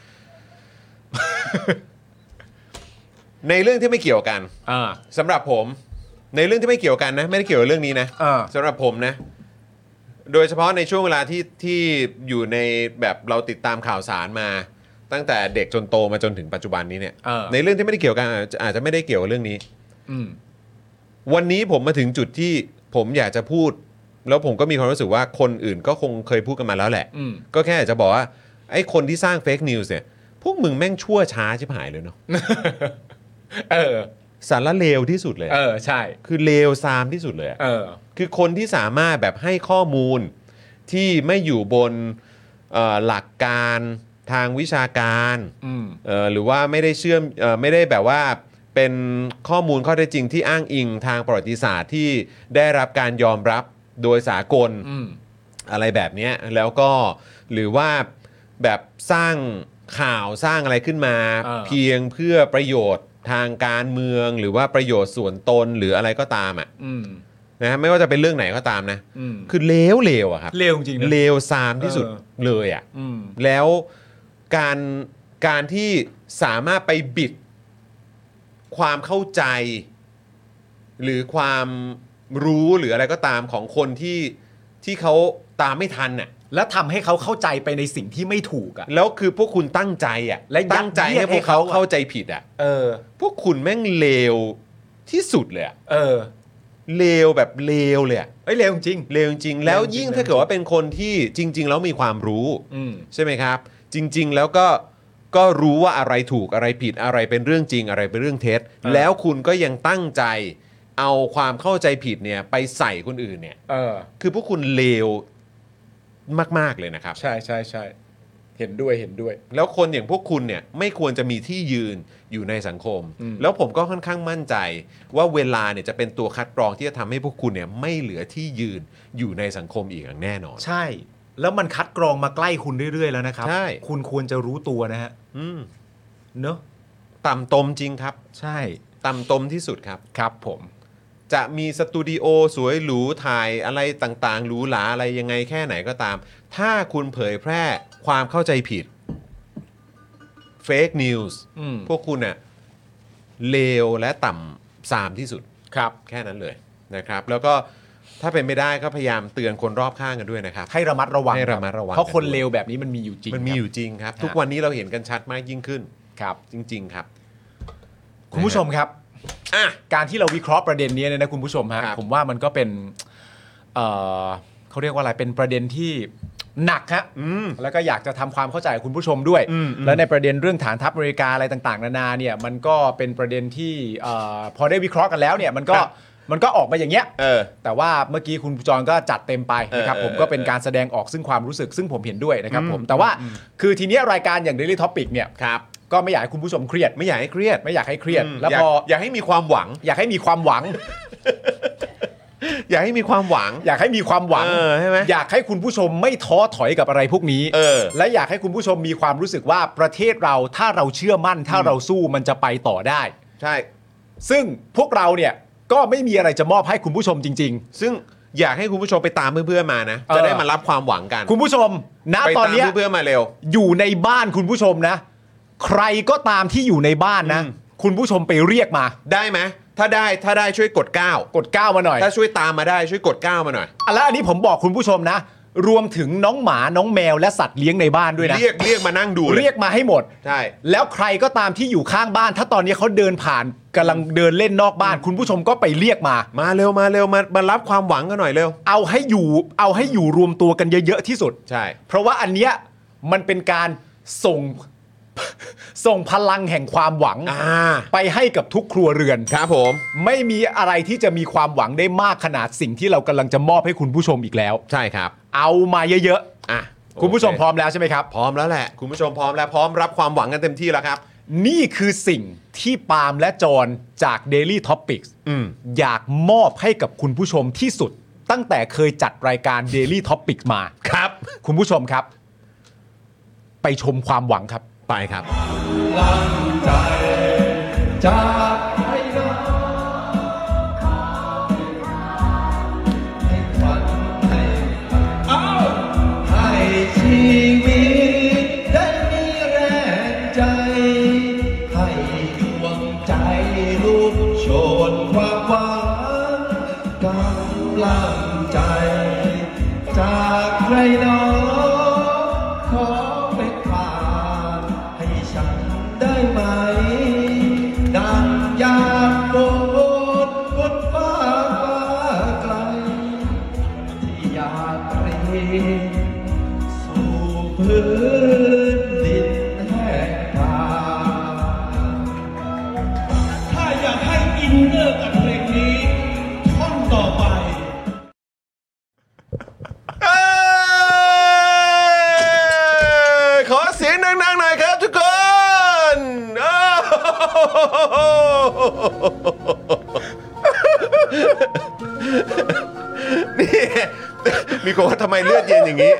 ในเรื่องที่ไม่เกี่ยวกันสำหรับผมในเรื่องที่ไม่เกี่ยวกันนะไม่ได้เกี่ยวกับเรื่องนี้นะสำหรับผมนะโดยเฉพาะในช่วงเวลาที่ที่อยู่ในแบบเราติดตามข่าวสารมาตั้งแต่เด็กจนโตมาจนถึงปัจจุบันนี้เนี่ยในเรื่องที่ไม่ได้เกี่ยวกันอาจจะไม่ได้เกี่ยวกับเรื่องนี้วันนี้ผมมาถึงจุดที่ผมอยากจะพูดแล้วผมก็มีความรู้สึกว่าคนอื่นก็คงเคยพูดกันมาแล้วแหละก็แค่อยากจะบอกว่าไอ้คนที่สร้างเฟกนิวส์เนี่ยพวกมึงแม่งชั่วช้าชิบหายเลยเนาะเออสารเลวที่สุดเลยเออใช่คือเลวซามที่สุดเลยเออคือคนที่สามารถแบบให้ข้อมูลที่ไม่อยู่บนหลักการทางวิชาการหรือว่าไม่ได้เชื่อมไม่ได้แบบว่าเป็นข้อมูลข้อเท็จจริงที่อ้างอิงทางประวัติศาสตร์ที่ได้รับการยอมรับโดยสากลอะไรแบบนี้แล้วก็หรือว่าแบบสร้างข่าวสร้างอะไรขึ้นมาเพียงเพื่อประโยชน์ทางการเมืองหรือว่าประโยชน์ส่วนตนหรืออะไรก็ตามอ่ะนะไม่ว่าจะเป็นเรื่องไหนก็ตามนะคือเลวเลวอะครับเลวจริงๆเลวซามที่สุดเลยอ่ะแล้วการการที่สามารถไปบิดความเข้าใจหรือความรู้หรืออะไรก็ตามของคนที่ที่เขาตามไม่ทันน่ะแล้วทำให้เขาเข้าใจไปในสิ่งที่ไม่ถูกอ่ะแล้วคือพวกคุณตั้งใจอ่ะและตั้งใจให้พวกเขาเข้าใจผิดอ่ะเออพวกคุณแม่งเลวที่สุดเลยอ่ะเออเลวแบบเลวเลยอ่ะเอ้ยเลวจริงเลวจริงแล้วยิ่งถ้าเกิดว่าเป็นคนที่จริงๆแล้วมีความรู้ใช่ไหมครับจริงๆแล้วก็ก็รู้ว่าอะไรถูกอะไรผิดอะไรเป็นเรื่องจริงอะไรเป็นเรื่องเท็จแล้วคุณก็ยังตั้งใจเอาความเข้าใจผิดเนี่ยไปใส่คนอื่นเนี่ยเออคือพวกคุณเลวมากๆเลยนะครับใช่ใช่ใช่เห็นด้วยเห็นด้วยแล้วคนอย่างพวกคุณเนี่ยไม่ควรจะมีที่ยืนอยู่ในสังคมแล้วผมก็ค่อนข้างมั่นใจว่าเวลาเนี่ยจะเป็นตัวคัดกรองที่จะทำให้พวกคุณเนี่ยไม่เหลือที่ยืนอยู่ในสังคมอีกอย่างแน่นอนใช่แล้วมันคัดกรองมาใกล้คุณเรื่อยๆแล้วนะครับใช่คุณควรจะรู้ตัวนะฮะอืมเนอะต่ำตมจริงครับใช่ต่ำตมที่สุดครับครับผมจะมีสตูดิโอสวยหรูถ่ายอะไรต่างๆหรูหราอะไรยังไงแค่ไหนก็ตามถ้าคุณเผยแพร่ความเข้าใจผิดเฟกนิวส์พวกคุณเน่ยเลวและต่ำซามที่สุดครับแค่นั้นเลยนะครับแล้วก็ถ้าเป็นไม่ได้ก็พยายามเตือนคนรอบข้างกันด้วยนะครับให้ระมัดระวังให้ระมัดระวังเพราะคนเลวแบบนี้มันมีอยู่จริงมันมีอยู่จริงครับทุกวันนี้เราเห็นกันชัดมากยิ่งขึ้นครับจริงๆครับคุณผู้ชมครับการที่เราวิเคราะห์ประเด็นนี้เนี่ยนะคุณผู้ชมฮะผมว่ามันก็เป็นเอ่อเขาเรียกว่าอะไรเป็นประเด็นที่หนักฮะแล้วก็อยากจะทำความเข้าใจคุณผู้ชมด้วยแล้วในประเด็นเรื่องฐานทัพอเมริกาอะไรต่างๆนานาเนี่ยมันก็เป็นประเด็นที่เอ่อพอได้วิเคราะห์กันแล้วเนี่ยมันก็มันก็ออกมาอย่างเงี้ยเออแต่ว่าเมื่อกี้คุณจรก็จัดเต็มไปนะครับเออผมก็เป็นการแสดงออกซึ่งความรู้สึกซึ่งผมเห็นด้วยนะครับผมแต่ว่าคือทีเนี้ยรายการอย่าง Daily Topic เนี่ยครับก็ไม่อยากให้คุณผู้ชมเครียดไม่อยากให้เครียดไม่อยากให้เครียดอืมแล้วอยากพออยากให้มีความหวังอยากให้มีความหวังอยากให้มีความหวังอยากให้มีความหวังเออใช่ไหมอยากให้คุณผู้ชมไม่ท้อถอยกับอะไรพวกนี้เออและอยากให้คุณผู้ชมมีความรู้สึกว่าประเทศเราถ้าเราเชื่อมั่น ถ้าเราสู้มันจะไปต่อได้ใช่ซึ่งพวกเราเนี่ยก็ไม่มีอะไรจะมอบให้คุณผู้ชมจริงๆ ซึ่งอยากให้คุณผู้ชมไปตามเพื่อนๆมานะเออจะได้มารับความหวังกันคุณผู้ชมณไปตอนตามเนี้ยเพื่อนๆมาเร็วอยู่ในบ้านคุณผู้ชมนะ ใครก็ตามที่อยู่ในบ้านนะ คุณผู้ชมไปเรียกมาได้ไหมถ้าได้ถ้าได้ช่วยกดเก้ากดเก้ามาหน่อยถ้าช่วยตามมาได้ช่วยกดเก้ามาหน่อยอ่ะแล้วอันนี้ผมบอกคุณผู้ชมนะ รวมถึงน้องหมาน้องแมวและสัตว์เลี้ยงในบ้านด้วยนะเรียกเรียกมานั่งดูลเรียกมาให้หมดใช่แล้วใครก็ตามที่อยู่ข้างบ้าน ถ้าตอนนี้เขาเดินผ่านกำลังเดินเล่นนอกบ้าน คุณผู้ชมก็ไปเรียกมามาเร็วมาเร็วมามารับความหวังกันหน่อยเร็วเอาให้อยู่เอาให้อยู่รวมตัวกันเยอะๆที่สุดใช่เพราะว่าอันเนี้ยมันเป็นการส่ง ส่งพลังแห่งความหวังอ่าไปให้กับทุกครัวเรือนครับผมไม่มีอะไรที่จะมีความหวังได้มากขนาดสิ่งที่เรากำลังจะมอบให้คุณผู้ชมอีกแล้วใช่ครับเอามาเยอะอ่ะๆคุณผู้ชมพร้อมแล้วใช่ไหมครับพร้อมแล้วแหละคุณผู้ชมพร้อมแล้วพร้อมรับความหวังกันเต็มที่แล้วครับนี่คือสิ่งที่ปาล์มและจอนจาก Daily Topics อืมอยากมอบให้กับคุณผู้ชมที่สุด ตั้งแต่เคยจัดรายการ Daily Topics มาครับคุณผู้ชมครับ ไปชมความหวังครับไปครับจากให้น้องให้ขวัญให้เอ้าให้ชีวิตได้มีแรงใจ ให้ดวงใจลุกโชนความหวังกำลังใจ จากใครน้องขอเป็นผ่านให้ฉันได้ไหม ดังยามโบนบนฟ้าฟ้าไกล ที่อยากเรียนสู่พื้นดินแห้งผากถ้าอยากให้อินเนอร์กับเพลงนี้ท่อนต่อไปขอเสียงดังๆหน่อยครับทุกคน นี่ มีคนว่าทำไมเลือดเย็นอย่างนี้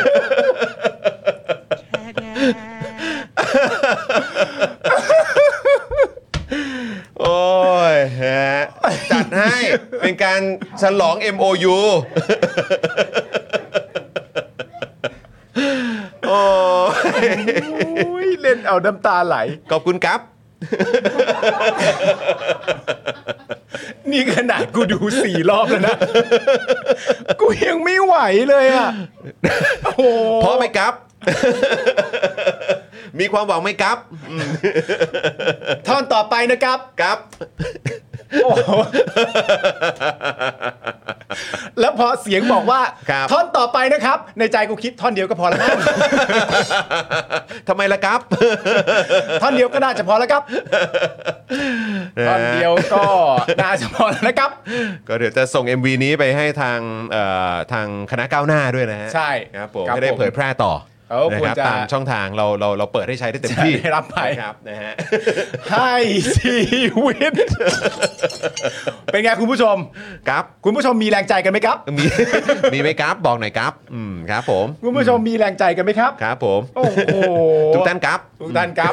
โอ้ยฮะจัดให้เป็นการฉลอง เอ็ม โอ ยู โอ้ยเล่นเอาน้ำตาไหลขอบคุณครับนี่ขนาดกูดูสี่รอบแล้วนะ กูยังไม่ไหวเลยอ่ะโอ้โหพร้อมไหมครับ มีความหวังไหมครับท่อนต่อไปนะครับครับโอ้โหแล้วพอเสียงบอกว่าครับท่อนต่อไปนะครับ ในใจกูคิดท่อนเดียวก็พอแล้วมั้งทำไมล่ะครับท่อนเดียวก็น่าจะพอแล้วครับ ท่อนเดียวก็น่าจะพอแล้วนะครับก็เดี๋ยวจะส่ง เอ็ม วี นี้ไปให้ทางเอ่อทางคณะก้าวหน้าด้วยนะฮะใช่ครับผมครับให้ได้เผยแพร่ต่อเออนะควครรับจะตามช่องทางเราเราเราเปิดให้ใช้ได้เต็มที่จะได้รับไปครับนะฮะให้ชีวิต เป็นไงคุณผู้ชมครับคุณผู้ชมมีแรงใจกันไหมครับมี มีไหมครับบอกหน่อยครับอืมครับผมคุณผู้ชมมีแรงใจกันไหมครับครับผมโอ้โหทุกท่านครับทุกท่านครับ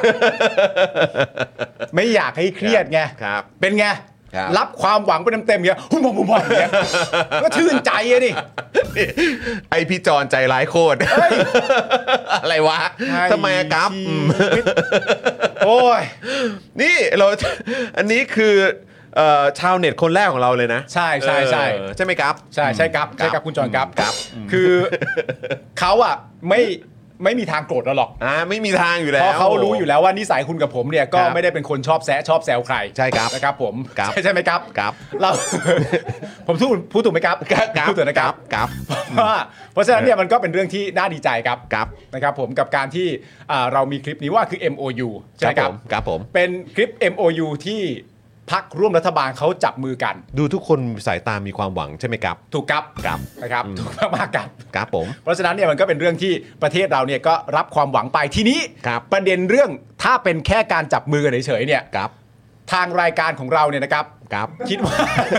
ไม่อยากให้เครียดไงครับเป็นไงครับรับความหวังไปเต็มๆอย่างเงี้ยหุ่มหุ่มหุ่มอย่างเงี้ยก็ชื่นใจอะดิไอพี่จอนใจร้ายโคตร อะไรวะทำไมอะครับอืมโอ้ยนี่เรา อันนี้คือเอ่อชาวเน็ตคนแรกของเราเลยนะใช่ใช่ใช่เออใช่ไหมครับใช่ใช่ครับใช่ครับคุณจอนครับครับคือเขาอะไม่ไม่มีทางโกรธเราหรอกอ่าไม่มีทางอยู่แล้วเพราะเขารู้อยู่แล้วว่านิสัยคุณกับผมเนี่ยก็ครับไม่ได้เป็นคนชอบแซะชอบแซวใครใช่ครับนะครับผมครับใช่ใช่ไหมครับครับเรา ผมพูดพูดถูกไหมครับครับพูดถูกนะครับครับเพราะว่าเพราะฉะนั้นเนี่ยมันก็เป็นเรื่องที่น่าดีใจครับครับนะครับผมกับการที่อ่าเรามีคลิปนี้ว่าคือ เอ็ม โอ ยู ใช่ไหมครับครับผมเป็นคลิป เอ็ม โอ ยู ที่พรรคร่วมรัฐบาลเขาจับมือกันดูทุกคนสายตามีความหวังใช่ไหมครับถูกครับครับนะครับถูกมากๆครับครับผมเพราะฉะนั้นเนี่ยมันก็เป็นเรื่องที่ประเทศเราเนี่ยก็รับความหวังไปทีนี้ประเด็นเรื่องถ้าเป็นแค่การจับมือกันเฉยๆเนี่ยทางรายการของเราเนี่ยนะครับครับคิดว่า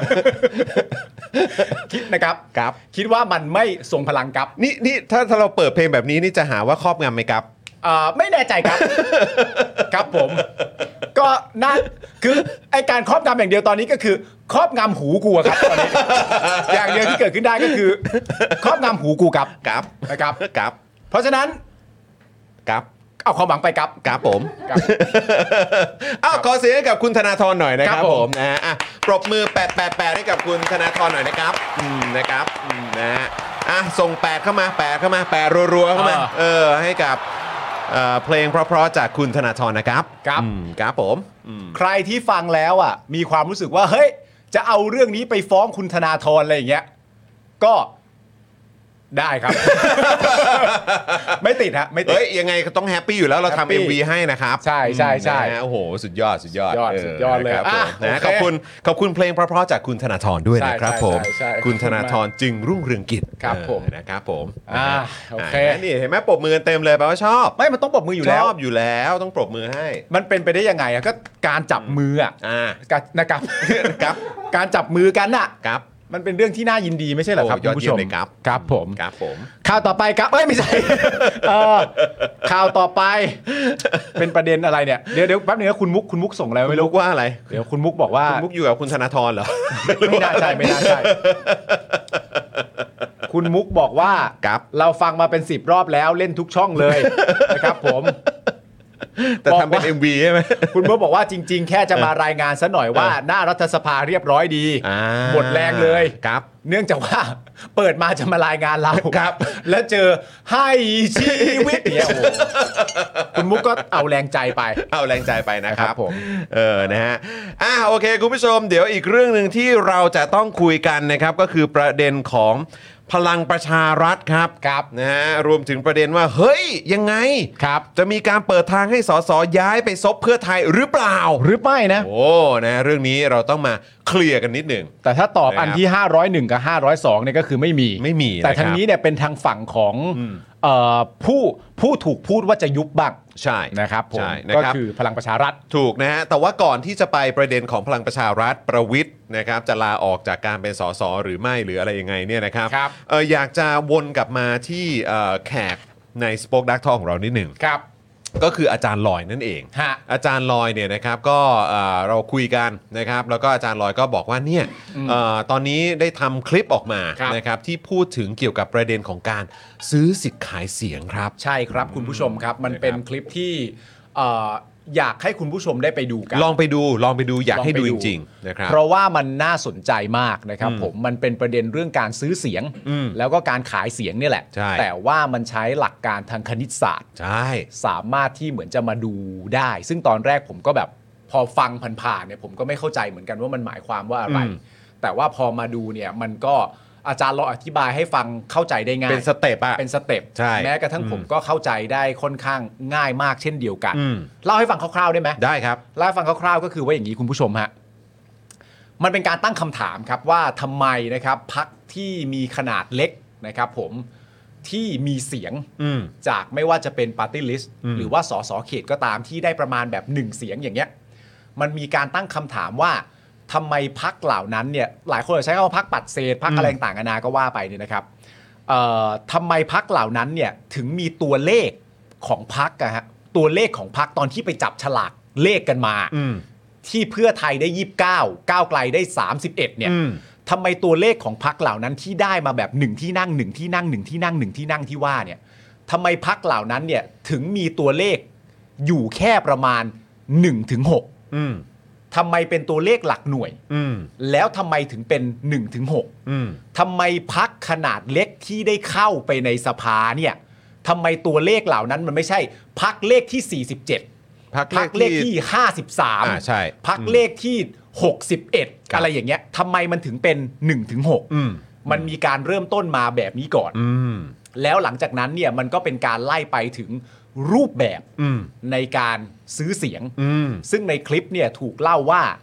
คิดนะครับครับคิดว่ามันไม่ทรงพลังครับนี่นี่ถ้าถ้าเราเปิดเพลงแบบนี้นี่จะหาว่าครอบงำไหมครับอ่าไม่แน่ใจครับ ครับผมก็น่าคือไอการครอบงำอย่างเดียวตอนนี้ก็คือครอบงำหูกูครับตอนนี้ อย่างเดียวที่เกิดขึ้นได้ก็คือครอบงำหูกูครับครับนะครับครับเพราะฉะนั้นครับเอาความหวังไปครับครับผมอ้าวขอเสียงให้กับคุณธนาธรหน่อยนะครับผมนะฮะอ่ะปรบมือแปดแปดแปดให้กับคุณธนาธรหน่อยนะครับอืมนะครับอืมนะฮะอ่ะส่งแปดเข้ามาแปดเข้ามาแปดรัวๆเข้ามาเออให้กับเพลงเพราะๆจากคุณธนาธรนะครับครับครับผมใครที่ฟังแล้วอ่ะมีความรู้สึกว่าเฮ้ยจะเอาเรื่องนี้ไปฟ้องคุณธนาธรอะไรอย่างเงี้ยก็ได้ครับ ไม่ติดฮะไม่ติดเฮ้ยยังไงก็ต้องแฮปปี้อยู่แล้วเราทำ เอ็ม วี ให้นะครับใช่ใช่ใช่โอ้โหสุดยอดสุดยอดสุดยอดเลยครับนะขอบคุณขอบคุณเพลงเพราะๆจากคุณธนาธรด้วยนะครับผมคุณธนาธรจึงรุ่งเรืองกิจครับผมนะครับผมอ่าโอเคนี่เห็นไหมปรบมือเต็มเลยแปลว่าชอบไม่มันต้องปรบมืออยู่แล้วชอบอยู่แล้วต้องปรบมือให้มันเป็นไปได้ยังไงอ่ะก็การจับมืออ่ะนะครับครับการจับมือกันอ่ะครับมันเป็นเรื่องที่น่ายินดีไม่ใช่เหรอครับคุณผู้ชมครับครับผมครับผมข่าวต่อไปครับเอ้ยไม่ใช่ข่าวต่อไปเป็นประเด็นอะไรเนี่ยเดี๋ยวเดี๋ยวแป๊บนึงนะคุณมุกคุณมุกส่งอะไรไม่รู้ว่าอะไรเดี๋ยวคุณมุกบอกว่าคุณมุกอยู่กับคุณธนาธรเหรอไม่น่าใช่ไม่น่าใช่คุณมุกบอกว่าเราฟังมาเป็นสิบรอบแล้วเล่นทุกช่องเลยนะครับผมแต่ทำเป็น เอ็ม วี ใช่ไหมคุณมุกบอกว่าจริงๆแค่จะมารายงานซะหน่อยว่าหน้ารัฐสภาเรียบร้อยดีหมดแรงเลยครับเนื่องจากว่าเปิดมาจะมารายงานเราครับแล้วเจอให้ชีวิตเนี่ยโอ้คุณมุกก็เอาแรงใจไปเอาแรงใจไปนะครับผมเออนะฮะอ่ะโอเคคุณผู้ชมเดี๋ยวอีกเรื่องนึงที่เราจะต้องคุยกันนะครับก็คือประเด็นของพลังประชารัฐครับครับนะฮะรวมถึงประเด็นว่าเฮ้ยยังไงครับจะมีการเปิดทางให้สสย้ายไปซบเพื่อไทยหรือเปล่าหรือไม่นะโอ้นะเรื่องนี้เราต้องมาเคลียร์กันนิดหนึ่งแต่ถ้าตอบอันที่ห้าร้อยเอ็ดกับห้าร้อยสองเนี่ยก็คือไม่มีไม่มีแต่ทางนี้เนี่ยเป็นทางฝั่งของเอ่อผู้ผู้ถูกพูดว่าจะยุบบ้างใช่นะครับผมก็คือพลังประชารัฐถูกนะฮะแต่ว่าก่อนที่จะไปประเด็นของพลังประชารัฐประวิทย์นะครับจะลาออกจากการเป็นสสหรือไม่หรืออะไรยังไงเนี่ยนะครับเอออยากจะวนกลับมาที่แขกใน Spoke Dark Talk ของเรานิดหนึ่งครับก็คืออาจารย์ลอยนั่นเองอาจารย์ลอยเนี่ยนะครับก็เราคุยกันนะครับแล้วก็อาจารย์ลอยก็บอกว่าเนี่ยตอนนี้ได้ทำคลิปออกมานะครับที่พูดถึงเกี่ยวกับประเด็นของการซื้อสิทธิ์ขายเสียงครับใช่ครับคุณผู้ชมครับมันเป็นคลิปที่อยากให้คุณผู้ชมได้ไปดูกันลองไปดูลองไปดูอยากให้ดูจริงๆนะครับเพราะว่ามันน่าสนใจมากนะครับผมมันเป็นประเด็นเรื่องการซื้อเสียงแล้วก็การขายเสียงนี่แหละแต่ว่ามันใช้หลักการทางคณิตศาสตร์ใช่สามารถที่เหมือนจะมาดูได้ซึ่งตอนแรกผมก็แบบพอฟังผ่านๆเนี่ยผมก็ไม่เข้าใจเหมือนกันว่ามันหมายความว่าอะไรแต่ว่าพอมาดูเนี่ยมันก็อาจารย์เราอธิบายให้ฟังเข้าใจได้ง่ายเป็นสเต็ปอะเป็นสเต็ปแม้กระทั่งผมก็เข้าใจได้ค่อนข้างง่ายมากเช่นเดียวกันเล่าให้ฟังคร่าวๆได้ไหมได้ครับเล่าให้ฟังคร่าวๆก็คือว่าอย่างนี้คุณผู้ชมฮะมันเป็นการตั้งคำถามครับว่าทำไมนะครับพรรคที่มีขนาดเล็กนะครับผมที่มีเสียงจากไม่ว่าจะเป็นปาร์ตี้ลิสต์หรือว่าสสเขตก็ตามที่ได้ประมาณแบบหนึ่งเสียงอย่างเงี้ยมันมีการตั้งคำถามว่าทำไมพรรคเหล่านั้นเนี่ยหลายคนใช้คำว่าพรรคปัดเศษพรรคอะไรต่างๆนานาก็ว่าไปเนี่ยนะครับทำไมพรรคเหล่านั้นเนี่ยถึงมีตัวเลขของพรรคอะฮะตัวเลขของพรรคตอนที่ไปจับฉลากเลขกันมาที่เพื่อไทยได้ยี่สิบเก้าก้าวไกลได้สามสิบเอ็ดเนี่ยทำไมตัวเลขของพรรคเหล่านั้นที่ได้มาแบบหนึ่งที่นั่งหนึ่งที่นั่งหนึ่งที่นั่งหนึ่งที่นั่งที่ว่าเนี่ยทำไมพรรคเหล่านั้นเนี่ยถึงมีตัวเลขอยู่แค่ประมาณหนึ่งถึงหกทำไมเป็นตัวเลขหลักหน่วยแล้วทำไมถึงเป็น หนึ่งถึงหก ทำไมพรรคขนาดเล็กที่ได้เข้าไปในสภาเนี่ยทำไมตัวเลขเหล่านั้นมันไม่ใช่พรรคเลขที่สี่สิบเจ็ดพรรคเลขที่ห้าสิบสามอ่าใช่พรรคเลขที่หกสิบเอ็ดอะไรอย่างเงี้ยทำไมมันถึงเป็น หนึ่งถึงหก มันมีการเริ่มต้นมาแบบนี้ก่อนแล้วหลังจากนั้นเนี่ยมันก็เป็นการไล่ไปถึงรูปแบบในการซื้อเสียงซึ่งในคลิปเนี่ยถูกเล่าว่า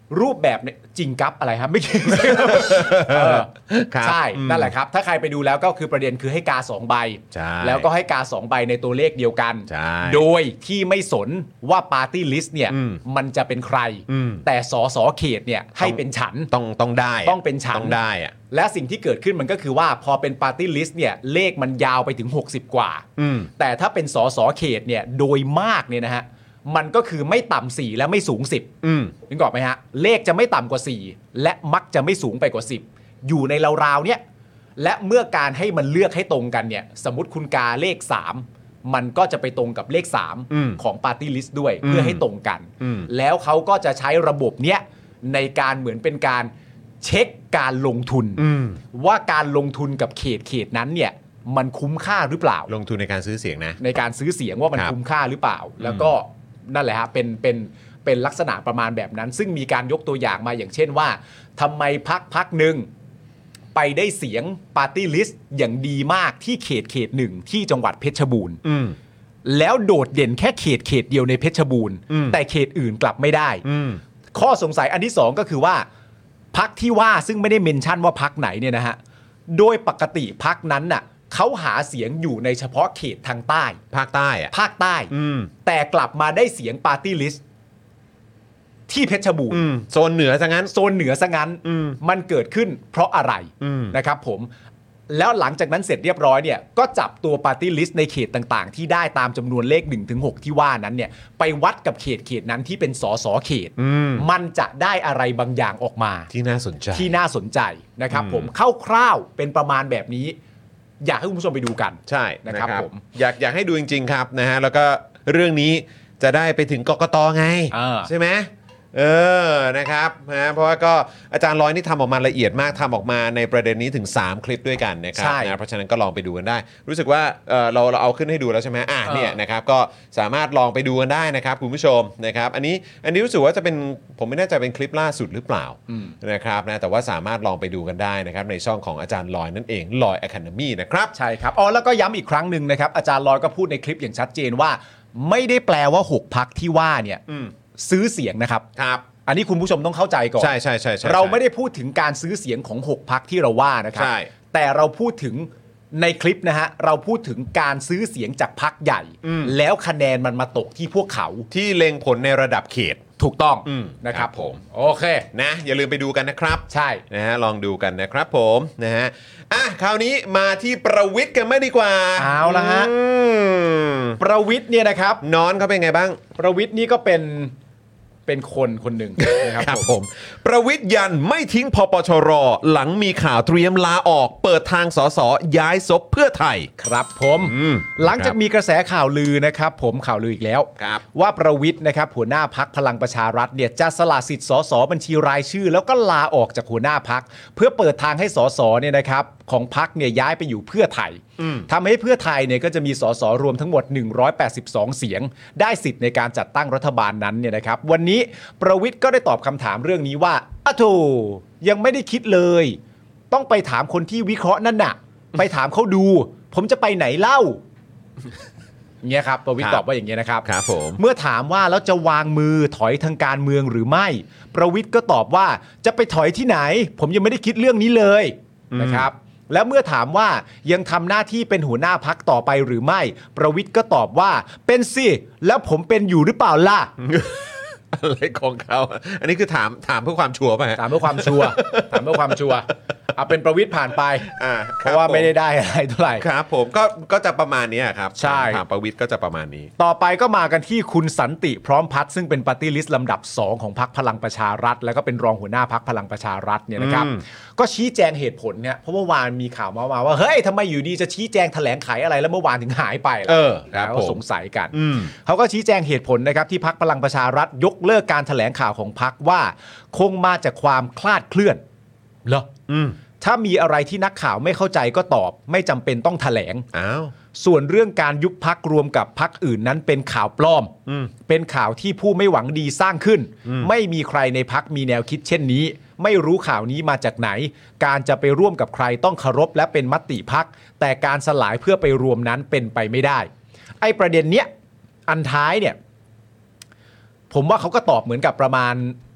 รูปแบบเนี่ยจริงกับอะไรครับไม่จริง เออใช่นั่นแหละครับถ้าใครไปดูแล้วก็คือประเด็นคือให้กาสองใบแล้วก็ให้กาสองใบในตัวเลขเดียวกันโดยที่ไม่สนว่าปาร์ตี้ลิสต์เนี่ยมันจะเป็นใครแต่สสเขตเนี่ยให้เป็นฉันต้องต้องได้ต้องเป็นฉันต้องได้อะและสิ่งที่เกิดขึ้นมันก็คือว่าพอเป็นปาร์ตี้ลิสต์เนี่ยเลขมันยาวไปถึงหกสิบกว่าแต่ถ้าเป็นสสเขตเนี่ยโดยมากเนี่ยนะฮะมันก็คือไม่ต่ำสี่และไม่สูงสิบนึกออกไหมฮะเลขจะไม่ต่ำกว่าสี่และมักจะไม่สูงไปกว่าสิบอยู่ในราวๆเนี้ยและเมื่อการให้มันเลือกให้ตรงกันเนี่ยสมมติคุณกาเลขสามมันก็จะไปตรงกับเลขสามของปาร์ตี้ลิสต์ด้วยเพื่อให้ตรงกันแล้วเขาก็จะใช้ระบบเนี้ยในการเหมือนเป็นการเช็คการลงทุนว่าการลงทุนกับเขตเขตนั้นเนี่ยมันคุ้มค่าหรือเปล่าลงทุนในการซื้อเสียงนะในการซื้อเสียงว่ามันคุ้มค่าหรือเปล่าแล้วก็นั่นแหละฮะเป็นเป็นเป็นลักษณะประมาณแบบนั้นซึ่งมีการยกตัวอย่างมาอย่างเช่นว่าทำไมพรรคพรรคหนึ่งไปได้เสียงปาร์ตี้ลิสต์อย่างดีมากที่เขตเขตหนึ่งที่จังหวัดเพชรบูรณ์แล้วโดดเด่นแค่เขตเขตเดียวในเพชรบูรณ์แต่เขตอื่นกลับไม่ได้ข้อสงสัยอันที่สองก็คือว่าพรรคที่ว่าซึ่งไม่ได้เมนชั่นว่าพรรคไหนเนี่ยนะฮะโดยปกติพรรคนั้นน่ะเขาหาเสียงอยู่ในเฉพาะเขตทางใต้ภาคใต้อะภาคใต้แต่กลับมาได้เสียงปาร์ตี้ลิสต์ที่เพชรบูรณ์โซนเหนือซะงั้นโซนเหนือซะงั้นมันเกิดขึ้นเพราะอะไรนะครับผมแล้วหลังจากนั้นเสร็จเรียบร้อยเนี่ยก็จับตัวปาร์ตี้ลิสต์ในเขตต่างๆที่ได้ตามจำนวนเลข หนึ่งถึงหก ที่ว่านั้นเนี่ยไปวัดกับเขตเขตนั้นที่เป็นสสเขตมันจะได้อะไรบางอย่างออกมาที่น่าสนใจที่น่าสนใจนะครับผมคร่าวๆเป็นประมาณแบบนี้อยากให้คุณผู้ชมไปดูกันใช่นะครับผมอยากอยากให้ดูจริงๆครับนะฮะแล้วก็เรื่องนี้จะได้ไปถึงกกต.ไงใช่ไหมเออนะครับนะเพราะว่าก็อาจารย์ร้อยนี่ทำออกมาละเอียดมากทำออกมาในประเด็นนี้ถึงสามคลิปด้วยกันนะครับนะเพราะฉะนั้นก็ลองไปดูกันได้รู้สึกว่าเออเราเราเอาขึ้นให้ดูแล้วใช่ไหมอ่ะเนี่ยนะครับก็สามารถลองไปดูกันได้นะครับคุณผู้ชมนะครับอันนี้อันนี้รู้สึกว่าจะเป็นผมไม่แน่ใจเป็นคลิปล่าสุดหรือเปล่านะครับนะแต่ว่าสามารถลองไปดูกันได้นะครับในช่องของอาจารย์ลอยนั่นเองลอย Academy นะครับใช่ครับอ๋อแล้วก็ย้ำอีกครั้งหนึ่งนะครับอาจารย์ลอยก็พูดในคลิปอย่างชัดเจนว่าไม่ได้แปลว่าหกพรรคที่ว่าเนี่ยซื้อเสียงนะครับครับอันนี้คุณผู้ชมต้องเข้าใจก่อนใช่ใช่ใช่เราไม่ได้พูดถึงการซื้อเสียงของหกพรรคที่เราว่านะครับแต่เราพูดถึงในคลิปนะฮะเราพูดถึงการซื้อเสียงจากพรรคใหญ่แล้วคะแนนมันมาตกที่พวกเขาที่เล็งผลในระดับเขตถูกต้องนะครับผมโอเคนะอย่าลืมไปดูกันนะครับใช่นะฮะลองดูกันนะครับผมนะฮะอ่ะคราวนี้มาที่ประวิทย์กันไม่ดีกว่าเอาละฮะประวิทย์เนี่ยนะครับนอนเขาเป็นไงบ้างประวิทย์นี่ก็เป็นเป็นคนคนหนึ่งนะครับผมประวิทย์ยันไม่ทิ้งพปชรหลังมีข่าวเตรียมลาออกเปิดทางสสย้ายซบเพื่อไทยครับผมหลังจากมีกระแสข่าวลือนะครับผมข่าวลืออีกแล้วว่าประวิทย์นะครับหัวหน้าพักพลังประชารัฐเนี่ยจะสละสิทธิ์สสบัญชีรายชื่อแล้วก็ลาออกจากหัวหน้าพักเพื่อเปิดทางให้สสเนี่ยนะครับของพักเนี่ยย้ายไปอยู่เพื่อไทยทำให้เพื่อไทยเนี่ยก็จะมีสสรวมทั้งหมดหนึ่งร้อยแปดสิบสองเสียงได้สิทธิ์ในการจัดตั้งรัฐบาลนั้นเนี่ยนะครับวันนี้ประวิทย์ก็ได้ตอบคำถามเรื่องนี้ว่าอ้าวโธ่ยังไม่ได้คิดเลยต้องไปถามคนที่วิเคราะห์นั่นน่ะไปถามเขาดูผมจะไปไหนเล่าเงี้ยครับประวิทย์ตอบว่าอย่างเงี้ยนะครับครับผมเมื่อถามว่าแล้วจะวางมือถอยทางการเมืองหรือไม่ประวิทย์ก็ตอบว่าจะไปถอยที่ไหนผมยังไม่ได้คิดเรื่องนี้เลยนะครับแล้วเมื่อถามว่ายังทำหน้าที่เป็นหัวหน้าพักต่อไปหรือไม่ประวิทย์ก็ตอบว่าเป็นสิแล้วผมเป็นอยู่หรือเปล่าล่ะอะไรของเขาอันนี้คือถามถามเพื่อความชัวร์ป่ะถามเพื่อความชัวร์ถามเพื่อความชัวร์เอาเป็นประวิทย์ผ่านไปเพราะว่าไม่ได้ได้อะไรเท่าไหร่ครับผมก็ก็จะประมาณนี้ครับใช่ถามประวิทย์ก็จะประมาณนี้ต่อไปก็มากันที่คุณสันติพร้อมพัฒน์ซึ่งเป็นปาร์ตี้ลิสต์ลำดับสองของพรรคพลังประชารัฐแล้วก็เป็นรองหัวหน้าพรรคพลังประชารัฐเนี่ยนะครับก็ชี้แจงเหตุผลเนี่ยเพราะเมื่อวานมีข่าวมาว่าเฮ้ยทำไมอยู่ดีจะชี้แจงแถลงไขอะไรแล้วเมื่อวานถึงหายไปล่ะเออครับเขาสงสัยกันเขาก็ชี้แจงเหตุผลนะครับที่พรรคพลังประชารัฐยกเลิกการแถลงข่าวของพรรคว่าคงมาจากความคลาดเคลื่อนเหรอถ้ามีอะไรที่นักข่าวไม่เข้าใจก็ตอบไม่จำเป็นต้องแถลงอ้าวส่วนเรื่องการยุบพรรครวมกับพรรคอื่นนั้นเป็นข่าวปลอมเป็นข่าวที่ผู้ไม่หวังดีสร้างขึ้นไม่มีใครในพรรคมีแนวคิดเช่นนี้ไม่รู้ข่าวนี้มาจากไหนการจะไปร่วมกับใครต้องเคารพและเป็นมติพรรคแต่การสลายเพื่อไปรวมนั้นเป็นไปไม่ได้ไอ้ประเด็นเนี้ยอันท้ายเนี่ยผมว่าเขาก็ตอบเหมือนกับประมาณ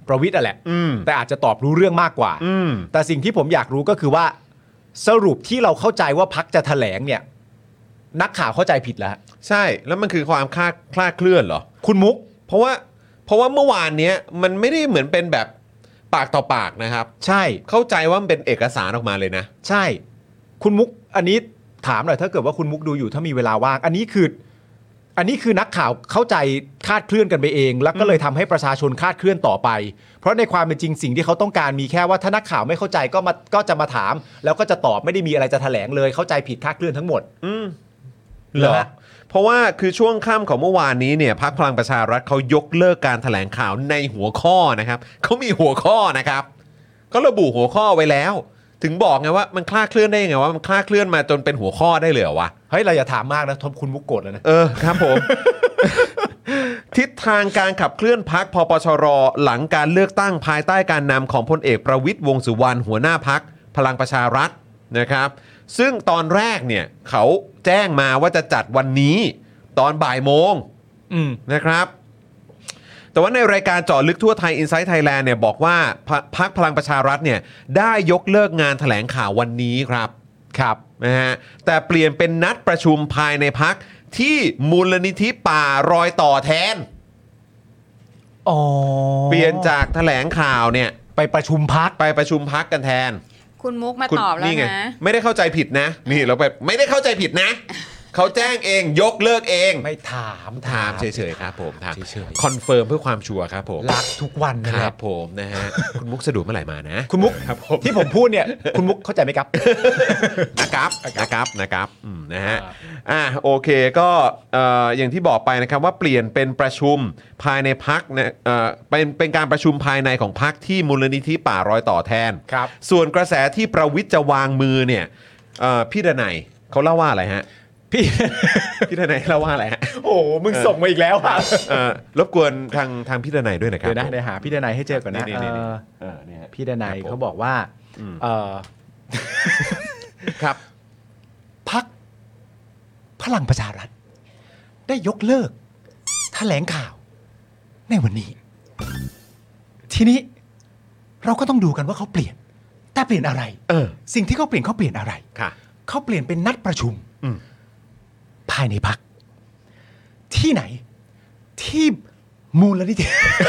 ประวิตรอ่ะแหละแต่อาจจะตอบรู้เรื่องมากกว่าแต่สิ่งที่ผมอยากรู้ก็คือว่าสรุปที่เราเข้าใจว่าพรรคจะแถลงเนี่ยนักข่าวเข้าใจผิดแล้วใช่แล้วมันคือความคลาดคลาดเคลื่อนเหรอคุณมุกเพราะว่าเพราะว่าเมื่อวานเนี้ยมันไม่ได้เหมือนเป็นแบบปากต่อปากนะครับใช่เข้าใจว่ามันเป็นเอกสารออกมาเลยนะใช่คุณมุกอันนี้ถามหน่อยถ้าเกิดว่าคุณมุกดูอยู่ถ้ามีเวลาว่างอันนี้คืออันนี้คือนักข่าวเข้าใจคลาดเคลื่อนกันไปเองแล้วก็เลยทำให้ประชาชนคลาดเคลื่อนต่อไปเพราะในความเป็นจริงสิ่งที่เขาต้องการมีแค่ว่าถ้านักข่าวไม่เข้าใจก็มาก็จะมาถามแล้วก็จะตอบไม่ได้มีอะไรจะแถลงเลยเข้าใจผิดคลาดเคลื่อนทั้งหมดอืมเหรอเพราะว่าคือช่วงค่ำของเมื่อวานนี้เนี่ยพรรคพลังประชารัฐเขายกเลิกการแถลงข่าวในหัวข้อนะครับเขามีหัวข้อนะครับก็ระบุหัวข้อไว้แล้วถึงบอกไงว่ามันคลาดเคลื่อนได้ยังไงว่ามันคลาดเคลื่อนมาจนเป็นหัวข้อได้เลยเหรอวะเฮ้ยเราอย่าถามมากนะทบคุณมุกโกรธแล้วนะเออครับผม ทิศทางการขับเคลื่อนพรรคพปชรหลังการเลือกตั้งภายใต้การนำของพลเอกประวิตรวงษ์สุวรรณหัวหน้าพรรคพลังประชารัฐนะครับซึ่งตอนแรกเนี่ยเขาแจ้งมาว่าจะจัดวันนี้ตอนบ่ายโมงนะครับแต่ว่าในรายการเจาะลึกทั่วไทย Inside Thailand เนี่ยบอกว่าพรรคพลังประชารัฐเนี่ยได้ยกเลิกงานแถลงข่าววันนี้ครับครับนะฮะแต่เปลี่ยนเป็นนัดประชุมภายในพรรคที่มูลนิธิป่ารอยต่อแทนอ๋อเปลี่ยนจากแถลงข่าวเนี่ยไปประชุมพรรคไปประชุมพรรคกันแทนคุณมุกมาตอบแล้วนะไม่ได้เข้าใจผิดนะนี่เราแบบไม่ได้เข้าใจผิดนะเขาแจ้งเองยกเลิกเองไม่ถามถามเฉยๆครับผมถามเฉยๆคอนเฟิร์มเพื่อความชัวร์ครับผมรักทุกวันนะครับผมนะฮะคุณมุกสะดวกเมื่อไหร่มานะคุณมุกที่ผมพูดเนี่ยคุณมุกเข้าใจไหมครับนะครับนะครับนะครับอืมนะฮะอ่ะโอเคก็เอ่ออย่างที่บอกไปนะครับว่าเปลี่ยนเป็นประชุมภายในพรรคเนี่ยเอ่อเป็นเป็นการประชุมภายในของพรรคที่มูลนิธิป่ารอยต่อแทนครับส่วนกระแสที่ประวิตรจะวางมือเนี่ยเอ่อพี่ดนัยเขาเล่าว่าอะไรฮะพี่พี่ดนัยเล่าว่าอะไรฮะโอ้มึงส่งมาอีกแล้วอ่ะรบกวนทางทางพี่ดนัยด้วยนะครับเดี๋ยวนะเดี๋ยวหาพี่ดนัยให้เจอก่อนนะพี่ดนัยเขาบอกว่าเออครับพรรคพลังประชารัฐได้ยกเลิกแถลงข่าวในวันนี้ทีนี้เราก็ต้องดูกันว่าเขาเปลี่ยนแต่เปลี่ยนอะไรเออสิ่งที่เขาเปลี่ยนเขาเปลี่ยนอะไรเขาเปลี่ยนเป็นนัดประชุมภายในพรรคที่ไหนที่มูลนิธิ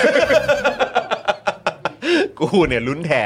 กูเนี่ยลุ้นแทน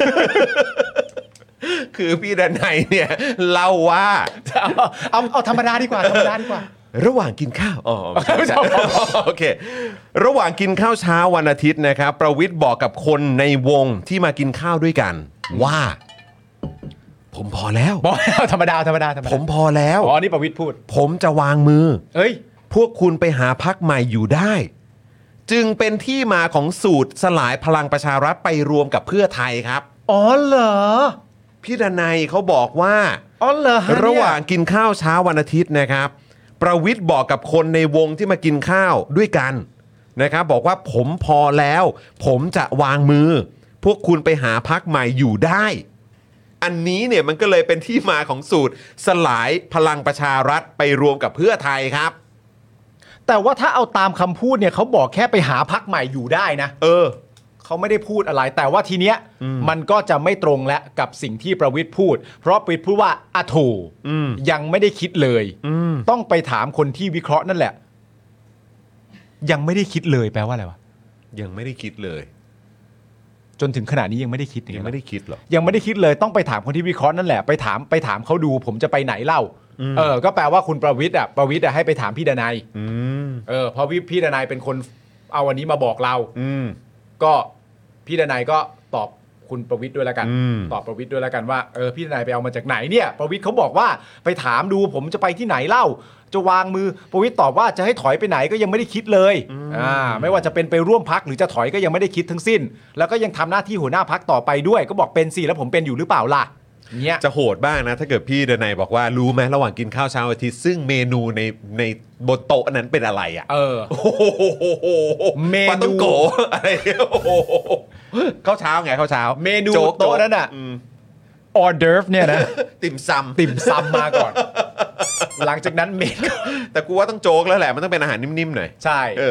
คือพี่ดนัยเนี่ยเล่าว่าเอาเอาเอาธรรมดาดีกว่าธรรมดาดีกว่าระหว่างกินข้าวอ๋อโอเคระหว่างกินข้าวเช้าวันอาทิตย์นะครับประวิตรบอกกับคนในวงที่มากินข้าวด้วยกันว่าผมพอแล้วบอกธรรมดาธรรมดาธรรมดาผมพอแล้วอ๋อนี่ประวิตรพูดผมจะวางมือเอ้ยพวกคุณไปหาพรรคใหม่อยู่ได้จึงเป็นที่มาของสูตรสลายพลังประชารัฐไปรวมกับเพื่อไทยครับอ๋อเหรอพี่ดนัยเขาบอกว่าอ๋อเหรอระหว่างกินข้าวเช้าวันอาทิตย์นะครับประวิตรบอกกับคนในวงที่มากินข้าวด้วยกันนะครับบอกว่าผมพอแล้วผมจะวางมือพวกคุณไปหาพรรคใหม่อยู่ได้อันนี้เนี่ยมันก็เลยเป็นที่มาของสูตรสลายพลังประชารัฐไปรวมกับเพื่อไทยครับแต่ว่าถ้าเอาตามคำพูดเนี่ยเขาบอกแค่ไปหาพรรคใหม่อยู่ได้นะเออเขาไม่ได้พูดอะไรแต่ว่าทีเนี้ยมมันก็จะไม่ตรงและกับสิ่งที่ประวิตรพูดเพราะประวิตรพูดว่าอะโถยังไม่ได้คิดเลยต้องไปถามคนที่วิเคราะห์นั่นแหละยังไม่ได้คิดเลยแปลว่าอะไรวะยังไม่ได้คิดเลยจนถึงขณะนี้ยังไม่ได้คิดยังไม่ได้คิดหรอยังไม่ได้คิดเลยต้องไปถามคนที่วิเคราะห์นั่นแหละไปถามไปถามเขาดูผมจะไปไหนเล่าเออก็แปลว่าคุณประวิตรอ่ะประวิตรอ่ะให้ไปถามพี่ดนัยเออเพราะพี่ดนัยเป็นคนเอาวันนี้มาบอกเราก็พี่ดนัยก็ตอบคุณประวิตรด้วยแล้วกันตอบประวิตรด้วยแล้วกันว่าเออพี่ดนัยไปเอามาจากไหนเนี่ยประวิตรเขาบอกว่าไปถามดูผมจะไปที่ไหนเล่าจะวางมือประวิตรตอบว่าจะให้ถอยไปไหนก็ยังไม่ได้คิดเลยอ่าไม่ว่าจะเป็นไปร่วมพรรคหรือจะถอยก็ยังไม่ได้คิดทั้งสิ้นแล้วก็ยังทำหน้าที่หัวหน้าพรรคต่อไปด้วยก็บอกเป็นสิแล้วผมเป็นอยู่หรือเปล่าล่ะเนี่ยจะโหดบ้างนะถ้าเกิดพี่ดนัยบอกว่ารู้ไหมระหว่างกินข้าวเช้าอาทิตย์ซึ่งเมนูในในบนโต๊ะนั้นเป็นอะไรอ่ะเออเมนูโกอะไรข้าวเช้าไงข้าวเช้าเมนูโต๊ะนั้นอ่ะออเดิร์ฟเนี่ยนะติ่มซำติ่มซำมาก่อนหลังจากนั้นเมนแต่กูว่าต้องโจ๊กแล้วแหละมันต้องเป็นอาหารนิ่มๆหน่อยใช่เออ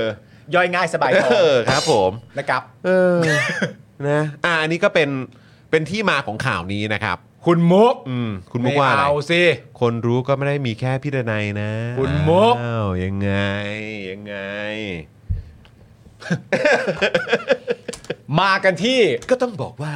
ย่อยง่ายสบายท้องเออครับผมนะครับเออ นะอ่ะอันนี้ก็เป็นเป็นที่มาของข่าวนี้นะครับคุณมุกอืมคุณมุกว่าอะไรเอาสิคนรู้ก็ไม่ได้มีแค่พี่ดนัยนะคุณมุกอ้าวยังไงยังไงมากันที่ก็ต้องบอกว่า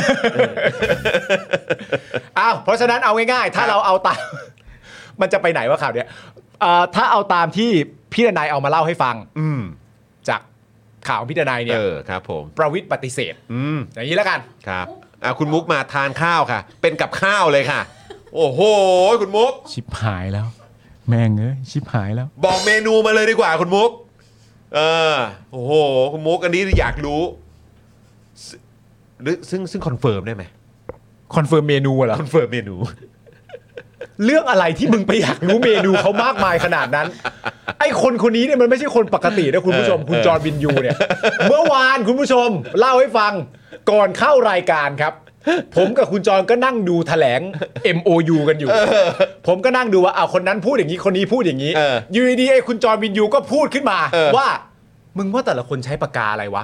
อ้าวเพราะฉะนั้นเอาง่ายๆถ้าเราเอาตาม มันจะไปไหนวะข่าวเนี้ยถ้าเอาตามที่พี่ดนัยเอามาเล่าให้ฟังจากข่าวพี่ดนัยเนี่ยเออครับผมประวิตรปฏิเสธอย่างนี้แล้วกันครับอ่ะคุณมุกมาทานข้าวค่ะเป็นกับข้าวเลยค่ะโอ้โหคุณมุกชิบหายแล้วแม่งเอ้ยชิบหายแล้วบอกเมนูมาเลยดีกว่าคุณมุกเออโอ้โหคุณมุกอันนี้อยากรู้หรือซึ่งซึ่งคอนเฟิร์มได้ไหมคอนเฟิร์มเมนูเหรอคอนเฟิร์มเมนูเรื่องอะไรที่มึงไปอยากรู้เมนูเขามากมายขนาดนั้นไอ้คนคนนี้เนี่ยมันไม่ใช่คนปกตินะคุณผู้ชมคุณจอห์นวินยูเนี่ยเมื่อวานคุณผู้ชมเล่าให้ฟังก่อนเข้ารายการครับผมกับคุณจอห์นก็นั่งดูแถลง เอ็ม โอ ยู กันอยู่ผมก็นั่งดูว่าอ้าวคนนั้นพูดอย่างนี้คนนี้พูดอย่างนี้อยู่ดีๆไอ้คุณจอห์นวินยูก็พูดขึ้นมาว่ามึงว่าแต่ละคนใช้ปากกาอะไรวะ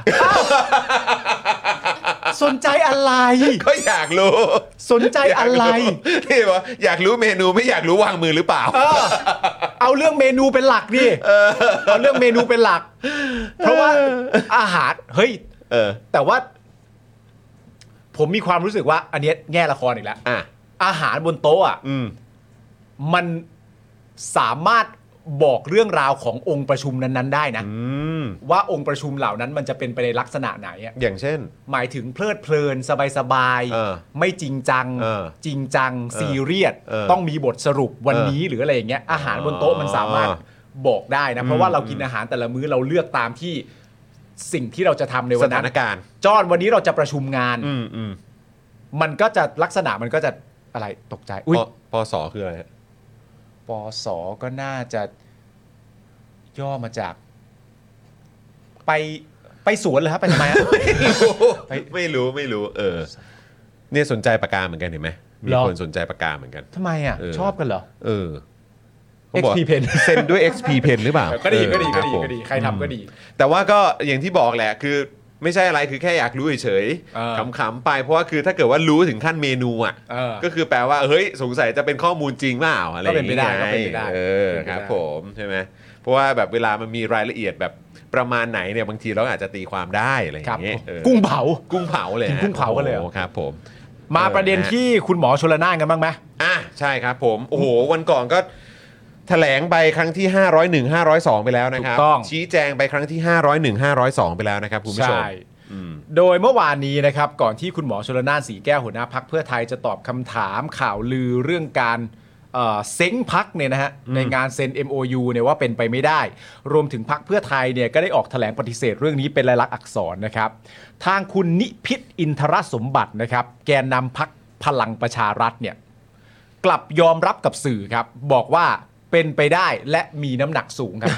สนใจอะไรก็อยากรู้สนใจอะไรนี่วะอยากรู้เมนูไม่อยากรู้วางมือหรือเปล่าเออเอาเรื่องเมนูเป็นหลักดิเอาเรื่องเมนูเป็นหลักเพราะว่าอาหารเฮ้ยแต่ว่าผมมีความรู้สึกว่าอันนี้แง่ละครอีกแล้วอาหารบนโต๊ะอ่ะมันสามารถบอกเรื่องราวขององค์ประชุมนั้นๆได้นะว่าองค์ประชุมเหล่านั้นมันจะเป็นไปในลักษณะไหนอ่ะอย่างเช่นหมายถึงเพลิดเพลินสบายๆไม่จริงจังจริงจังซีเรียสต้องมีบทสรุปวันนี้หรืออะไรอย่างเงี้ยอาหารบนโต๊ะมันสามารถบอกได้นะเพราะว่าเรากินอาหารแต่ละมื้อเราเลือกตามที่สิ่งที่เราจะทำในวันนั้นสถานการณ์จอนวันนี้เราจะประชุมงานมันก็จะลักษณะมันก็จะอะไรตกใจอุ้ยปสคืออะไรปสก็น่าจะย่อมาจากไปไปสวนเลยครับไปทำไมไม่รู้ไม่รู้เออเนี่ยสนใจปากกาเหมือนกันเห็นไหมมีคนสนใจปากกาเหมือนกันทำไมอ่ะชอบกันเหรอเออเอ็กซ์ พี Pen เซ็นด้วย เอ็กซ์ พี Pen หรือเปล่าก็ดีก็ดีก็ดีก็ดีใครทำก็ดีแต่ว่าก็อย่างที่บอกแหละคือไม่ใช่อะไรคือแค่อยากรู้เฉยๆขำๆไปเพราะว่าคือถ้าเกิดว่ารู้ถึงขั้นเมนูอ่ะก็คือแปลว่าเฮ้ยสงสัยจะเป็นข้อมูลจริงเปล่าอะไรอย่างเงี้ยก็เป็นไปได้เออครับผมใช่ไหมเพราะว่าแบบเวลามันมีรายละเอียดแบบประมาณไหนเนี่ยบางทีเราอาจจะตีความได้อะไรอย่างเงี้ยกุ้งเผากุ้งเผาเลยกุ้งเผาก็เลยครับผมมาประเด็นที่คุณหมอชลน่านกันบ้างไหมอ่ะใช่ครับผมโอ้โหวันก่อนก็แถลงไปครั้งที่ห้าร้อยเอ็ด ห้าร้อยสองไปแล้วนะครับชี้แจงไปครั้งที่ห้าร้อยเอ็ด ห้าร้อยสองไปแล้วนะครับคุณผู้ชมโดยเมื่อวานนี้นะครับก่อนที่คุณหมอชลน่านสีแก้วหัวหน้าพรรคเพื่อไทยจะตอบคำถามข่าวลือเรื่องการเซ้งพรรคเนี่ยนะฮะในงานเซ็น เอ็ม โอ ยู เนี่ยว่าเป็นไปไม่ได้รวมถึงพรรคเพื่อไทยเนี่ยก็ได้ออกแถลงปฏิเสธเรื่องนี้เป็นลายลักษณ์อักษรนะครับทางคุณนิพิษอินทรสมบัตินะครับแกนนำพรรคพลังประชารัฐเนี่ยกลับยอมรับกับสื่อครับบอกว่าเป็นไปได้และมีน้ำหนักสูงครับ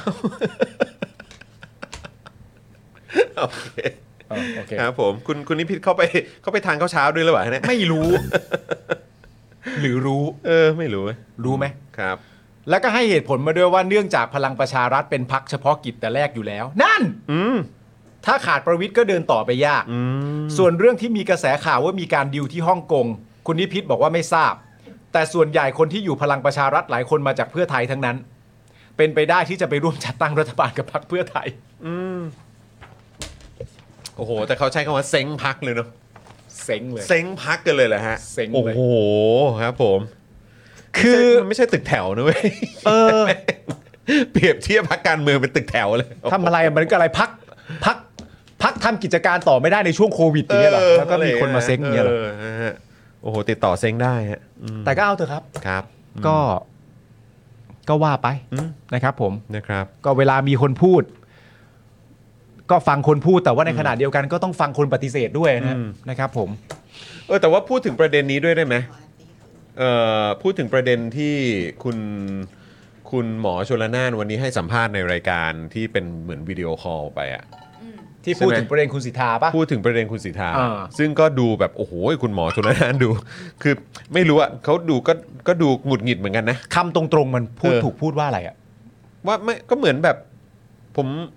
โอเคโอเคครับผมคุณคุณนิพิษเข้าไปเข้าไปทานข้าวเช้าด้วยหรือเปล่าเนี่ยไม่รู้หรือรู้เออไม่รู้รู้ไหมครับแล้วก็ให้เหตุผลมาด้วยว่าเนื่องจากพลังประชารัฐเป็นพรรคเฉพาะกิจแต่แรกอยู่แล้วนั่นถ้าขาดประวิตรก็เดินต่อไปยากส่วนเรื่องที่มีกระแสข่าวว่ามีการดิวที่ฮ่องกงคุณนิพิษบอกว่าไม่ทราบแต่ส่วนใหญ่คนที่อยู่พลังประชารัฐหลายคนมาจากเพื่อไทยทั้งนั้นเป็นไปได้ที่จะไปร่วมจัดตั้งรัฐบาลกับพรรคเพื่อไทยอืมโอ้โหแต่เขาใช้คำว่าเซ้งพรรคเลยเนาะเซ้งเลยเซ้งพรรคกันเลยเหรอฮะเซ้งเลยโอ้โหครับผมคือมันไม่ใช่ตึกแถวนะเว้ยเออเปรียบเทียบพรรคการเมืองเป็นตึกแถวเลยทำอะไรมันก็อะไรพรรคพรรคพรรคทำกิจการต่อไม่ได้ในช่วงโควิดอย่างเงี้ยหรอแล้วก็มีคนมาเซ้งอย่างเงี้ยหรอโอ้โหติดต่อเซ้งได้ฮะแต่ก็เอาเถอะครับครับก็ก็ว่าไปนะครับผมนะครับก็เวลามีคนพูดก็ฟังคนพูดแต่ว่าในขณะเดียวกันก็ต้องฟังคนปฏิเสธด้วยนะนะครับผมเออแต่ว่าพูดถึงประเด็นนี้ด้วยได้ไหมเอ่อพูดถึงประเด็นที่คุณคุณหมอชลน่านวันนี้ให้สัมภาษณ์ในรายการที่เป็นเหมือนวิดีโอคอลไปอ่ะที่พูดถึงประเด็นคุณสิทธาป่ะพูดถึงประเด็นคุณสิทธาซึ่งก็ดูแบบโอ้โหคุณหมอชลน่านดูคือไม่รู้อ่ะเขาดูก็ก็ดูหงุดหงิดเหมือนกันนะคำตรงๆมันพูดถูกพูดว่าอะไรอ่ะว่าไม่ก็เหมือนแบบผม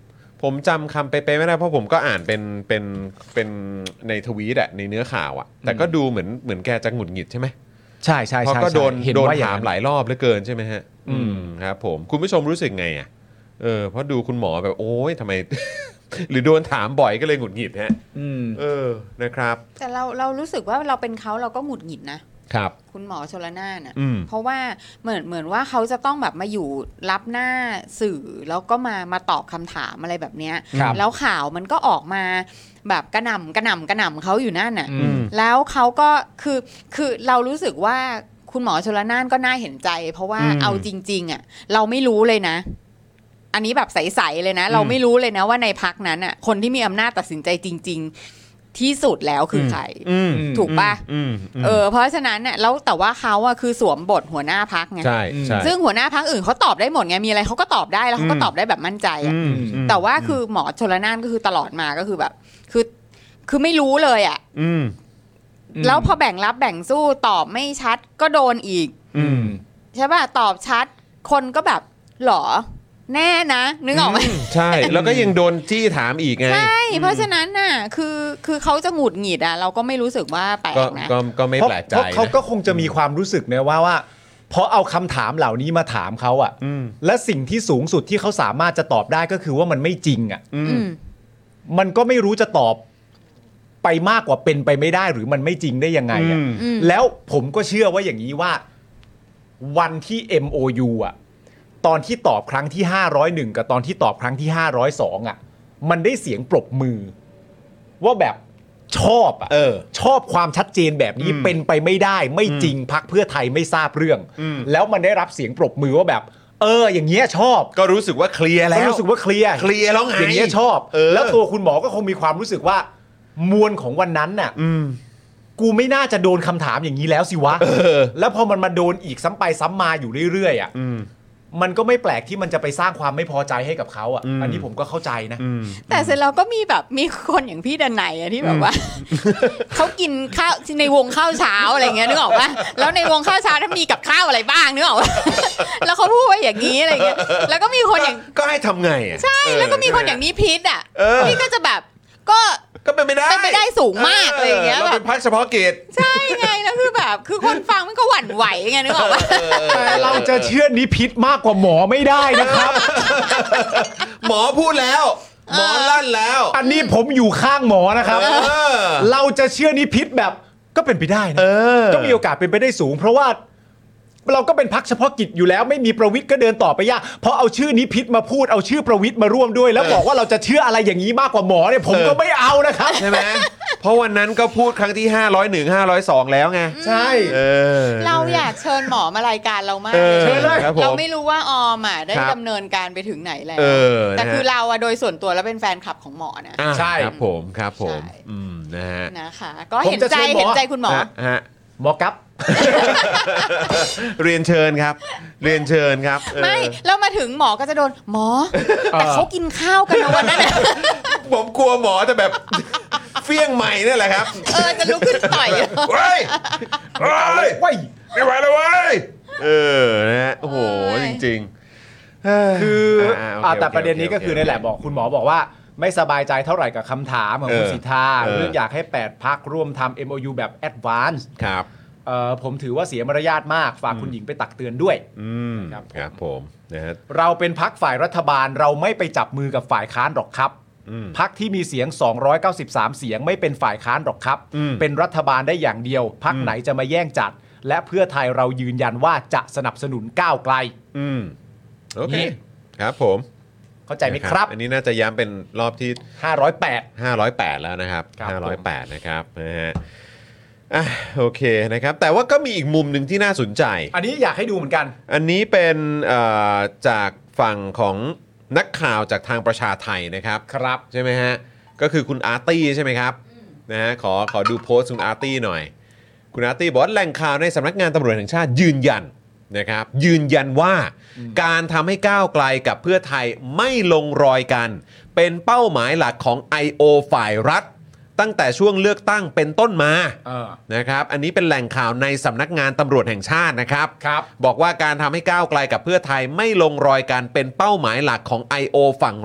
ผมจำคำเป๊ะๆไม่ได้เพราะผมก็อ่านเป็นเป็นเป็นในทวีตอะในเนื้อข่าวอะแต่ก็ดูเหมือนเหมือนแกจะหงุดหงิดใช่ไหมใช่ใช่เพราะก็โดนเห็นโดนว่าอย่าถาง มนั้นหลายรอบเหลือเกินใช่ไหมฮะอืมครับผมคุณผู้ชมรู้สึกไงอ่ะเออเพราะดูคุณหมอแบบโอ๊ยทำไม หรือโดนถามบ่อยก็เลยหงุดหงิดฮะอืมเออนะครับแต่เราเรารู้สึกว่าเราเป็นเขาเราก็หงุดหงิดนะครับ คุณหมอชลนานน่ะอืมเพราะว่าเหมือนเหมือนว่าเขาจะต้องแบบมาอยู่รับหน้าสื่อแล้วก็มามาตอบคำถามอะไรแบบเนี้ยครับแล้วข่าวมันก็ออกมาแบบกระหน่ำกระหน่ำกระหน่ำเขาอยู่นั่นน่ะอืมแล้วเขาก็คือคือเรารู้สึกว่าคุณหมอชลนานก็น่าเห็นใจ เพราะว่าอืมเอาจริง ๆอ่ะเราไม่รู้เลยนะ อันนี้แบบใสๆเลยนะ เราไม่รู้เลยนะว่าในพักนั้นอ่ะคนที่มีอำนาจตัดสินใจจริง ๆที่สุดแล้วคือใครอืมถูกป่ะอืมมเออเพราะฉะนั้นเนี่ยแล้วแต่ว่าเขาอะคือสวมบทหัวหน้าพักไงใช่ใช่ซึ่งหัวหน้าพักอื่นเขาตอบได้หมดไงมีอะไรเขาก็ตอบได้แล้วเขาก็ตอบได้แบบมั่นใจอะอืมอืมแต่ว่าคือหมอชลนานก็คือตลอดมาก็คือแบบ คือคือไม่รู้เลยอะอืมแล้วพอแบ่งรับแบ่งสู้ตอบไม่ชัดก็โดนอีกอืมใช่ป่ะตอบชัด คนก็แบบหรอแน่นะนึกออกไหมใช่แล้วก็ยังโดนจี้ถามอีกไงใช่เพราะฉะนั้นน่ะคือคือเขาจะหงุดหงิดอะเราก็ไม่รู้สึกว่าแปลก็กนะก็ก็ไม่เพราะแปลกใจเพราะเขานะก็คงจะมีความรู้สึกนะว่าว่าพอเอาคำถามเหล่านี้มาถามเขาอะอืมและสิ่งที่สูงสุดที่เขาสามารถจะตอบได้ก็คือว่ามันไม่จริงอะอืมอืมมันก็ไม่รู้จะตอบไปมากกว่าเป็นไปไม่ได้หรือมันไม่จริงได้ยังไงอะอืมอืมแล้วผมก็เชื่อว่าอย่างนี้ว่าวันที่ เอ็ม โอ ยู อ่ะตอนที่ตอบครั้งที่ห้าร้อยเอ็ดกับตอนที่ตอบครั้งที่ห้าร้อยสองอ่ะมันได้เสียงปรบมือ ว่าแบบชอบอ่ะเออชอบความชัดเจนแบบนี้อืมเป็นไปไม่ได้ไม่จริงพักเพื่อไทยไม่ทราบเรื่องอืมแล้วมันได้รับเสียงปรบมือว่าแบบ เออ อย่างเงี้ยชอบก็รู้สึกว่าเคลียร์แล้วก็รู้สึกว่าเคลียร์เคลียร์แล้วไงอย่างเงี้ยชอบเออแล้วตัวคุณหมอก็คงมีความรู้สึกว่ามวลของวันนั้นน่ะอืมกูไม่น่าจะโดนคำถามอย่างนี้แล้วสิวะเออแล้วพอมันมาโดนอีกซ้ำไปซ้ำมาอยู่เรื่อยๆอ่ะอืมมันก็ไม่แปลกที่มันจะไปสร้างความไม่พอใจให้กับเขาอ่ะอืมอันนี้ผมก็เข้าใจนะอืมแต่เสร็จแล้วก็มีแบบมีคนอย่างพี่ดันไหนอะที่แบบว่า เขากินข้าวในวงข้าวเช้าอะไรเงี้ยนึกออกปะแล้วในวงข้าวเช้าถ้ามีกับข้าวอะไรบ้างนึกออกปะ แล้วเขาพูดว่าอย่างนี้อะไรเงี้ยแล้วก็มีคนอย่างก็ให้ทำไงอ่ะใช่เออแล้วก็มีคนอย่างนี้พีทอ่ะเออพี่ก็จะแบบก็ก็เป็นไม่ได้เป็นไปได้สูงมากอะไรอย่างเงี้ยเราแบเป็บนพักเฉพาะกิจใช่ไงแล้วคือแบบคือคนฟังมันก็หวั่นไหวไงนึกออกปะแต่เราจะเชื่อนิพิษมากกว่าหมอไม่ได้นะครับหมอพูดแล้ว หมอลั่นแล้วอันนี้ผมอยู่ข้างหมอนะครับเออเราจะเชื่อนิพิษแบบก็เป็นไปได้นะเออก็มีโอกาสเป็นไปได้สูง เพราะว่าเราก็เป็นพักเฉพาะกิจอยู่แล้วไม่มีประวิทย์ก็เดินต่อไปยากเพราะเอาชื่อนิพิษมาพูดเอาชื่อประวิทย์มาร่วมด้วย แล้วบอกว่าเราจะเชื่ออะไรอย่างนี้มากกว่าหมอเนี่ยผมก็ไม่เอานะครับใช่ไหมเพราะวันนั้นก็พูดครั้งที่ห้าร้อยเอ็ด ห้าร้อยสองแล้วไงใช่เออเราอยากเชิญหมอมารายการเรามากเออเลยเชิญเลยครับผมเราไม่รู้ว่าออมอ่ะได้ครับดำเนินการไปถึงไหนแล้วเออแต่นะฮะคือเราอะโดยส่วนตัวแล้วเป็นแฟนคลับของหมอนะอ่ะใช่ครับผมครับผมอืมนะฮะนะคะ ก็เห็นใจผมจะเชิญหมอเห็นใจคุณหมอฮะฮะหมอครับเรียนเชิญครับ เรียนเชิญครับเออไม่แล้วมาถึงหมอก็จะโดนหมอ แต่เขากินข้าวกันนะวันนั้นน่ะผมกลัวหมอจะแบบ เฟี้ยงใหม่นี่แหละครับเออจะลุกขึ้นต่อยเว้ยเว้ยเว้ยไม่ไหวแล้วเว้ยเออนะฮะโอ้โหจริงๆเฮ้ยคืออ่าโออ่าเคแต่ประเด็นนี้โอก็เคคือนี่แหละบอกคุณหมอบอกว่าไม่สบายใจเท่าไหร่กับคำถามของคุณเออสิทธาเออเรื่องอยากให้แปดพักร่วมทำ เอ็ม โอ ยู แบบ Advance ครับเอ่อผมถือว่าเสียมารยาทมากฝากคุณหญิงไปตักเตือนด้วยอืมครับครับผมนะฮะเราเป็นพักฝ่ายรัฐบาลเราไม่ไปจับมือกับฝ่ายค้านหรอกครับอืมพักที่มีเสียงสองร้อยเก้าสิบสามเสียงไม่เป็นฝ่ายค้านหรอกครับอืมเป็นรัฐบาลได้อย่างเดียว พักอืมไหนจะมาแย่งจัด และเพื่อไทยเรายืนยันว่าจะสนับสนุนก้าวไกลอืมโอเคนี่ครับผมเข้าใจไหมครับอันนี้น่าจะย้ำเป็นรอบที่ห้าร้อยแปดห้าร้อยแปดแล้วนะครับครับห้าร้อยแปดนะครับนะฮะอ่ะโอเคนะครับ แต่ว่าก็มีอีกมุมหนึ่งที่น่าสนใจอันนี้อยากให้ดูเหมือนกันอันนี้เป็นเอ่อจากฝั่งของนักข่าวจากทางประชาไทยนะครับครับใช่ไหมฮะก็คือคุณอาร์ตี้ใช่ไหมครับนะฮะขอขอดูโพสต์คุณอาร์ตี้หน่อย คุณอาร์ตี้บอกว่าแหล่งข่าวในสำนักงานตำรวจแห่งชาติยืนยันนะครับยืนยันว่าการทำให้ก้าวไกลกับเพื่อไทยไม่ลงรอยกัน เป็นเป้าหมายหลักของ ไอ โอ ฝ่ายรัฐ ตั้งแต่ช่วงเลือกตั้งเป็นต้นมาเออนะครับอันนี้เป็นแหล่งข่าวในสำนักงานตำรวจแห่งชาตินะครับครับบอกว่าการทำให้ก้าวไกลกับเพื่อไทยไม่ลงรอยกันเป็นเป้าหมายหลักของ ไอ โอ ฝั่งรัฐ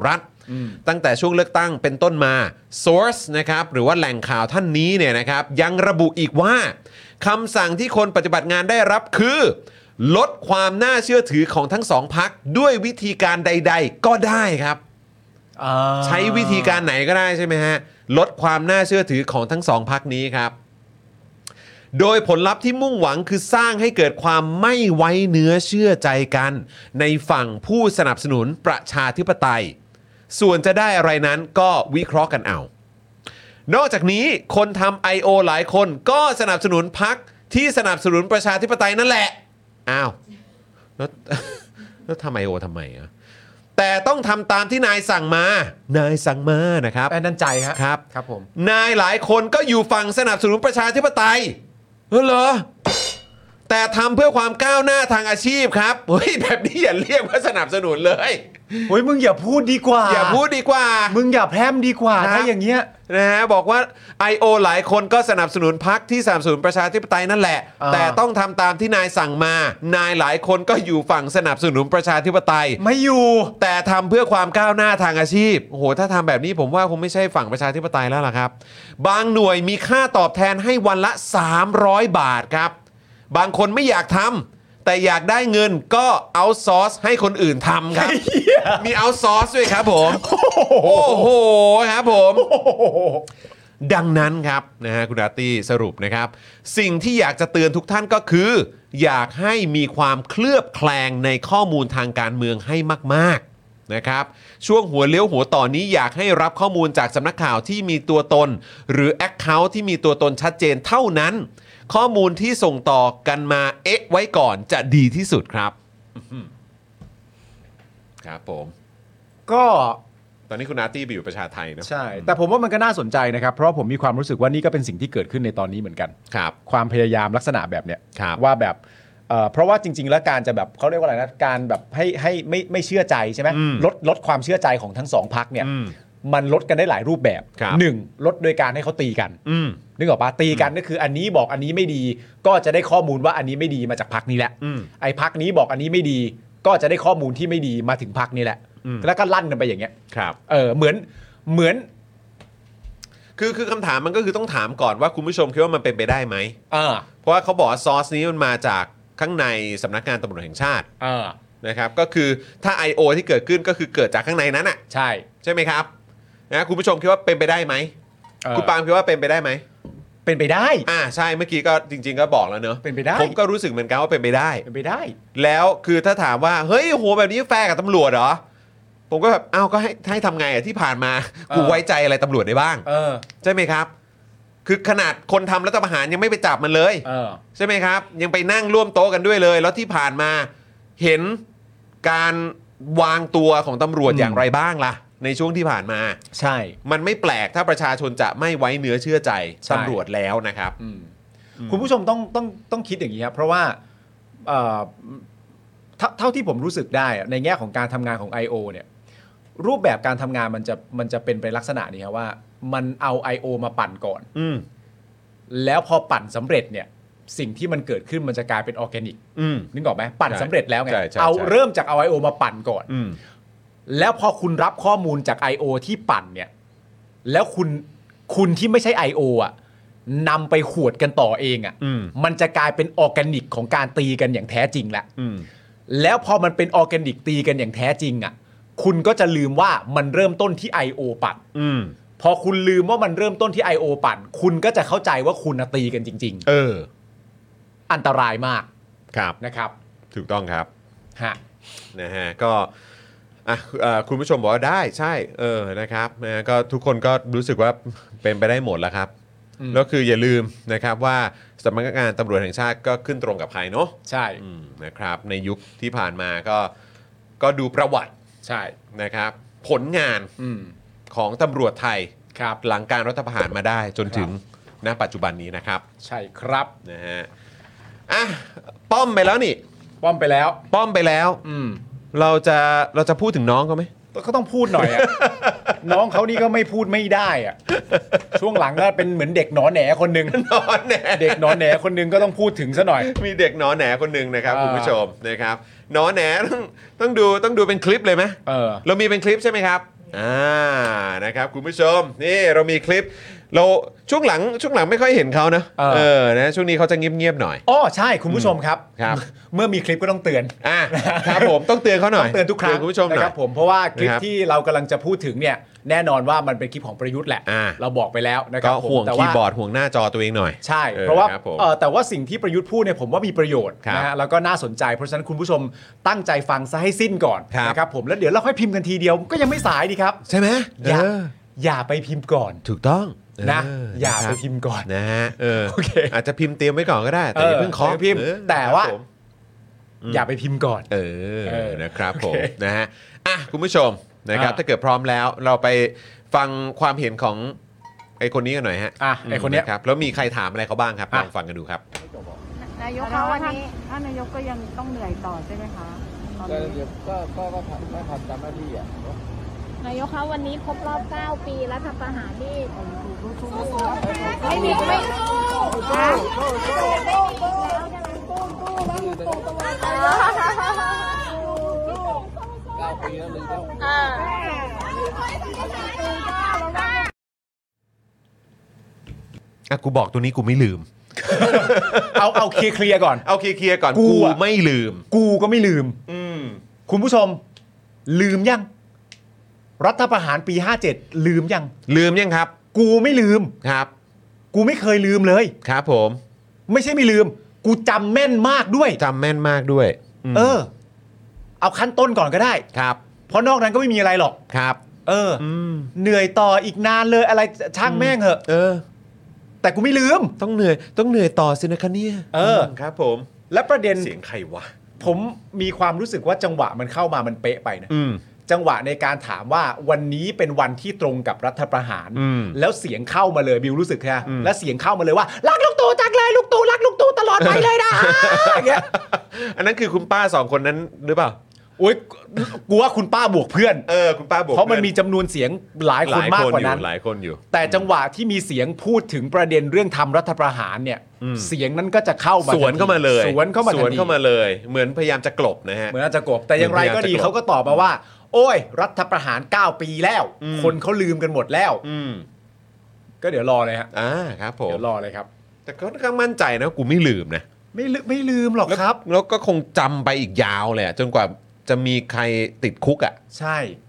ตั้งแต่ช่วงเลือกตั้งเป็นต้นมา source นะครับหรือว่าแหล่งข่าวท่านนี้เนี่ยนะครับยังระบุอีกว่าคำสั่งที่คนปฏิบัติงานได้รับคือลดความน่าเชื่อถือของทั้งสองพรรคด้วยวิธีการใดๆก็ได้ครับใช้วิธีการไหนก็ได้ใช่ไหมฮะลดความน่าเชื่อถือของทั้งสองพรรคนี้ครับโดยผลลัพธ์ที่มุ่งหวังคือสร้างให้เกิดความไม่ไว้เนื้อเชื่อใจกันในฝั่งผู้สนับสนุนประชาธิปไตยส่วนจะได้อะไรนั้นก็วิเคราะห์กันเอานอกจากนี้คนทำ ไอ โอ หลายคนก็สนับสนุนพรรคที่สนับสนุนประชาธิปไตยนั่นแหละอ้าวแล้วแล้วทำ ไอ โอ ทำไมอ่ะแต่ต้องทำตามที่นายสั่งมานายสั่งมานะครับนั่นใจฮะครับครับผมนายหลายคนก็อยู่ฝั่งสนับสนุนประชาธิปไตยเออเหรอแต่ทำเพื่อความก้าวหน้าทางอาชีพครับเฮ้ยแบบนี้อย่าเรียกว่าสนับสนุนเลยเฮ้ยมึงอย่าพูดดีกว่าอย่าพูดดีกว่ามึงอย่าแพร่มดีกว่าถ้าอย่างเงี้ยนะฮะบอกว่า ไอ โอ หลายคนก็สนับสนุนพรรคที่สนับสนุนประชาธิปไตยนั่นแหละแต่ต้องทำตามที่นายสั่งมานายหลายคนก็อยู่ฝั่งสนับสนุนประชาธิปไตยไม่อยู่แต่ทำเพื่อความก้าวหน้าทางอาชีพโอ้โหถ้าทำแบบนี้ผมว่าคงไม่ใช่ฝั่งประชาธิปไตยแล้วล่ะครับบางหน่วยมีค่าตอบแทนให้วันละสามร้อยบาทครับบางคนไม่อยากทำแต่อยากได้เงินก็เอาซอร์สให้คนอื่นทำครับมีเอาซอร์สด้วยครับผมโอ้โหครับผมดังนั้นครับนะฮะคุณอาร์ตี้สรุปนะครับสิ่งที่อยากจะเตือนทุกท่านก็คืออยากให้มีความเคลือบแคลงในข้อมูลทางการเมืองให้มากๆนะครับช่วงหัวเลี้ยวหัวต่อนี้อยากให้รับข้อมูลจากสำนักข่าวที่มีตัวตนหรือ Account ที่มีตัวตนชัดเจนเท่านั้นข้อมูลที่ส่งต่อกันมาเอ๊ะไว้ก่อนจะดีที่สุดครับครับผมก็ตอนนี้คุณอาร์ตี้ไปอยู่ประชาไทยเนอะใช่แต่ผมว่ามันก็น่าสนใจนะครับเพราะผมมีความรู้สึกว่านี่ก็เป็นสิ่งที่เกิดขึ้นในตอนนี้เหมือนกันครับความพยายามลักษณะแบบเนี้ยว่าแบบเอ่อเพราะว่าจริงๆแล้วการจะแบบเขาเรียกว่าอะไรนะการแบบให้ให้ไม่ไม่เชื่อใจใช่ไหมลดลดความเชื่อใจของทั้งสองพรรคเนี่ยมันลดกันได้หลายรูปแบบหนึ่งลดโดยการให้เขาตีกันนึกออกปะตีกันก็คืออันนี้บอกอันนี้ไม่ดีก็จะได้ข้อมูลว่าอันนี้ไม่ดีมาจากพรรคนี้แหละไอ้พรรคนี้บอกอันนี้ไม่ดีก็จะได้ข้อมูลที่ไม่ดีมาถึงพรรคนี้แหละแล้วก็ลั่นกันไปอย่างเงี้ยครับเออเหมือนเหมือนคือคือคำถามมันก็คือต้องถามก่อนว่าคุณผู้ชมคิดว่ามันเป็นไปได้ไหมอ่าเพราะว่าเขาบอกว่าซอสนี้มันมาจากข้างในสำนักงานตำรวจแห่งชาติอ่านะครับก็คือถ้า ไอ โอ ที่เกิดขึ้นก็คือเกิดจากข้างในนั้นอ่ะใช่ใช่ไหมครับนะคุณผู้ชมคิดว่าเป็นไปได้ไหมคุณปาล์มคิดว่าเป็นไปได้ไหมเป็นไปได้อ่าใช่เมื่อกี้ก็จริงๆก็บอกแล้วเนอะเป็นไปได้ผมก็รู้สึกเหมือนกันว่าเป็นไปได้เป็นไปได้แล้วคือถ้าถามว่าเฮ้ยโหแบบนี้แฟร์กับตำรวจเหรอผมก็แบบอ้าวก็ให้ให้ทำไงอ่ะที่ผ่านมากูไว้ใจอะไรตำรวจได้บ้างเออใช่ไหมครับคือขนาดคนทำรัฐประหารยังไม่ไปจับมันเลยเออใช่ไหมครับยังไปนั่งร่วมโต๊ะกันด้วยเลยแล้วที่ผ่านมาเห็นการวางตัวของตำรวจอย่างไรบ้างล่ะในช่วงที่ผ่านมาใช่มันไม่แปลกถ้าประชาชนจะไม่ไว้เนื้อเชื่อใจตำรวจแล้วนะครับคุณผู้ชมต้องต้องต้องคิดอย่างนี้ครับเพราะว่าเอ่อเท่าที่ผมรู้สึกได้ในแง่ของการทำงานของ ไอ โอ เนี่ยรูปแบบการทำงานมันจะมันจะเป็นไปลักษณะนี้ครับว่ามันเอา ไอ โอ มาปั่นก่อนอืแล้วพอปั่นสำเร็จเนี่ยสิ่งที่มันเกิดขึ้นมันจะกลายเป็นออร์แกนิกนึกออกไหมปั่นสำเร็จแล้วไงเอาเริ่มจากเอา ไอ โอ มาปั่นก่อนแล้วพอคุณรับข้อมูลจาก ไอ โอ ที่ปั่นเนี่ยแล้วคุณคุณที่ไม่ใช่ ไอ โอ อ่ะนำไปขวดกันต่อเองอ่ะมันจะกลายเป็นออร์แกนิกของการตีกันอย่างแท้จริงละแล้วพอมันเป็นออร์แกนิกตีกันอย่างแท้จริงอ่ะคุณก็จะลืมว่ามันเริ่มต้นที่ ไอ โอ ปั่นพอคุณลืมว่ามันเริ่มต้นที่ ไอ โอ ปั่นคุณก็จะเข้าใจว่าคุณตีกันจริงๆเอออันตรายมากครับนะครับถูกต้องครับฮะนะฮะก็อ่ะคุณผู้ชมบอกว่าได้ใช่เออนะครับนะก็ทุกคนก็รู้สึกว่าเป็นไปได้หมดแล้วครับแล้วคืออย่าลืมนะครับว่าสำนักงานตำรวจแห่งชาติก็ขึ้นตรงกับใครเนาะใช่นะครับในยุคที่ผ่านมาก็ก็ดูประวัติใช่นะครับผลงานของตำรวจไทยครับหลังการรัฐประหารมาได้จนถึงณปัจจุบันนี้นะครับใช่ครับนะฮะอ่ะป้อมไปแล้วนี่ป้อมไปแล้วป้อมไปแล้วอืมเราจะเราจะพูดถึงน้องเขาไหมก็ต้องพูดหน่อยอ่ะ น้องเขานี่ก็ไม่พูดไม่ได้อ่ะช่วงหลังก็เป็นเหมือนเด็กหนอแหนคนนึงหนอแหนเด็กหนอแหนคนนึงก็ต้องพูดถึงซะหน่อยมีเด็กหนอแหนคนนึงนะครับคุณผู้ชมนะครับหนอแหนต้องต้องดูต้องดูเป็นคลิปเลยไหมเออเรามีเป็นคลิปใช่ไหมครับอ่านะครับคุณผู้ชมนี่เรามีคลิปเราช่วงหลังช่วงหลังไม่ค่อยเห็นเขานะเออเออนะช่วงนี้เขาจะเงียบๆหน่อยอ๋อใช่คุณผู้ชมครับครับเมื่อมีคลิปก็ต้องเตือนอ่าครับผมต้องเตือนเขาหน่อยต้องเตือนทุกครั้งเตือนคุณผู้ชมหน่อยนะครับผมเพราะว่าคลิปนะครับที่เรากำลังจะพูดถึงเนี่ยแน่นอนว่ามันเป็นคลิปของประยุทธ์แหละอ่าเราบอกไปแล้วนะครัก็บผมห่วงแต่คีว่าย์บอร์ดห่วงหน้าจอตัวเองหน่อยใช่ออเพราะว่าครับผมเอ่อแต่ว่าสิ่งที่ประยุทธ์พูดเนี่ยผมว่ามีประโยชน์ครับนะฮะแล้วก็น่าสนใจเพราะฉะนั้นคุณผู้ชมตั้งใจฟังซะให้สิ้นก่อนครับนะครับผมแล้วเดี๋ยวเราค่อยพิมพ์กันทีเดียวก็ยังไม่สายดีครับใช่ไหมอย่าเอออย่าไปพิมพ์ก่อนถูกต้องนะเอย่าคไปรับพิมพ์ก่อนนะฮะเออโอเคอาจจะพิมพ์เตรียมไว้ก่อนก็ได้แต่อย่าเพิ่งเคาะอย่าพิมพ์เออแต่ว่าครับผมอย่าไปพิมพ์ก่อนเออเออนะครับผมโอเคนะฮะอ่ะคุณผู้ชมนะครับอ่ะถ้าเกิดพร้อมแล้วเราไปฟังความเห็นของไอ้คนนี้กันหน่อยฮะอ่ะไอ้คนเนี้ยครับแล้วมีใครถามอะไรเขาบ้างครับลอ่ะองฟังกันดูครับนายกคะวันนี้ท่านนายกก็ยังต้องเหนื่อยต่อใช่ไหมคะตอนนี้ก็ก็ก็ทำไม่ทำตามหน้าที่อ่ะนายกคะวันนี้ครบรอบเก้าปีรัฐประหารนี่ไม่มีไม่ฮะเก้าปีแล้วเลยแล้วอ่าอ่ะกูบอกตัวนี้กูไม่ลืมเอาเอาเคลียร์ๆก่อนเอาเคลียร์ๆก่อนกูกูอะไม่ลืมกูก็ไม่ลืมอืมคุณผู้ชม ลืมยัง รัฐประหารปีห้าเจ็ดลืมยังลืมยังครับกูไม่ลืมครับกูไม่เคยลืมเลยครับผมไม่ใช่ไม่ลืม กูจำแม่นมากด้วยจำแม่นมากด้วยมเออ เอาขั้นต้นก่อนก็ได้ครับเพราะนอกนั้นก็ไม่มีอะไรหรอกครับเอออมเหนื่อยต่ออีกนานเลยอะไรช่างแม่งเหอะเออแต่กูไม่ลืมต้องเหนื่อยต้องเหนื่อยต่อสินะคะเนี่ยเออครับผมและประเด็นเสียงใครวะผมมีความรู้สึกว่าจังหวะมันเข้ามามันเป๊ะไปนะอืมจังหวะในการถามว่าวันนี้เป็นวันที่ตรงกับรัฐประหารอืมแล้วเสียงเข้ามาเลยบิวรู้สึกแค่อืมแล้วเสียงเข้ามาเลยว่ารักลูกตู่จังเลยลูกตู่รักลูกตู่ตลอดไปเลยนะอย่างเงี้ยอันนั้นคือคุณป้าสองคนนั้นหรือเปล่าโอ๊ยกูว่าคุณป้าบวกเพื่อนเออคุณป้าบวกเพราะมันพื่อมีจำนวนเสียงหลายคนมากกว่านั้นหลายคนอยู่แต่จังหวะที่มีเสียงพูดถึงประเด็นเรื่องทำรัฐประหารเนี่ยอืมเสียงนั้นก็จะเข้ามาสวนเข้ามาเลยสวนเข้ามาสทัวนนทีเข้ามาเลย เหมือนพยายามจะกลบนะฮะเหมือนอาจจะกบแต่อย่างไรก็ดีเหมือนพยายามจะกลบเขาก็ตอบมาว่า โอ้ย รัฐประหารเก้าปีแล้วอืมคนเขาลืมกันหมดแล้วอืมก็เดี๋ยวรอเลยฮะอ่าครับผมเดี๋ยวรอเลยครับแต่ก็ค่อนข้างมั่นใจนะกูไม่ลืมนะไม่ลืมไม่ลืมหรอกแล้วครับแล้วก็คงจำไปอีกยาวเลยอะจนกว่าจะมีใครติดคุกอ่ะใช่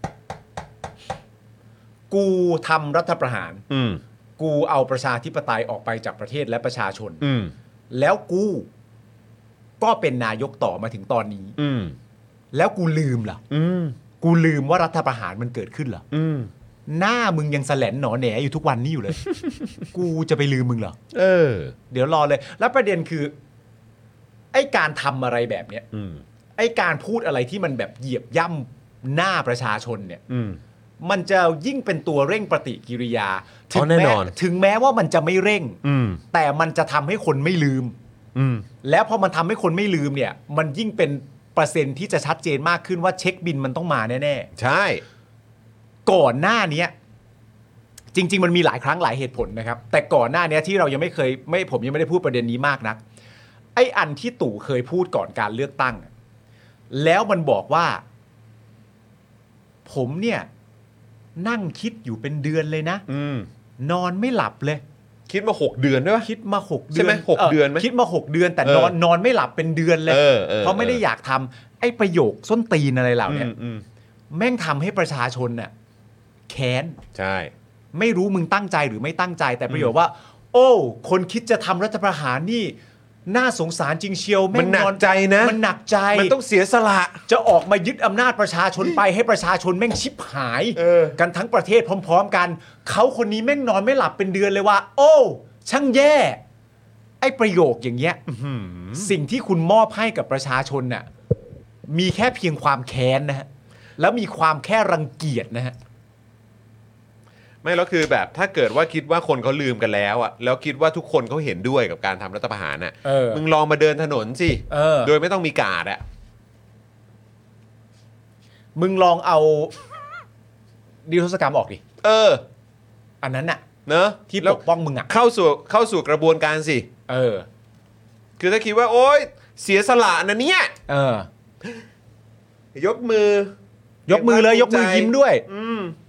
กูทำรัฐประหารอืมกูเอาประชาธิปไตยออกไปจากประเทศและประชาชนอืมแล้วกูก็เป็นนายกต่อมาถึงตอนนี้อืมแล้วกูลืมเหรออืมกูลืมว่ารัฐประหารมันเกิดขึ้นเหรออืมหน้ามึงยังแสลนหนอแหนอยู่ทุกวันนี้อยู่เลย กูจะไปลืมมึงเหรอเออเดี๋ยวรอเลย แล้วประเด็นคือ ไอ้การทำอะไรแบบเนี้ยอืมไอ้การพูดอะไรที่มันแบบเหยียบย่ำหน้าประชาชนเนี่ยอืมมันจะยิ่งเป็นตัวเร่งปฏิกิริยา ถึอ๋อแน่แม้นอนถึงแม้ว่ามันจะไม่เร่งอืมแต่มันจะทำให้คนไม่ลืมอืมแล้วพอมันทำให้คนไม่ลืมเนี่ย มันยิ่งเป็นเปอร์เซ็นต์ที่จะชัดเจนมากขึ้นว่าเช็คบินมันต้องมาแน่ๆใช่ก่อนหน้านี้จริง ๆ มันมีหลายครั้งหลายเหตุผลนะครับ แต่ก่อนหน้านี้ที่เรายังไม่เคยไม่ผมยังไม่ได้พูดประเด็นนี้มากนักไอ้อันที่ตู่เคยพูดก่อนการเลือกตั้งอะแล้วมันบอกว่า ผมเนี่ยนั่งคิดอยู่เป็นเดือนเลยนะอืมนอนไม่หลับเลยคิดมาหกเดือนด้วยปะคิดมาหกเดืใช่ไหมหกเดือนไหมคิดมาหกเดือนแต่เออนอนนอนไม่หลับเป็นเดือนเลยเออเออเพราะไม่ได้อยากทำไอ้ประโยคส้นตีนอะไรเหล่าเนี้ยอืมอืมแม่งทำให้ประชาชนน่ะแค้นใช่ไม่รู้มึงตั้งใจหรือไม่ตั้งใจแต่ประโยคว่า โอ้ คนคิดจะทำรัฐประหารนี่ น่าสงสารจริงเชียวมันหนักใจนะมันหนักใจมันต้องเสียสละจะออกมายึดอำนาจประชาชนไปให้ประชาชนแม่งชิบหายเออกันทั้งประเทศพร้อม ๆ กัน เขาคนนี้แม่งนอนไม่หลับเป็นเดือนเลยว่า โอ้ ช่างแย่ ไอ้ประโยคอย่างเงี้ยสิ่งที่คุณมอบให้กับประชาชนน่ะมีแค่เพียงความแค้นนะฮะแล้วมีความแค่รังเกียจนะฮะไม่แล้วคือแบบถ้าเกิดว่าคิดว่าคนเขาลืมกันแล้วอ่ะแล้วคิดว่าทุกคนเขาเห็นด้วยกับการทำรัฐประหารอ่ะเออมึงลองมาเดินถนนสิเออโดยไม่ต้องมีการ์ดอ่ะมึงลองเอาดิโทศกรรมออกดิเอออันนั้นน่ะเนอะที่ปกป้องมึงอ่ะเข้าสู่เข้าสู่กระบวนการสิเออคือถ้าคิดว่า โอ๊ยเสียสละนะเนี่ยเออยกมือยกมือเลยยกมือยิ้มด้วยอืม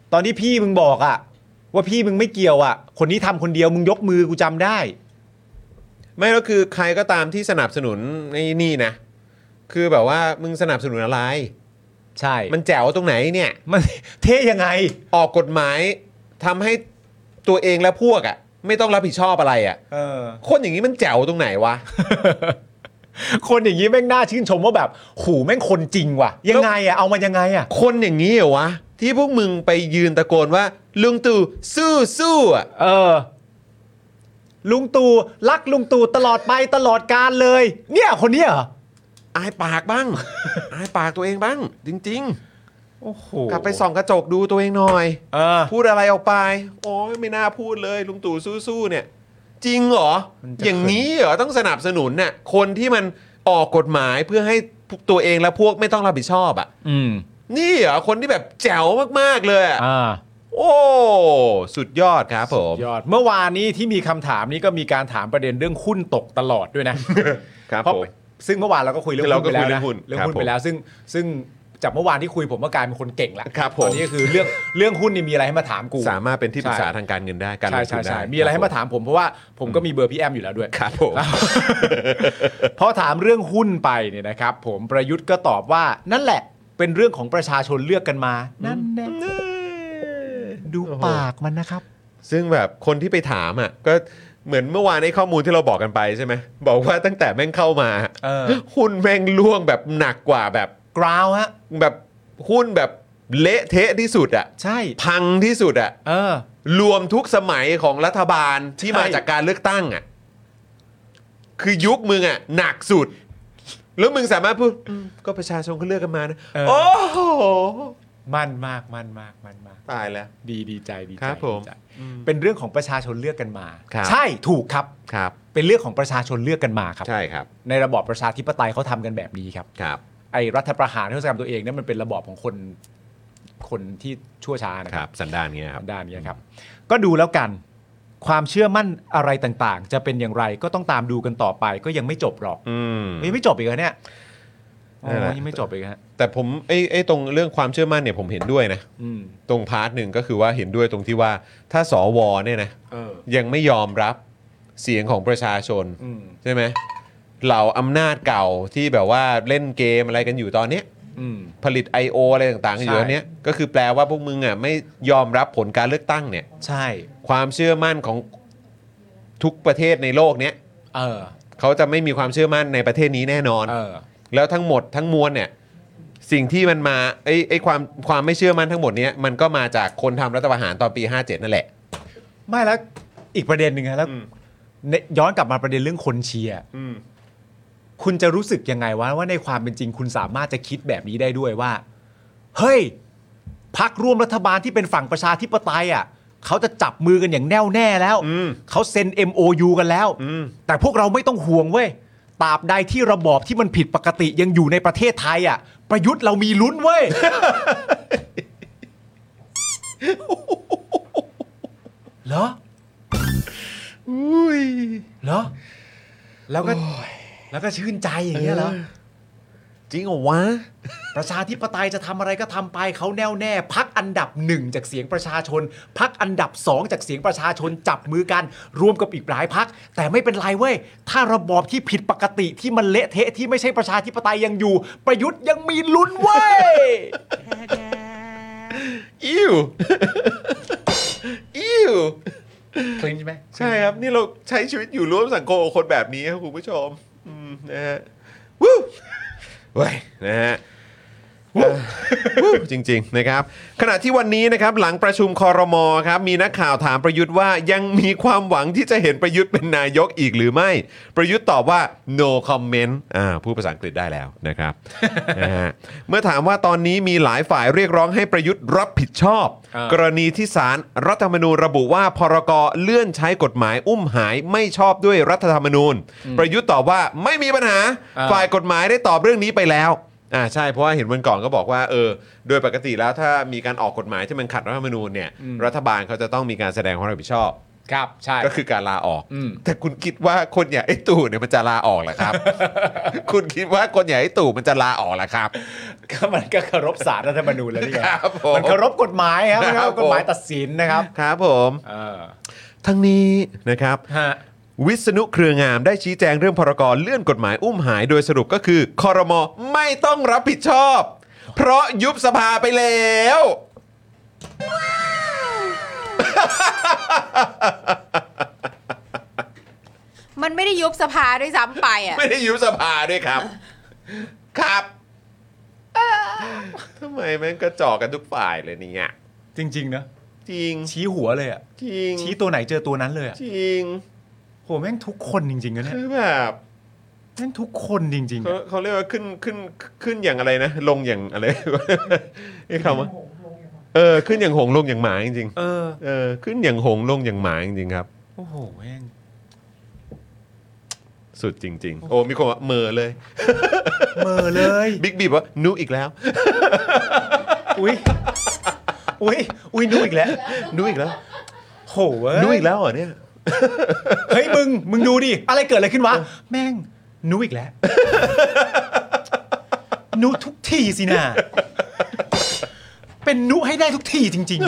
ตอนที่พี่มึงบอกอะว่าพี่มึงไม่เกี่ยวอะคนนี้ทำคนเดียวมึงยกมือกูจำได้ไม่แล้วคือใครก็ตามที่สนับสนุนในนี่นะคือแบบว่ามึงสนับสนุนอะไรใช่มันแจ๋วตรงไหนเนี่ยมันเท่ยังไงออกกฎหมายทำให้ตัวเองและพวกอ่ะไม่ต้องรับผิดชอบอะไรอ่ะเออคนอย่างนี้มันแจ๋วตรงไหนวะคนอย่างนี้แม่งน่าชื่นชมว่าแบบหูแม่งคนจริงว่ะยังไงอ่ะเอามายังไงอ่ะคนอย่างนี้เหรอวะที่พวกมึงไปยืนตะโกนว่าลุงตู่สู้สู้อ่ะเออลุงตู่รักลุงตู่ตลอดไปตลอดกาลเลยเนี่ยคนนี้เหรออายปากบ้าง อายปากตัวเองบ้างจริงๆโอ้โหกลับไปส่องกระจกดูตัวเองหน่อยเออพูดอะไรออกไปโอ้ยไม่น่าพูดเลยลุงตู่สู้ๆเนี่ยจริงเหรออย่างนี้เหรอต้องสนับสนุนน่ะคนที่มันออกกฎหมายเพื่อให้ตัวเองและพวกไม่ต้องรับผิดชอบอ่ะอืมนี่เหรอคนที่แบบแจ๋วมากๆเลยอ่ะโอ้สุดยอดครับผมสุดยอดเมื่อวานนี้ที่มีคำถามนี้ก็มีการถามประเด็นเรื่องหุ้นตกตลอดด้วยนะครับผมซึ่งเมื่อวานเราก็คุยเรื่องหุ้นไปแล้วนะเรื่องหุ้นไปแล้วซึ่งซึ่งจากเมื่อวานที่คุยผมก็กลายเป็นคนเก่งละตอนนี้ก็คือเรื่องเรื่องหุ้นนี่มีอะไรให้มาถามกูสามารถเป็นที่ปรึกษาทางการเงินได้การลงทุนได้มีอะไรให้มาถามผมเพราะว่าผมก็มีเบอร์พี่แอมอยู่แล้วด้วยครับผมพอถามเรื่องหุ้นไปเนี่ยนะครับผมประยุทธ์ก็ตอบว่านั่นแหละเป็นเรื่องของประชาชนเลือกกันมานั่นแน่ดูปากมันนะครับซึ่งแบบคนที่ไปถามอ่ะก็เหมือนเมื่อวานในข้อมูลที่เราบอกกันไปใช่ไหมบอกว่าตั้งแต่แม่งเข้ามาหุ้นแม่งล่วงแบบหนักกว่าแบบกราวฮะแบบหุ้นแบบเละเทะที่สุดอ่ะใช่พังที่สุดอ่ะเออรวมทุกสมัยของรัฐบาลที่มาจากการเลือกตั้งอ่ะคือยุคมึงอ่ะหนักสุดแล้วมึงสามารถพูดก็ประชาชนเขาเลือกกันมานะโอ้โหมันมากมันมากมันมากตายแล้วดีดีใจดีใจครับผมเป็นเรื่องของประชาชนเลือกกันมาใช่ถูกครับครับเป็นเรื่องของประชาชนเลือกกันมาครับใช่ครับในระบอบประชาธิปไตยเขาทำกันแบบนี้ครับครับไอ้รัฐประหารที่เขาทำตัวเองนั่นมันเป็นระบอบของคนคนที่ชั่วช้านะครับสันดานเงี้ยครับสันดานเงี้ยครับก็ดูแล้วกันความเชื่อมั่นอะไรต่างๆจะเป็นอย่างไรก็ต้องตามดูกันต่อไปก็ยังไม่จบหรอกยังไม่จบอีกเหรอเนี่ยอ๋อยังไม่จบอีกฮะแต่ผมไอ้ไอ้ตรงเรื่องความเชื่อมั่นเนี่ยผมเห็นด้วยนะตรงพาร์ทหนึ่งก็คือว่าเห็นด้วยตรงที่ว่าถ้าสวเนี่ยนะยังไม่ยอมรับเสียงของประชาชนใช่ไหมเหล่าอำนาจเก่าที่แบบว่าเล่นเกมอะไรกันอยู่ตอนนี้ผลิต ไอ โอ อะไรต่างๆอยู่ตอนนี้ก็คือแปลว่าพวกมึงอ่ะไม่ยอมรับผลการเลือกตั้งเนี่ยใช่ความเชื่อมั่นของทุกประเทศในโลกเนี้ยเออเขาจะไม่มีความเชื่อมั่นในประเทศนี้แน่นอนเออแล้วทั้งหมดทั้งมวลเนี่ยสิ่งที่มันมาไอ้ไอ้ความความไม่เชื่อมั่นทั้งหมดนี้มันก็มาจากคนทำรัฐประหารตอนปีห้าเจ็ดนั่นแหละไม่แล้วอีกประเด็นหนึ่งนะแล้วย้อนกลับมาประเด็นเรื่องคนเชียร์คุณจะรู้สึกยังไงวะว่าในความเป็นจริงคุณสามารถจะคิดแบบนี้ได้ด้วยว่าเฮ้ยพรรคร่วมรัฐบาลที่เป็นฝั่งประชาธิปไตยอ่ะเขาจะจับมือกันอย่างแน่วแน่แล้วเขาเซ็น เอ็ม โอ ยู กันแล้วแต่พวกเราไม่ต้องห่วงเว้ยตราบใดที่ระบอบที่มันผิดปกติยังอยู่ในประเทศไทยอ่ะประยุทธ์เรามีลุ้นเว้ย เหรออุ้ยเหรอแล้วก็แล้วก็ชื่นใจอย่างเงี้ยเหรอจริงเหรอวะประชาธิปไตยจะทำอะไรก็ทำไปเขาแน่วแน่พรรคอันดับหนึ่งจากเสียงประชาชนพรรคอันดับสองจากเสียงประชาชนจับมือกันรวมกับอีกหลายพรรคแต่ไม่เป็นไรเว้ยถ้าระบอบที่ผิดปกติที่มันเละเทะที่ไม่ใช่ประชาธิปไตยยังอยู่ประยุทธ์ยังมีลุ้นเว้ยอิวอิวคลินใช่ไหมใช่ครับนี่เราใช้ชีวิตอยู่ร่วมสังคมกับคนแบบนี้ครับคุณผู้ชมนะฮะวู้เว้ยนะฮะจริงๆนะครับขณะที่วันนี้นะครับหลังประชุมครม.ครับมีนักข่าวถามประยุทธ์ว่ายังมีความหวังที่จะเห็นประยุทธ์เป็นนายกอีกหรือไม่ประยุทธ์ตอบว่า no comment อ่าพูดภาษาอังกฤษได้แล้วนะครับ นะฮะเมื่อถามว่าตอนนี้มีหลายฝ่ายเรียกร้องให้ประยุทธ์รับผิดชอบกรณีที่ศาลรัฐธรรมนูญระบุว่าพรก.เลื่อนใช้กฎหมายอุ้มหายไม่ชอบด้วยรัฐธรรมนูญประยุทธ์ตอบว่าไม่มีปัญหาฝ่ายกฎหมายได้ตอบเรื่องนี้ไปแล้วอ่าใช่เพราะว่าเห็นวันก่อนก็บอกว่าเออโดยปกติแล้วถ้ามีการออกกฎหมายที่มันขัดรัฐธรรมนูญเนี่ยรัฐบาลเขาจะต้องมีการแสดงความรับผิดชอบครับใช่ก็คือการลาออกแต่คุณคิดว่าคนอย่างไอ้ตู่เนี่ยมันจะลาออกเหรอครับ คุณคิดว่าคนอย่างไอ้ตู่มันจะลาออกเหรอครับก็มันก็เคารพศาลรัฐธรรมนูญแล้วนี่ไงมันเคารพกฎหมายครับมันเคารพกฎหมายตัดสินนะครับครับผมทั้งนี้นะครับวิษณุเครืองามได้ชี้แจงเรื่องพรกเลื่อนกฎหมายอุ้มหายโดยสรุปก็คือครม.ไม่ต้องรับผิดชอบเพราะยุบสภาไปแล้วมันไม่ได้ยุบสภาด้วยซ้ำไปอ่ะไม่ได้ยุบสภาด้วยครับครับทำไมแม่งกระจอกกันทุกฝ่ายเลยเนี่ยจริงๆนะจริงชี้หัวเลยอ่ะจริงชี้ตัวไหนเจอตัวนั้นเลยอ่ะจริงโหแม่งทุกคนจริงๆนะเนี่ยคือแบบแม่งทุกคนจริงๆเขาเขาเรียกว่าขึ้นขึ้นขึ้นอย่างอะไรนะลงอย่างอะไรไอ้คำว่าเออขึ้นอย่างหงลงอย่างหมาจริงๆเออเออขึ้นอย่างหงลงอย่างหมาจริงๆครับโอ้โหแม่งสุดจริงๆโอ้มีคนว่าเมอเลยเมอเลยบิ๊กบีบว่านุอีกแล้วอุ้ยอุ้ยอุ้ยนุอีกแล้วนุอีกแล้วโหเว้ยนุอีกแล้วเหรอเนี่ยเฮ้ยมึงมึงดูดิอะไรเกิดอะไรขึ้นวะแม่งนุอีกแล้วนุทุกทีสินะเป็นนุให้ได้ทุกทีจริง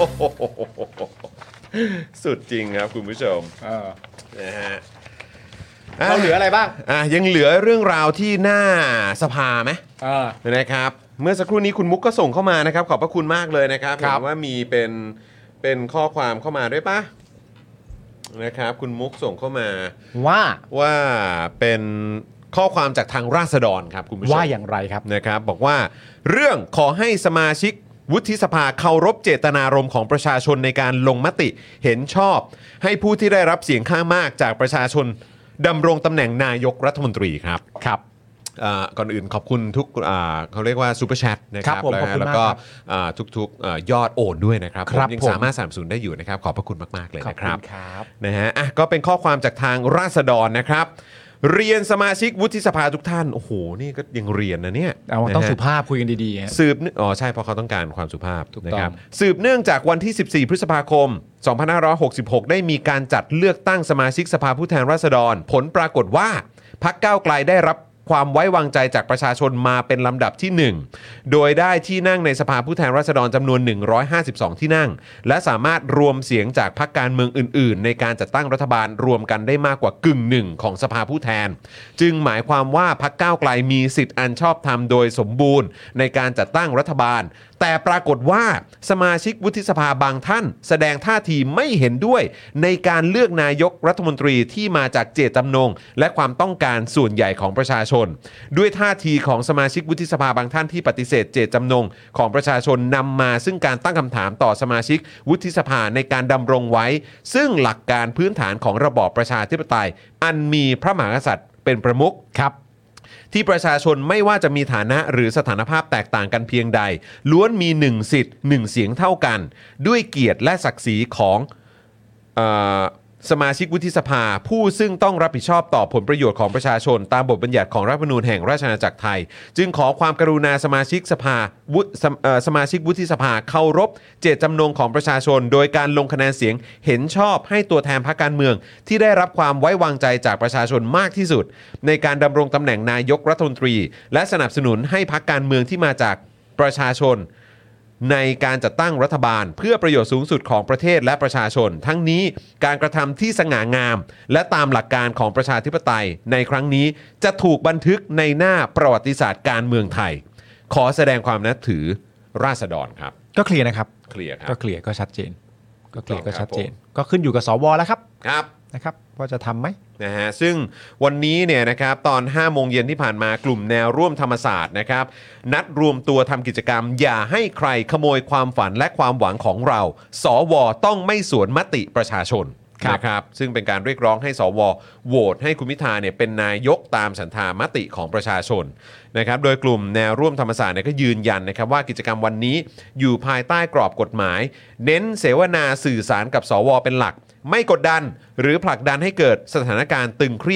ๆสุดจริงครับคุณผู้ชมนะฮะเราเหลืออะไรบ้างอ่ะยังเหลือเรื่องราวที่หน้าสภาไหมนะครับเมื่อสักครู่นี้คุณมุกก็ส่งเข้ามานะครับขอบพระคุณมากเลยนะครับเห็นว่ามีเป็นเป็นข้อความเข้ามาด้วยปะนะครับคุณมุกส่งเข้ามาว่าว่าเป็นข้อความจากทางราษฎรครับคุณผู้ชมว่าอย่างไรครับนะครับบอกว่าเรื่องขอให้สมาชิกวุฒิสภาเคารพเจตนารมณ์ของประชาชนในการลงมติเห็นชอบให้ผู้ที่ได้รับเสียงข้างมากจากประชาชนดำรงตำแหน่งนายกรัฐมนตรีครับครับก่อนอื่นขอบคุณทุกเขาเรียกว่าซูเปอร์แชทนะครับแล้วก็ทุกๆยอดโอนด้วยนะครับผมยังสามารถสนับสนุนได้อยู่นะครับขอบพระคุณมากๆเลยนะครับนะฮะก็เป็นข้อความจากทางราษฎรนะครับเรียนสมาชิกวุฒิสภาทุกท่านโอ้โหนี่ก็ยังเรียนนะเนี่ยต้องสุภาพคุยกันดีๆสืบอ๋อใช่เพราะเขาต้องการความสุภาพนะครับสืบเนื่องจากวันที่สิบสี่พฤษภาคมสองพันห้าร้อยหกสิบหกได้มีการจัดเลือกตั้งสมาชิกสภาผู้แทนราษฎรผลปรากฏว่าพรรคก้าวไกลได้รับความไว้วางใจจากประชาชนมาเป็นลำดับที่หนึ่งโดยได้ที่นั่งในสภาผู้แทนราษฎรจำนวนหนึ่งร้อยห้าสิบสองที่นั่งและสามารถรวมเสียงจากพรรคการเมืองอื่นๆในการจัดตั้งรัฐบาลรวมกันได้มากกว่ากึ่งหนึ่งของสภาผู้แทนจึงหมายความว่าพรรคก้าวไกลมีสิทธิ์อันชอบธรรมโดยสมบูรณ์ในการจัดตั้งรัฐบาลแต่ปรากฏว่าสมาชิกวุฒิสภาบางท่านแสดงท่าทีไม่เห็นด้วยในการเลือกนายกรัฐมนตรีที่มาจากเจตจำนงและความต้องการส่วนใหญ่ของประชาชนด้วยท่าทีของสมาชิกวุฒิสภาบางท่านที่ปฏิเสธเจตจำนงของประชาชนนำมาซึ่งการตั้งคำถามต่อสมาชิกวุฒิสภาในการดำรงไว้ซึ่งหลักการพื้นฐานของระบอบประชาธิปไตยอันมีพระมหากษัตริย์เป็นประมุขครับที่ประชาชนไม่ว่าจะมีฐานะหรือสถานภาพแตกต่างกันเพียงใดล้วนมีหนึ่งสิทธิ์หนึ่งเสียงเท่ากันด้วยเกียรติและศักดิ์ศรีของเอ่อสมาชิกวุฒิสภาผู้ซึ่งต้องรับผิดชอบต่อผลประโยชน์ของประชาชนตามบทบัญญัติของรัฐธรรมนูญแห่งราชอาณาจักรไทยจึงขอความกรุณาสมาชิกสภาวุสสมาชิกวุฒิสภาเคารพเจตจำนงของประชาชนโดยการลงคะแนนเสียงเห็นชอบให้ตัวแทนพรรคการเมืองที่ได้รับความไว้วางใจจากประชาชนมากที่สุดในการดำรงตำแหน่งนายกรัฐมนตรีและสนับสนุนให้พรรคการเมืองที่มาจากประชาชนในการจัดตั้งรัฐบาลเพื่อประโยชน์สูงสุดของประเทศและประชาชนทั้งนี้การกระทำที่สง่างามและตามหลักการของประชาธิปไตยในครั้งนี้จะถูกบันทึกในหน้าประวัติศาสตร์การเมืองไทยขอแสดงความนับถือราษฎรครับก็เคลียร์นะครับเคลียร์ครับก็เคลียร์ก็ชัดเจนก็เคลียร์ก็ชัดเจนก็ขึ้นอยู่กับสวแล้วครับครับนะครับว่าจะทำไหมนะฮะซึ่งวันนี้เนี่ยนะครับตอนห้าโมงเย็นที่ผ่านมากลุ่มแนวร่วมธรรมศาสตร์นะครับนัดรวมตัวทำกิจกรรมอย่าให้ใครขโมยความฝันและความหวังของเราสวต้องไม่สวนมติประชาชนนะครับซึ่งเป็นการเรียกร้องให้สวโหวตให้คุณพิธาเนี่ยเป็นนายกตามฉันทามติของประชาชนนะครับโดยกลุ่มแนวร่วมธรรมศาสตร์เนี่ยก็ยืนยันนะครับว่ากิจกรรมวันนี้อยู่ภายใต้กรอบกฎหมายเน้นเสวนาสื่อสารกับสวเป็นหลักไม่กดดันหรือผลักดันให้เกิดสถานการณ์ตึงเครียด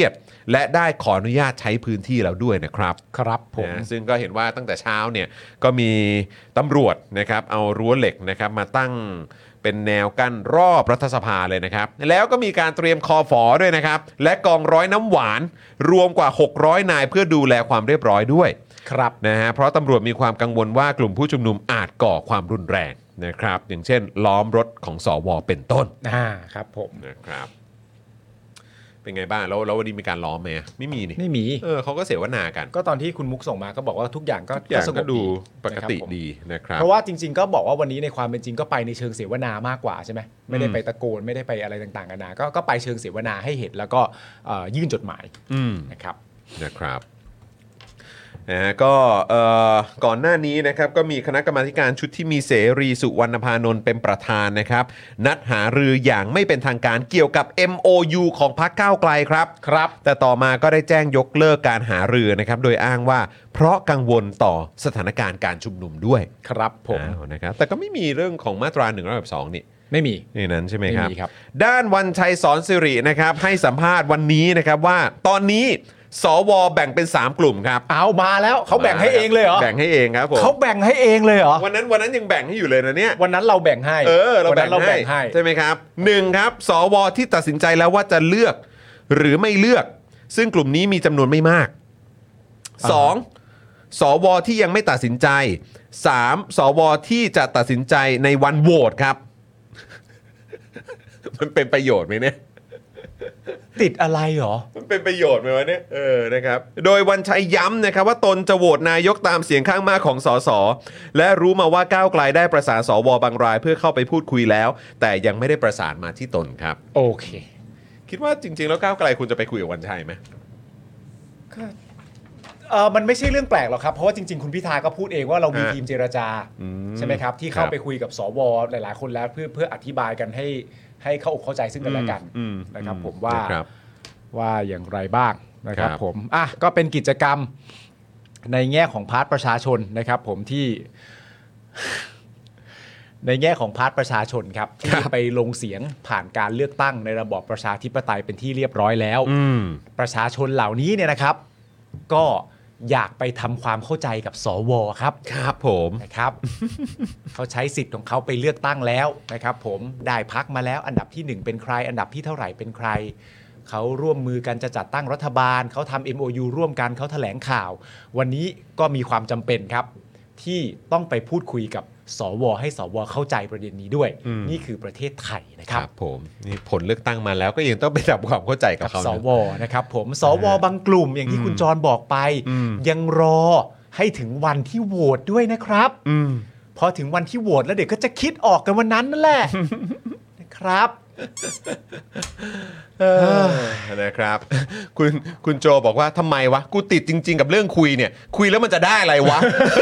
และได้ขออนุญาตใช้พื้นที่แล้วด้วยนะครับครับผมนะซึ่งก็เห็นว่าตั้งแต่เช้าเนี่ยก็มีตำรวจนะครับเอารั้วเหล็กนะครับมาตั้งเป็นแนวกั้นรอบรัฐสภาเลยนะครับแล้วก็มีการเตรียมคอฝอด้วยนะครับและกองร้อยน้ำหวานรวมกว่าหกร้อยนายเพื่อดูแลความเรียบร้อยด้วยครับนะฮะเพราะตำรวจมีความกังวลว่ากลุ่มผู้ชุมนุมอาจก่อความรุนแรงนะครับอย่างเช่นล้อมรถของสวเป็นต้นอ่าครับผมนะครับเป็นไงบ้างแล้วแล้ววันนี้มีการล้อมไหมไม่มีนี่ไม่มีเออเขาก็เสวนากันก็ตอนที่คุณมุกส่งมาก็บอกว่าทุกอย่างก็ทุกอย่างก็ดูปกติดีนะครับเพราะว่าจริงๆก็บอกว่าวันนี้ในความเป็นจริงก็ไปในเชิงเสวนามากกว่าใช่ไหมไม่ได้ไปตะโกนไม่ได้ไปอะไรต่างๆกันานาก็ก็ไปเชิงเสวนาให้เห็นแล้วก็ยื่นจดหมายนะครับนะครับนะฮะก็ก่อนหน้านี้นะครับก็มีคณะกรรมาการชุดที่มีเสรีสุวรรณพานนท์เป็นประธานนะครับนัดหารืออย่างไม่เป็นทางการเกี่ยวกับ เอ็ม โอ ยู ของพรรคก้าวไกลครับครับแต่ต่อมาก็ได้แจ้งยกเลิกการหารือนะครับโดยอ้างว่าเพราะกังวลต่อสถานการณ์การชุมนุมด้วยครับผมนะครับแต่ก็ไม่มีเรื่องของมาตราหนึ่งร้อยสองนี่ไม่มีนี่นั้นใช่ไหมครับครับด้านวันชัยสอนสิรินะครับให้สัมภาษณ์วันนี้นะครับว่าตอนนี้สวแบ่งเป็นสามกลุ่มครับเอามาแล้วเขาแบ่งให้เองเลยเหรอแบ่งให้เองครับผมเขาแบ่งให้เองเลยเหรอวันนั้นวันนั้นยังแบ่งให้อยู่เลยนะเนี่ยวันนั้นเราแบ่งให้เออเราแบ่งให้ใช่ไหมครับหนึ่งครับสวที่ตัดสินใจแล้วว่าจะเลือกหรือไม่เลือกซึ่งกลุ่มนี้มีจำนวนไม่มากสองสวที่ยังไม่ตัดสินใจสามสวที่จะตัดสินใจในวันโหวตครับมันเป็นประโยชน์ไหมเนี่ยติดอะไรหรอมันเป็นประโยชน์ไหมวะเนี่ยเออนะครับโดยวันชัยย้ำนะครับว่าตนจะโหวตนายกตามเสียงข้างมากของสสและรู้มาว่าก้าวไกลได้ประสานสวบางรายเพื่อเข้าไปพูดคุยแล้วแต่ยังไม่ได้ประสานมาที่ตนครับโอเคคิดว่าจริงๆแล้วก้าวไกลคุณจะไปคุยกับวันชัยไหมก็เออมันไม่ใช่เรื่องแปลกหรอกครับเพราะว่าจริงๆคุณพิธาก็พูดเองว่าเรามีทีมเจรจาใช่ไหมครับที่เข้าไปคุยกับสวหลายๆคนแล้วเพื่อเพื่ออธิบายกันให้ให้เข้าอกเข้าใจซึ่งกันและกันนะครับผมว่าว่าอย่างไรบ้างนะครับผมอ่ะก็เป็นกิจกรรมในแง่ของพาร์ทประชาชนนะครับผมที่ในแง่ของพาร์ทประชาชนครับที่ไปลงเสียงผ่านการเลือกตั้งในระบอบประชาธิปไตยเป็นที่เรียบร้อยแล้วประชาชนเหล่านี้เนี่ยนะครับก็อยากไปทำความเข้าใจกับสวครับครับผมนะครับ เขาใช้สิทธิ์ของเขาไปเลือกตั้งแล้วนะครับผมได้พรรคมาแล้วอันดับที่หนึ่งเป็นใครอันดับที่เท่าไหร่เป็นใครเขาร่วมมือกันจะจัดตั้งรัฐบาลเขาทำ เอ็ม โอ ยู ร่วมกันเขาแถลงข่าววันนี้ก็มีความจำเป็นครับที่ต้องไปพูดคุยกับสวให้สวเข้าใจประเด็นนี้ด้วยนี่คือประเทศไทยนะครับครับผมนี่ผลเลือกตั้งมาแล้วก็ยังต้องไปทำความเข้าใจกับเขาสวนะครับผมสวบางกลุ่มอย่างที่คุณจรบอกไปยังรอให้ถึงวันที่โหวตด้วยนะครับพอถึงวันที่โหวตแล้วเดี๋ยวก็จะคิดออกกันวันนั้นนั่นแหละนะครับนะครับคุณคุณโจบอกว่าทำไมวะกูติดจริงๆกับเรื่องคุยเนี่ยคุยแล้วมันจะได้อะไรวะ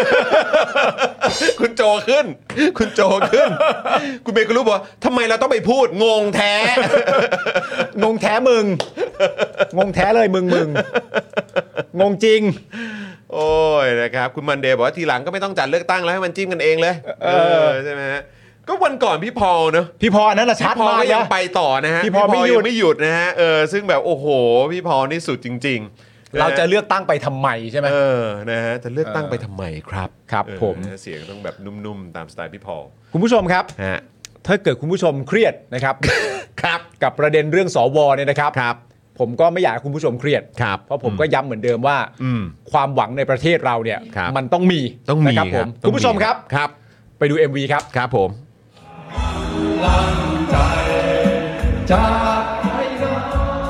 คุณโจขึ้นคุณโจขึ้นคุณเบย์ก็รู้บอกทำไมเราต้องไปพูดงงแท้งงแท้มึงงงแท้เลยมึงมึงงงจริงโอ้ยนะครับคุณมันเดย์บอกว่าทีหลังก็ไม่ต้องจัดเลือกตั้งแล้วให้มันจิ้มกันเองเลยเออใช่ไหมฮะก็วันก่อนพี่พอลเนอะพี่พอลนั้นละชัดมากก็ยังไปต่อนะฮะพี่พอลไม่หยุดไม่หยุดนะฮะเออซึ่งแบบโอ้โหพี่พอลนี่สุดจริงๆเราจะเลือกตั้งไปทำไมใช่ไหมเออนะฮะจะเลือกตั้งไปทำไมครับครับผมเสียงต้องแบบนุ่มๆตามสไตล์พี่พอลคุณผู้ชมครับถ้าเกิดคุณผู้ชมเครียดนะครับครับกับประเด็นเรื่องสวเนี่ยนะครับครับผมก็ไม่อยากให้คุณผู้ชมเครียดเพราะผมก็ย้ำเหมือนเดิมว่าความหวังในประเทศเราเนี่ยมันต้องมีต้องมีครับผมคุณผู้ชมครับครับไปดู เอ็ม วี ครับครับผมลังใจจากใครเนาะ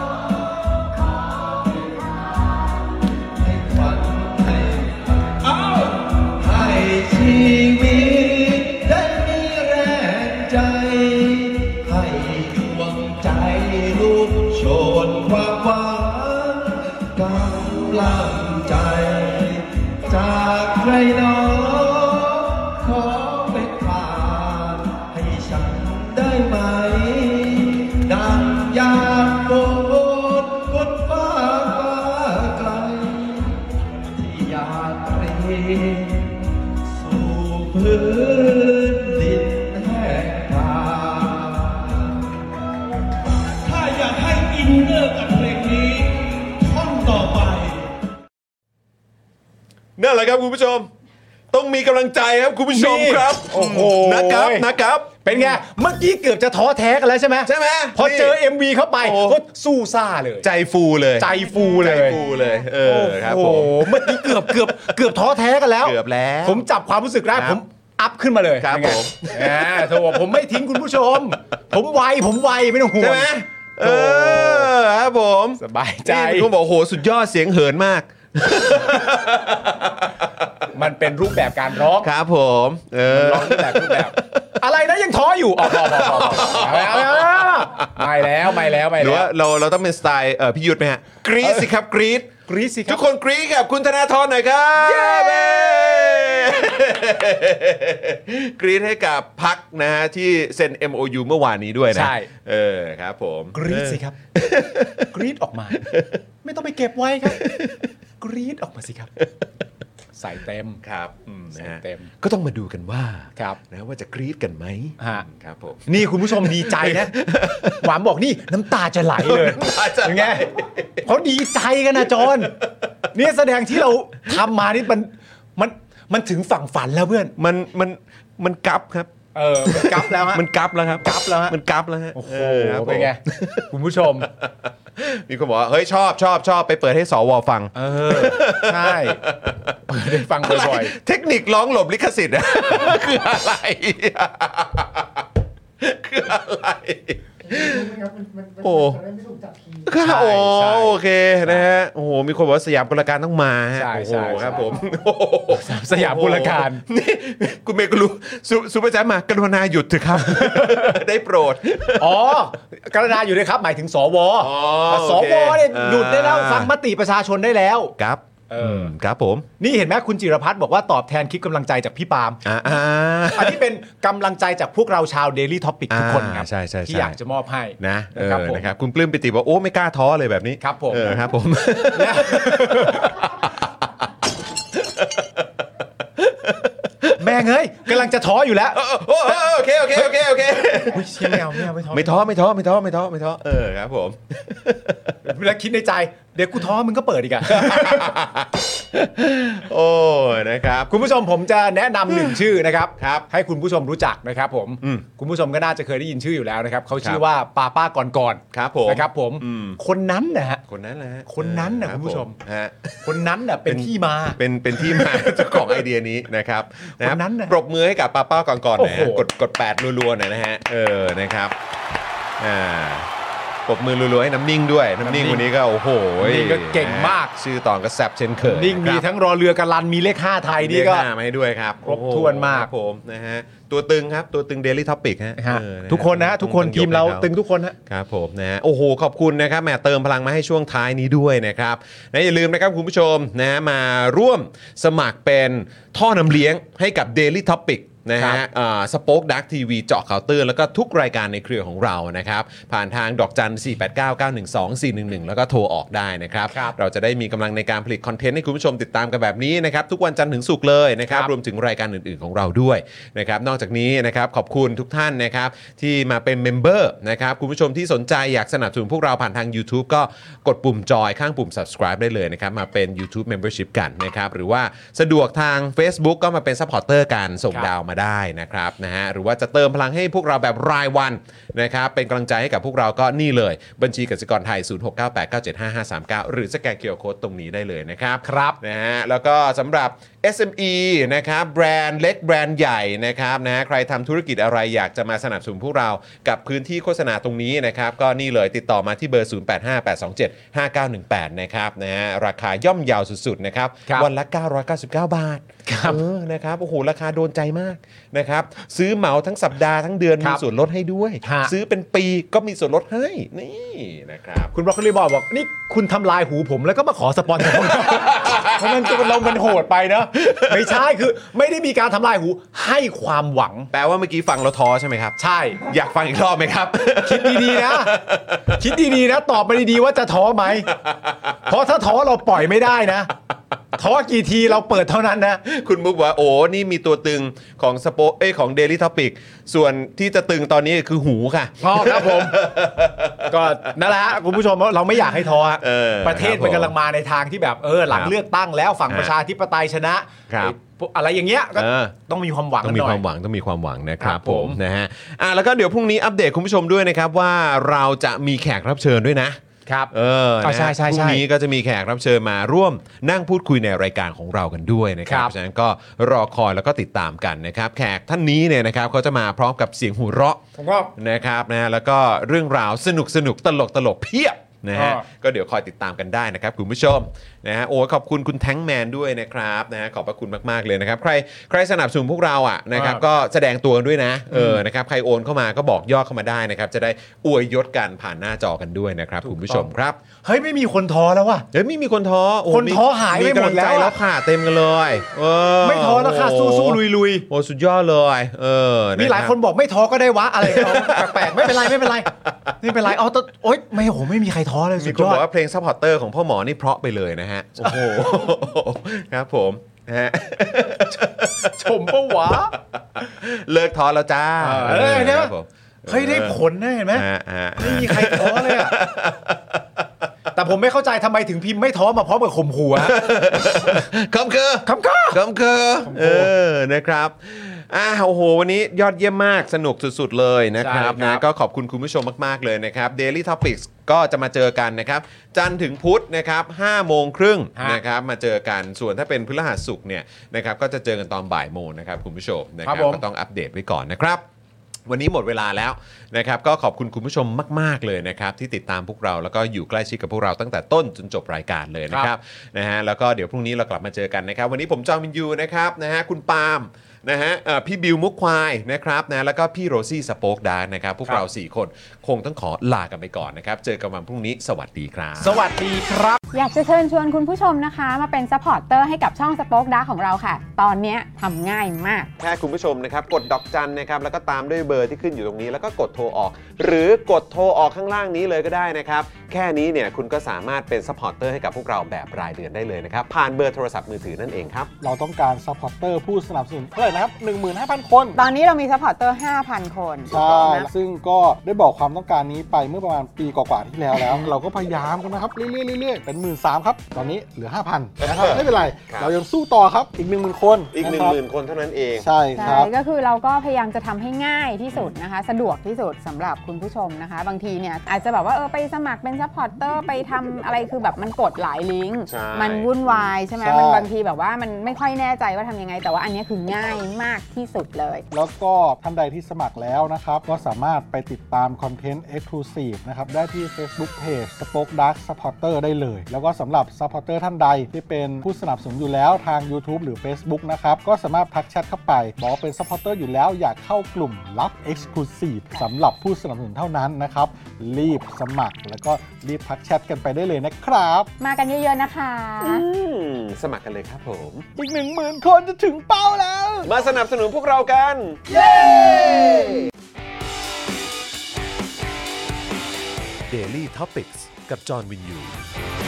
ให้ขวัญให้เอ้าให้ชีวิตได้มีแรงใจให้ดวงใจลุกโชนความหวังกำลังใจจากใครเนาะได้ไหมดังอยากโบดบนฟ้าฟ้าไกลที่อยากเรียนสู่พื้นดินแห้งผากถ้าอยากให้อินเนอร์กับเพลงนี้ท่องครับคุณผู้ชมต้องมีกำลังใจครับคุณผู้ชมครับโอ้โหนะครับนะครับเป็นไงเมื่อกี้เกือบจะท้อแท้กันแล้วใช่ไหมใช่ไหมพอเจอ เอ็ม วี เข้าไปก็สู้ซ่าเลยใจฟูเลยใจฟูเลยใจฟูเลยเออครับผมโอ้โหเมื่อกี้เกือบเกือบเกือบท้อแท้กันแล้วเกือบแล้วผมจับความรู้สึกได้ผมอัพขึ้นมาเลยครับผมอ่าโถผมไม่ทิ้งคุณผู้ชมผมไวผมไวไม่ต้องห่วงใช่ไหมเออครับผมสบายใจเขาบอกโอ้โหสุดยอดเสียงเหินมากมันเป็นรูปแบบการร้องครับผมเออร้องรูปแบบรูปแบบอะไรนะยังท้ออยู่อ๋อไม่แล้วไม่แล้วไม่แล้วหรือว่าเราเราต้องเป็นสไตล์เอ่อพี่ยุทธไหมฮะกรี๊ดสิครับกรี๊ดกรี๊ดสิครับทุกคนกรี๊ดกับคุณธนาธรหน่อยครับเย้กรี๊ดให้กับพรรคนะฮะที่เซ็น เอ็ม โอ ยู เมื่อวานนี้ด้วยนะใช่เออครับผมกรี๊ดสิครับกรี๊ดออกมาไม่ต้องไปเก็บไว้ครับกรี๊ดออกมาสิครับใส่เต็มครับใส่เต็มก็ต้องมาดูกันว่าครับนะว่าจะกรี๊ดกันไหมครับผมนี่คุณผู้ชมดีใจนะหวานบอกนี่น้ำตาจะไหลเลยยังไงเขาดีใจกันนะจอนนี่แสดงที่เราทำมานี่มันมันมันถึงฝั่งฝันแล้วเพื่อนมันมันมันกั๊บครับเออมันกั๊บแล้วฮะมันกั๊บแล้วครับกั๊บแล้วฮะมันกั๊บแล้วฮะโอ้โหเป็นไงคุณผู้ชมมีคนบอกว่าเฮ้ยชอบชอบชอบไปเปิดให้สวฟังเออใช่เปิดให้ฟังบ่อยๆเทคนิคร้องหลบลิขสิทธิ์คืออะไรคืออะไรโอ้ค่ะโอ้โอเคนะฮะโอ้โหมีคนบอกว่าสยามกลการต้องมาฮะโอ้โหครับผมสยามกลการนี่คุณเมย์ก็รู้ซูเปอร์แจ๊มมากรุณาหยุดเถอะครับได้โปรดอ๋อกรุณาอยู่ด้วยครับหมายถึงสวสวเนี่ยหยุดได้แล้วฟังมติประชาชนได้แล้วครับเออครับผมนี่เห็นไหมคุณจิรพัฒน์บอกว่าตอบแทนคลิปกำลังใจจากพี่ปาล์มอ่าอันนี้เป็นกำลังใจจากพวกเราชาว Daily Topic ทุกคนครับที่อยากจะมอบให้นะนะครับนะครับคุณปลื้มปิติบอกโอ้ไม่กล้าท้อเลยแบบนี้ครับผมเออครับผมแม่งเฮ้ยกำลังจะท้ออยู่แล้วโอเคโอเคโอเคโอเคเชี่ยไม่เอาไม่เอาไม่ท้อไม่ท้อไม่ท้อไม่ท้อไม่ท้อไม่ท้อเออครับผมแล้วคิดในใจเดี๋ยวกูท้อมึงก็เปิดอีกอะโอ้นะครับคุณผู้ชมผมจะแนะนำหนึ่งชื่อนะครับครับให้คุณผู้ชมรู้จักนะครับผมคุณผู้ชมก็น่าจะเคยได้ยินชื่ออยู่แล้วนะครับเขาชื่อว่าป้าป้าก่อนก่อนครับผมนะครับผมคนนั้นนะฮะคนนั้นแหละคนนั้นนะคุณผู้ชมคนนั้นน่ะเป็นที่มาเป็นเป็นที่มาเจ้าของไอเดียนี้นะครับคนนั้นปรบมือให้กับป้าป้าก่อนก่อนหน่อยกดกดแปดรัวๆหน่อยนะฮะเออนะครับอ่าปรบมือรัวๆให้น้ำนิ่งด้วยน้ำนิ่งวันนี้ก็โอ้โหนี่ก็เก่งมากชื่อตอนก็แซบเช่นเคยนิ่งมีทั้งรอเรือกันลันมีเลขห้าไทยนี่ก็มาให้ด้วยครับครบถ้วนมากผมนะฮะตัวตึงครับตัวตึง Daily Topic ฮะทุกคนนะทุกคนทีมเราตึงทุกคนฮะครับผมนะฮะโอ้โหขอบคุณนะครับแหมเติมพลังมาให้ช่วงท้ายนี้ด้วยนะครับนะอย่าลืมนะครับคุณผู้ชมนะมาร่วมสมัครเป็นท่อนำเลี้ยงให้กับ Daily Topicนะฮะสป็อคดักทีวีเจาะข่าวตื้นแล้วก็ทุกรายการในเครือของเรานะครับผ่านทางดอกจันสี่ แปด เก้า เก้า หนึ่ง สอง สี่ หนึ่ง หนึ่งแล้วก็โทรออกได้นะครับเราจะได้มีกำลังในการผลิตคอนเทนต์ให้คุณผู้ชมติดตามกันแบบนี้นะครับทุกวันจันทร์ถึงศุกร์เลยนะครับรวมถึงรายการอื่นๆของเราด้วยนะครับนอกจากนี้นะครับขอบคุณทุกท่านนะครับที่มาเป็นเมมเบอร์นะครับคุณผู้ชมที่สนใจอยากสนับสนุนพวกเราผ่านทาง YouTube ก็กดปุ่มจอยข้างปุ่ม Subscribe ได้เลยนะครับมาเป็น YouTube Membership กันนะครับหรือว่าสะดวกทาง Facebook ก็มาเป็น Supporter กันส่งดาวมาได้นะครับนะฮะหรือว่าจะเติมพลังให้พวกเราแบบรายวันนะครับเป็นกำลังใจให้กับพวกเราก็นี่เลยบัญชีกสิกรไทยศูนย์ หก เก้า แปด เก้า เจ็ด ห้า ห้า สาม เก้าหรือสแกน คิว อาร์ Code ตรงนี้ได้เลยนะครับครับนะฮะแล้วก็สำหรับ เอส เอ็ม อี นะครับแบรนด์เล็กแบรนด์ใหญ่นะครับนะใครทำธุรกิจอะไรอยากจะมาสนับสนุนพวกเรากับพื้นที่โฆษณาตรงนี้นะครับก็นี่เลยติดต่อมาที่เบอร์ศูนย์ แปด ห้า แปด สอง เจ็ด ห้า เก้า หนึ่ง แปดนะครับนะฮะราคาย่อมเยาวสุดๆนะครับวันละเก้าร้อยเก้าสิบเก้าบาทเออนะครับโอ้โหราคาโดนใจมากนะครับซื้อเหมาทั้งสัปดาห์ทั้งเดือนมีส่วนลดให้ด้วยซื้อเป็นปีก็มีส่วนลดให้นี่นะครับคุณบรอกโคลีบอกบอกนี่คุณทำลายหูผมแล้วก็มาขอสปอนเซอร์เพราะมันจะเรามันโหดไปเนอะไม่ใช่คือไม่ได้มีการทำลายหูให้ความหวังแปลว่าเมื่อกี้ฟังเราท้อใช่ไหมครับใช่อยากฟังอีกรอบไหมครับคิดดีๆนะคิดดีๆนะตอบมาดีๆว่าจะท้อไหมเพราะถ้าท้อเราปล่อยไม่ได้นะเขาว่ากี่ทีเราเปิดเท่านั้นนะคุณมุกว่าโอ้นี่มีตัวตึงของสโปเอ้ยของ Daily Topic ส่วนที่จะตึงตอนนี้คือหูค่ะอ๋อครับผม ก็นั่นแหละคุณผู้ชมเราไม่อยากให้ท้อประเทศมันกำลังมาในทางที่แบบเออหลังเลือกตั้งแล้วฝั่งประชาธิปไตยชนะอะไรอย่างเงี้ยก็ต้องมีความหวังต้องมีความหวังต้องมีความหวังนะครับผมนะฮะอ่ะแล้วก็เดี๋ยวพรุ่งนี้อัปเดตคุณผู้ชมด้วยนะครับว่าเราจะมีแขกรับเชิญด้วยนะครับเออใช่ใช่พรุ่งนี้ก็จะมีแขกรับเชิญมาร่วมนั่งพูดคุยในรายการของเรากันด้วยนะครับเพราะฉะนั้นก็รอคอยแล้วก็ติดตามกันนะครับแขกท่านนี้เนี่ยนะครับเขาจะมาพร้อมกับเสียงหัวเราะนะครับนะแล้วก็เรื่องราวสนุกสนุกตลกตลกเพียบนะฮะก็เดี๋ยวคอยติดตามกันได้นะครับคุณผู้ชมนะฮะโอ้ขอบคุณคุณแท้งแมนด้วยนะครับนะฮะขอบพระคุณมากๆเลยนะครับใครใครสนับสนุนพวกเราอ่ะนะครับก็แสดงตัวด้วยนะเออนะครับใครโอนเข้ามาก็บอกยอดเข้ามาได้นะครับจะได้อวยยศกันผ่านหน้าจอกันด้วยนะครับคุณผู้ชมครับเฮ้ยไม่มีคนท้อแล้วว่ะเฮ้ยไม่มีคนท้อคนท้อหายไปหมดแล้วแล้วค่ะเต็มกันเลยเออไม่ท้อแล้วค่ะสู้ๆลุยๆโอ้สุดยอดเลยเออมีหลายคนบอกไม่ท้อก็ได้วะอะไรแปลกๆไม่เป็นไรไม่เป็นไรไม่เป็นไรเอาแต่โอ๊ยไม่โหไม่มีใครท้อเลยมีคนบอกว่าเพลงซัพพอร์ตเตอร์ของพ่อหมอนี่เพราะไปเลยนะฮะโอ้โหครับผมฮะชมปะวะเลิกท้อแล้วจ้าเออเนี่ยเฮ้ยได้ผลนะเห็นไหมไม่มีใครท้อเลยอะแต่ผมไม่เข้าใจทำไมถึงพิมพ์ไม่ท้อมาพร้อมกับข่มขู่ฮะคำคือคำคือคำคือเออนะครับอ่าโอ้โหวันนี้ยอดเยี่ยมมากสนุกสุดๆเลยนะครับนะก็ขอบคุณคุณผู้ชมมากๆเลยนะครับ Daily Topics ก็จะมาเจอกันนะครับจันทร์ถึงพุธนะครับห้าโมงครึ่งนะครับมาเจอกันส่วนถ้าเป็นพฤหัสศุกร์เนี่ยนะครับก็จะเจอกันตอนบ่ายโมงนะครับคุณผู้ชมนะครับก็ต้องอัปเดตไว้ก่อนนะครับวันนี้หมดเวลาแล้วนะครับก็ขอบคุณคุณผู้ชมมากๆเลยนะครับที่ติดตามพวกเราแล้วก็อยู่ใกล้ชิดกับพวกเราตั้งแต่ต้นจนจบรายการเลยนะครับนะฮะแล้วก็เดี๋ยวพรุ่งนี้เรากลับมาเจอกันนะครับวันนี้ผมจอมินยูนะครับนะฮะคุณปาล์มนะฮะพี่บิวมุกควายนะครับนะแล้วก็พี่โรซี่สโป๊กดาร์กนะครับพวกเราสี่คนคงต้องขอลากันไปก่อนนะครับเจอกันวันพรุ่งนี้สวัสดีครับสวัสดีครับอยากจะเชิญชวนคุณผู้ชมนะคะมาเป็นซัพพอร์ตเตอร์ให้กับช่องสโป๊กดาร์กของเราค่ะตอนนี้ทำง่ายมากแค่คุณผู้ชมนะครับกดดอกจันนะครับแล้วก็ตามด้วยเบอร์ที่ขึ้นอยู่ตรงนี้แล้วก็กดโทรออกหรือกดโทรออกข้างล่างนี้เลยก็ได้นะครับแค่นี้เนี่ยคุณก็สามารถเป็นซัพพอร์ตเตอร์ให้กับพวกเราแบบรายเดือนได้เลยนะครับผ่านเบอร์โทรศัพท์มือถือนั่นเองครับเราต้องการซัพพอร์ตเตอร์ผู้สนับสนุนเท่าไหร่นะครับ หนึ่งหมื่นห้าพัน คนตอนนี้เรามีซัพพอร์ตเตอร์ ห้าพัน คนใช่ซึ่งก็ได้บอกความต้องการนี้ไปเมื่อประมาณปีกว่าๆที่แล้วแล้ว เราก็พยายามกันนะครับเรื่อยๆๆเป็น หนึ่งหมื่นสามพัน ครับตอนนี้เหลือ ห้าพัน นะครับไม่เป็นไรเรายังสู้ต่อครับอีก หนึ่งหมื่น คนอีก หนึ่งหมื่น คนเท่านั้นเองใช่ครับก็คือเราก็พยายามจะทำให้ง่ายที่สุดนะคะสะดวกที่สุดสำหรับคุณผู้ชมนะคะบางทีเนี่ยอาจจะแบบว่าเออไปสมัครเป็นซัพพอร์ตเตอร์ไปทำอะไรคือแบบมันกดหลายลิงก์มันวุ่นวายใช่ไหมมันบางทีแบบว่ามันไม่ค่อยแน่ใจว่าทำยังไงแต่ว่าอันนี้คือง่ายมากที่สุดเลยแล้วก็ท่านใดที่สมัครแล้วนะครับก็สามารถไปติดตามคอนเทนต์ Exclusive นะครับได้ที่ Facebook Page Spoke Dark Supporter ได้เลยแล้วก็สำหรับ Supporter ท่านใดที่เป็นผู้สนับสนุนอยู่แล้วทาง YouTube หรือ Facebook นะครับก็สามารถทักแชทเข้าไปบอกว่าเป็น Supporter อยู่แล้วอยากเข้ากลุ่มลับ Exclusive สำหรับผู้สนับสนุนเท่านั้นนะครับรีบสมัครแล้วก็รีบทักแชทกันไปได้เลยนะครับมากันเยอะๆนะคะสมัครกันเลยครับผมอีก หนึ่งหมื่น คนจะถึงเป้าแล้วมาสนับสนุนพวกเรากันเย้ Daily Topics กับจอห์นวินยู